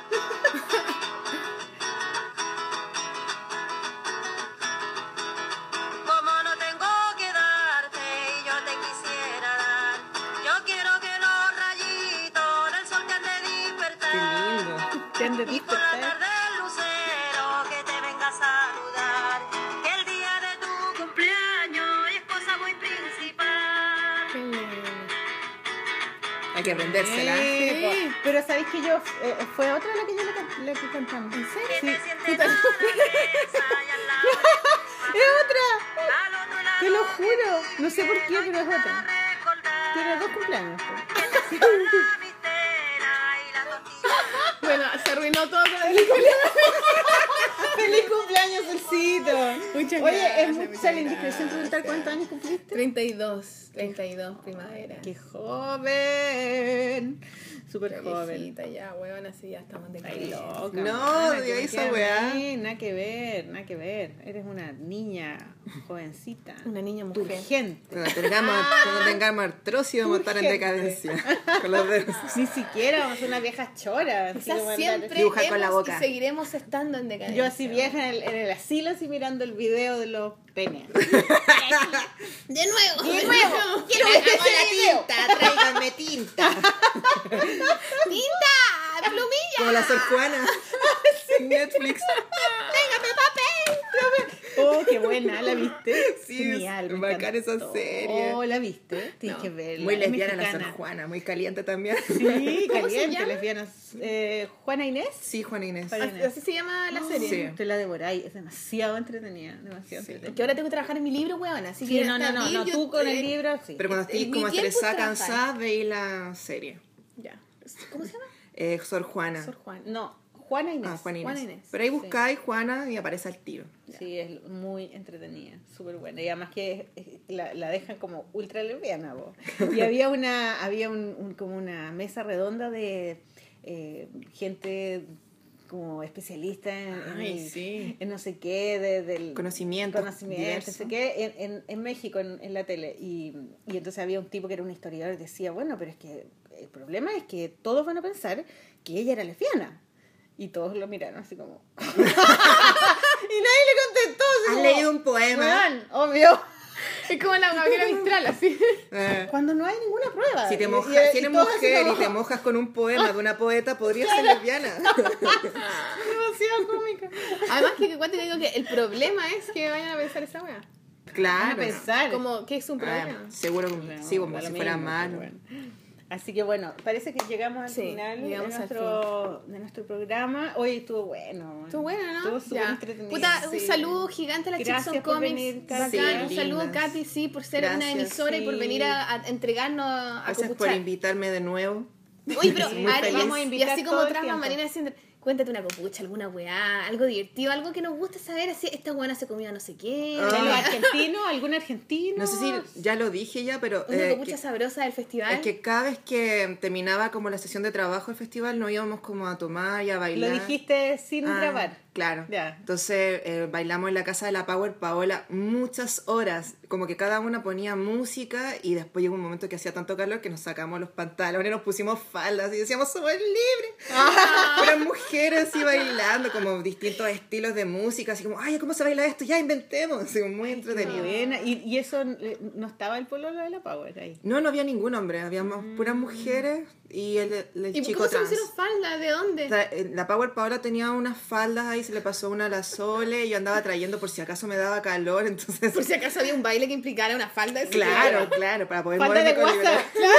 Como no tengo que darte y yo te quisiera dar, yo quiero que los rayitos del sol te han de despertar. Qué lindo. Te han de Y por la despertar. tarde el lucero que te venga a saludar. Que el día de tu cumpleaños es cosa muy principal. Qué lindo. Hay que aprendérsela. Sí, po. Pero sabéis que yo, eh, fue otra la que yo le, can- la que cantamos. ¿En Que serio? te sientes a la mesa y al lado ¡Es otra! al otro lado Te lo juro. No sé por qué, pero es otra. recordar. Tiene dos cumpleaños. po. Que te sirvan la mitera y la tortilla. Bueno, se arruinó todo con el cumpleaños. ¡Feliz cumpleaños, Solcito! Muchas Oye, gracias, es muchas mucha la indiscreción gracias. preguntar cuántos años cumpliste. treinta y dos, treinta y dos primavera. ¡Qué joven! Súper Qué joven. viejita ya, weón, así ya estamos de Ay, cabeza. loca. No, mana, diga que me esa queda weá. a mí, Nada que ver, nada que ver. Eres una niña jovencita. Una niña mujer. Turgente. Cuando tengamos, cuando tengamos artrosis vamos a estar en Urgente. decadencia. Con los dedos. Ni siquiera vamos a ser unas viejas choras. así Quizás como andar- siempre Dibujar con la hemos boca. y seguiremos estando en decadencia. Yo así vieja en el, en el asilo, así mirando el video de los penes. De nuevo. De nuevo. Quiero Tráigame ver ese la video. tinta, tráiganme tinta. ¡Tinta! ¡Plumilla! Como la Sor Juana. En Netflix. Oh, qué buena, ¿la viste? Sí, Genial, es me bacán esa encantó. serie. Oh, ¿la viste? Tienes No. que verla. Muy es lesbiana la Sor mexicana. Juana, muy caliente también. Sí, ¿Cómo se caliente, llama? lesbianas. Eh, Juana Inés. Sí, Juana Inés. Para- Así, así se llama la serie. Sí. Te la devoráis, es demasiado entretenida, demasiado Sí. entretenida. Que ahora tengo que trabajar en mi libro, weón. Así Sí, que no, no, hasta no, abril no, yo- tú con el eh, libro, sí. Pero cuando Eh, estés mi como tiempo es estresada, trabajar. cansada, veis la serie. Ya. ¿Cómo se llama? Eh, Sor Juana. Sor Juan. No, Juana Inés. Ah, Juana Inés. Juana Inés. Pero ahí buscáis Juana y aparece al tiro. Sí, es muy entretenida, súper buena. Y además que es- es- la, la dejan como ultra lesbiana, po. Y había una, había un, un- como una mesa redonda de eh, gente como especialista en, en Ay, el- sí. en no sé qué, de, del Conocimiento conocimiento, no sé diverso. qué, en, en, en México, en, en la tele. Y, y entonces había un tipo que era un historiador y decía, bueno, pero es que el problema es que todos van a pensar que ella era lesbiana. Y todos lo miraron así como... y nadie le contestó. Así ¿Has como, leído un poema? "Weón, obvio. Es como la Gabriela Mistral, así. Eh, Cuando no hay ninguna prueba. si te Y- mojas, y- si y eres todos así mujer como, y te mojas con un poema de una poeta, podrías ser lesbiana. demasiado cómica. Además que cuando te digo que el problema es que vayan a pensar esa wea. Claro. A pensar. Como que es un Ah, problema. seguro, No, sí, como da si lo fuera mismo, malo. pero bueno. Así que bueno, parece que llegamos al Sí, final de llegamos al nuestro, de nuestro programa. Hoy estuvo bueno. Estuvo bueno, ¿no? Estuvo súper Ya. entretenido. Puta, un sí. saludo gigante a la Gracias Chickson por Comics. venir, Bacán. Katy. Un Sí, saludo, lindas. Katy, sí, por ser una Gracias, emisora y por sí. venir a, a entregarnos a Gracias por copuchar. invitarme de nuevo. Oye, pero Muy a ver, feliz. vamos a invitar y así como todo el otras tiempo. maneras haciendo. Cuéntate una copucha, alguna weá, algo divertido, algo que nos guste saber, así, esta buena se comió no sé qué. Ah. ¿De una los argentinos? ¿Algún argentino? No sé si ya lo dije ya, pero una eh, copucha que- sabrosa del festival. es que cada vez que terminaba como la sesión de trabajo del festival, no íbamos como a tomar y a Lo bailar. dijiste sin Ah, grabar. Claro. Ya. Entonces eh, bailamos en la casa de la Power Paola muchas horas. Como que cada una ponía música y después llegó un momento que hacía tanto calor que nos sacamos los pantalones, nos pusimos faldas y decíamos somos libres. Eran mujeres así bailando, como distintos estilos de música, así como, ay, ¿cómo se baila esto? Ya inventemos. Así, muy Qué entretenido. buena. Y, y eso eh, no estaba el pololo de la Power ahí. No, no había ningún hombre, habíamos puras mujeres y el, el ¿Y chico cómo se trans. pusieron falda? ¿De dónde? O sea, eh, la Power Paola tenía unas faldas ahí, se le pasó una a la Sole y yo andaba trayendo por si acaso me daba calor, entonces... Por si acaso había un baile que implicara una falda. de Claro, claro, para poder Falta de moverme con guasa. libertad.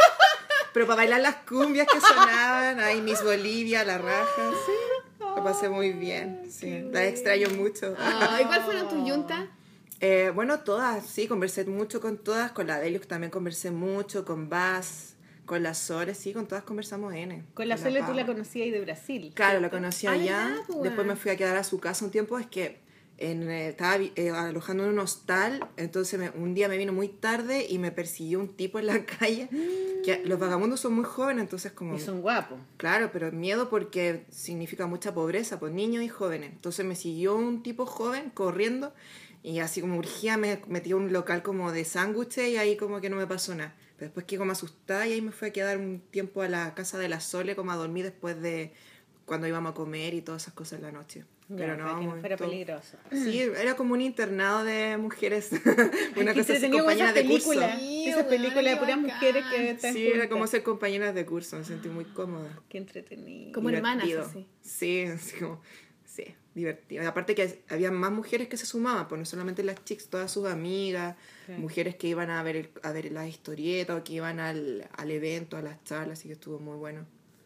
Pero para bailar las cumbias que sonaban, ahí Miss Bolivia, la raja, sí, lo pasé muy bien, sí, la extraño mucho. Ah, ¿y cuál fueron tus yuntas? Eh, bueno, todas, sí, conversé mucho con todas, con la Delius también conversé mucho, con Baz, con la Sole, sí, con todas conversamos N. Con la Sole tú Pau. la conocías ahí de Brasil. Claro, la conocí Ah, allá. ¿verdad, pues? Después me fui a quedar a su casa un tiempo. Es que en, eh, estaba vi- eh, alojando en un hostal. Entonces me- un día me vino muy tarde y me persiguió un tipo en la calle. Que los vagabundos son muy jóvenes, entonces como... Y son guapos. Claro, pero miedo porque significa mucha pobreza, pues niños y jóvenes. Entonces me siguió un tipo joven corriendo y así como urgía me metió a un local como de sándwiches y ahí como que no me pasó nada. Pero después quedé como asustada y ahí me fui a quedar un tiempo a la casa de la Sole como a dormir después de cuando íbamos a comer y todas esas cosas en la noche. Pero Ya, no, para que no muy- fuera todo- peligroso. Sí, era como un internado de mujeres. Ay, Una qué cosa así, entretenido como compañeras esas de curso. películas. Sí, Esas weón, películas de qué puras bacán. mujeres que están Sí, era juntas. como ser compañeras de curso, me sentí muy cómoda. Qué entretenido. Como hermanas, Divertido. así. Sí, así como, sí, divertido. Y aparte que había más mujeres que se sumaban, pues no solamente las chicas, todas sus amigas, Sí. mujeres que iban a ver el- a ver las historietas o que iban al, al evento, a las charlas, así que estuvo muy bueno.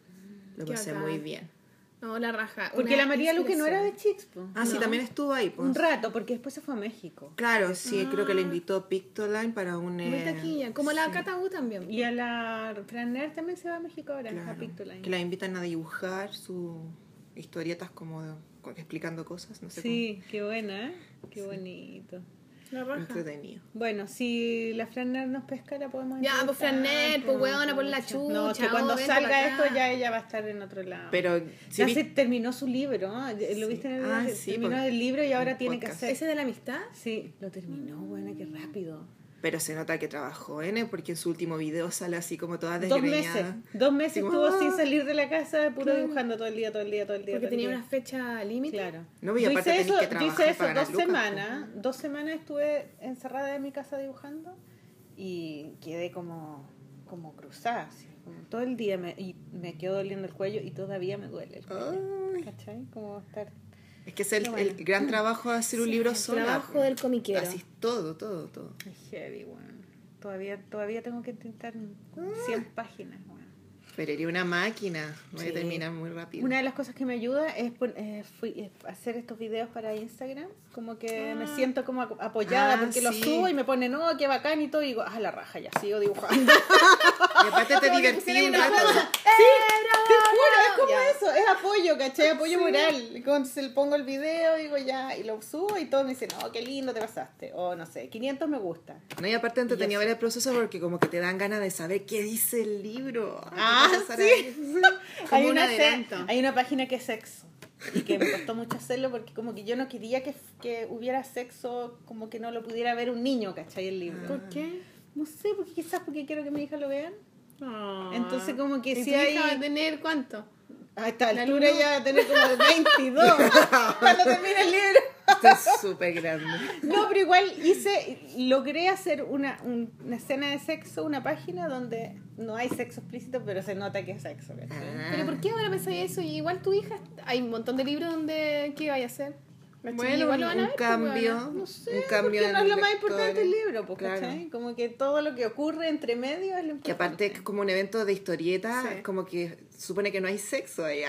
Lo Qué pasé bacán. muy bien. No, la raja. Porque una la María Luque no era de inspiración. Chicks, po. Ah, sí, No. también estuvo ahí, pues. Un rato, porque después se fue a México. Claro, sí, creo que le invitó Pictoline para un... Muy eh, taquilla. Como la sí, Cata U también. Y a la Fran Nair también se va a México ahora, a claro, Pictoline. que la invitan a dibujar sus historietas como de- explicando cosas, no sé Sí, qué buena, ¿eh? Qué bonito. La cómo. raja. Entretenido. Bueno, si la Fran Nair nos pesca, la podemos Ya, pues, entrevistar, Fran Nair, pues, po, weona, ponle la pucha. chucha, No, que oh, cuando vente salga pa' esto acá. ya ella va a estar en otro lado. Pero... ya sí, se vi- terminó su libro, ¿eh? Lo viste en el Ah, video, sí, terminó porque- el libro y ahora un tiene que podcast. hacer. ¿Ese de la amistad? Sí, lo terminó, buena, qué rápido. Pero se nota que trabajó N porque en su último video sale así como toda Dos desgreñada. meses, dos meses Así como, estuvo ¡ah! sin salir de la casa, puro dibujando todo el día, todo el día, todo el día. Porque todo el tenía día. una fecha límite. Claro. No, y yo aparte hice tenés eso, que yo trabajar hice eso para ganar dos lucas, semanas. Dos semanas estuve encerrada en mi casa dibujando y quedé como, como cruzada. Así, como todo el día me, y me quedó doliendo el cuello y todavía me duele el cuello. Ay. ¿Cachai? Como estar... Es que es el, Qué bueno. el gran trabajo de hacer un libro el sola. trabajo pues. del comiquero. Así todo, todo, todo. Es heavy, weón. Todavía, todavía tengo que intentar cien páginas, weón. Pero era una máquina. Voy Sí. a terminar muy rápido. Una de las cosas que me ayuda es pon- eh, fui- eh, hacer estos videos para Instagram. Como que me siento como ap- apoyada Ah, porque los sí. subo y me ponen, oh, qué bacán y todo. Y digo, ah, la raja, ya sigo dibujando. Y aparte te divertí un rato. Sí, te juro, es como Ya. eso, es apoyo, ¿cachai? Apoyo moral. Entonces le pongo el video, digo ya, y lo subo y todos me dicen, oh, qué lindo te pasaste. O no sé, quinientos me gusta. No, y aparte entretenía Y ver el proceso porque como que te dan ganas de saber qué dice el libro. ¿Qué Ah, va a pasar sí. ahí? Hay un una, se- adelanto. hay una página que es sexo. Y que me costó mucho hacerlo porque como que yo no quería que, que hubiera sexo, como que no lo pudiera ver un niño, ¿cachai? El libro. ¿Por qué? No sé, porque quizás porque quiero que mi hija lo vean. Ah. Entonces como que ¿Y si tu hay... hija va a tener cuánto? A esta La altura Lulu. ya va a tener como veintidós cuando termine el libro. Esto es súper grande. No, pero igual hice, logré hacer una, un- una escena de sexo, una página donde no hay sexo explícito, pero se nota que es sexo. ¿cachai? Ah. Pero ¿por qué ahora pensáis eso? Y igual tu hija, hay un montón de libros donde, ¿qué vaya a hacer? Las chiquillas Bueno, igual un, lo van a un ver, pues, cambio, weona. No sé, un cambio porque en no es el lo más lector. importante del libro, pues, Claro. ¿cachai? Como que todo lo que ocurre entre medio es lo importante. Que aparte es como un evento de historieta, Sí. como que supone que no hay sexo allá.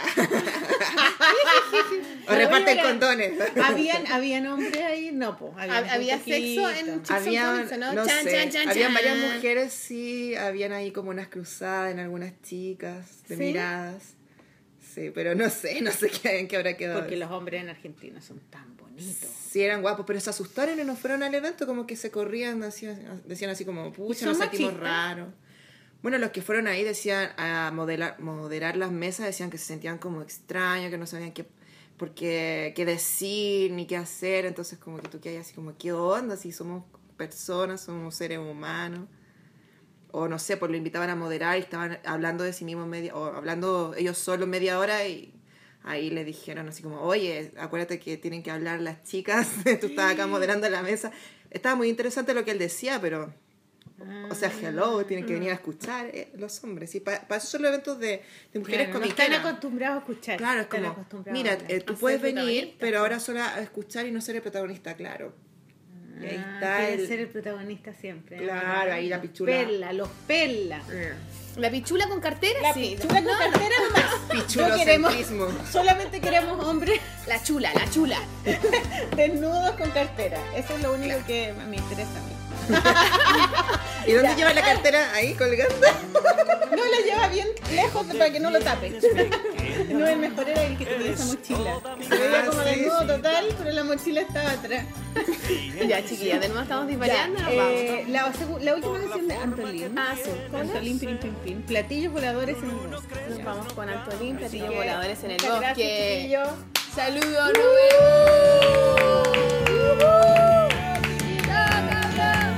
o Pero reparten oye, condones. ¿Habían, ¿Habían hombres ahí? No, pues. Hab- había sexo en- Había, Chicks and Comics, ¿no? no Chan, sé, chan, chan, habían chan. varias mujeres, sí, habían ahí como unas cruzadas en algunas chicas, de ¿Sí? miradas. Sí, pero no sé, no sé qué, en qué habrá quedado. Porque eso. los hombres en Argentina son tan bonitos. Sí, eran guapos, pero se asustaron y no fueron al evento, como que se corrían, decían, decían así como, pucha, son nos sentimos machistas? raros. Bueno, los que fueron ahí decían, a modelar, moderar las mesas, decían que se sentían como extraños, que no sabían qué, porque, qué decir ni qué hacer, entonces como que tú que hay así como, ¿qué onda? Si somos personas, somos seres humanos. O no sé, pues lo invitaban a moderar y estaban hablando de sí mismos media, o hablando ellos solos media hora y ahí le dijeron así como, oye, acuérdate que tienen que hablar las chicas, tú estabas acá moderando la mesa. Estaba muy interesante lo que él decía, pero, o sea, hello, tienen que venir a escuchar eh, los hombres. Y para eso son los eventos de, de mujeres Claro, no están comiqueras. acostumbrados a escuchar. Claro, es están como, acostumbrados mira, a hablar. eh, tú A ser puedes venir, protagonista, pero pues. ahora solo a escuchar y no ser el protagonista, claro. Y ahí Ah, está quieren el... ser el protagonista siempre. Claro, ahí la Los pichula. Perla, los perla. ¿La pichula con cartera? La sí. pichula con cartera más. No queremos, Pichulocentrismo. solamente queremos hombres La chula, la chula. desnudos con cartera. Eso es lo único que me interesa a mí. ¿Y dónde lleva la cartera? Ahí colgando. No la lleva bien lejos para que no lo tape. No, el mejor era el que tenía esa mochila. Que se veía Ah, como sí, desnudo sí. total, pero la mochila estaba atrás. Ya, chiquilla, de nuevo estamos Ya, disvariando. nos eh, la, segu- la última canción de Antolín. Ah, sí. ¿Cuál es? Antolín, pim, pim, pim. Platillos voladores en el bosque. vamos. Nos vamos con Antolín, platillos que, voladores en el muchas bosque. gracias, chiquillos. Saludos, nos vemos. Chao, chao, chao.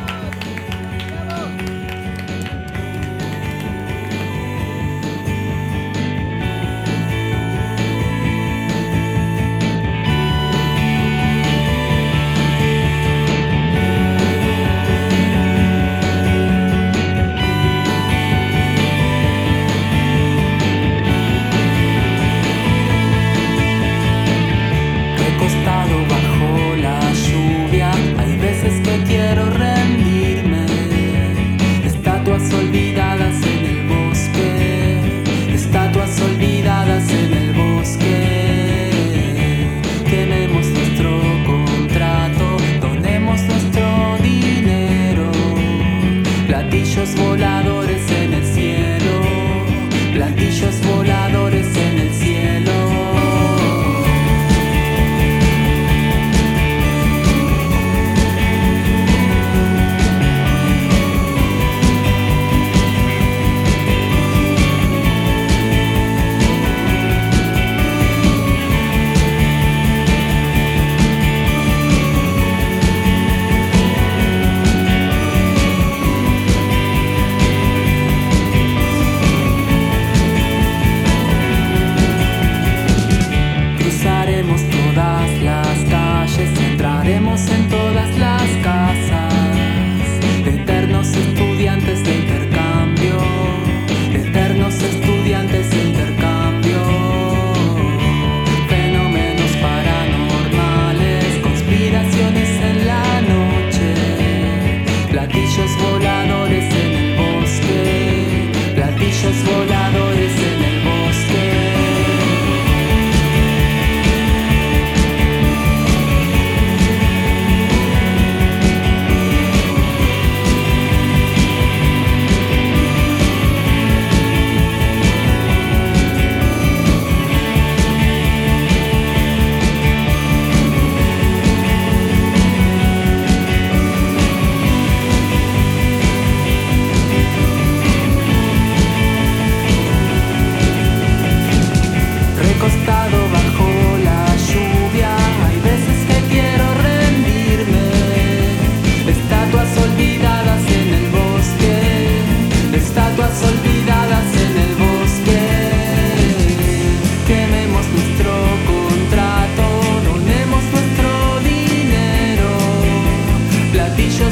Recostado bajo la lluvia, hay veces que quiero rendirme. Estatuas olvidadas en el bosque, estatuas olvidadas en el bosque. Quememos nuestro contrato, donemos nuestro dinero. Platillos voladores en el cielo, platillos voladores en el cielo. brillo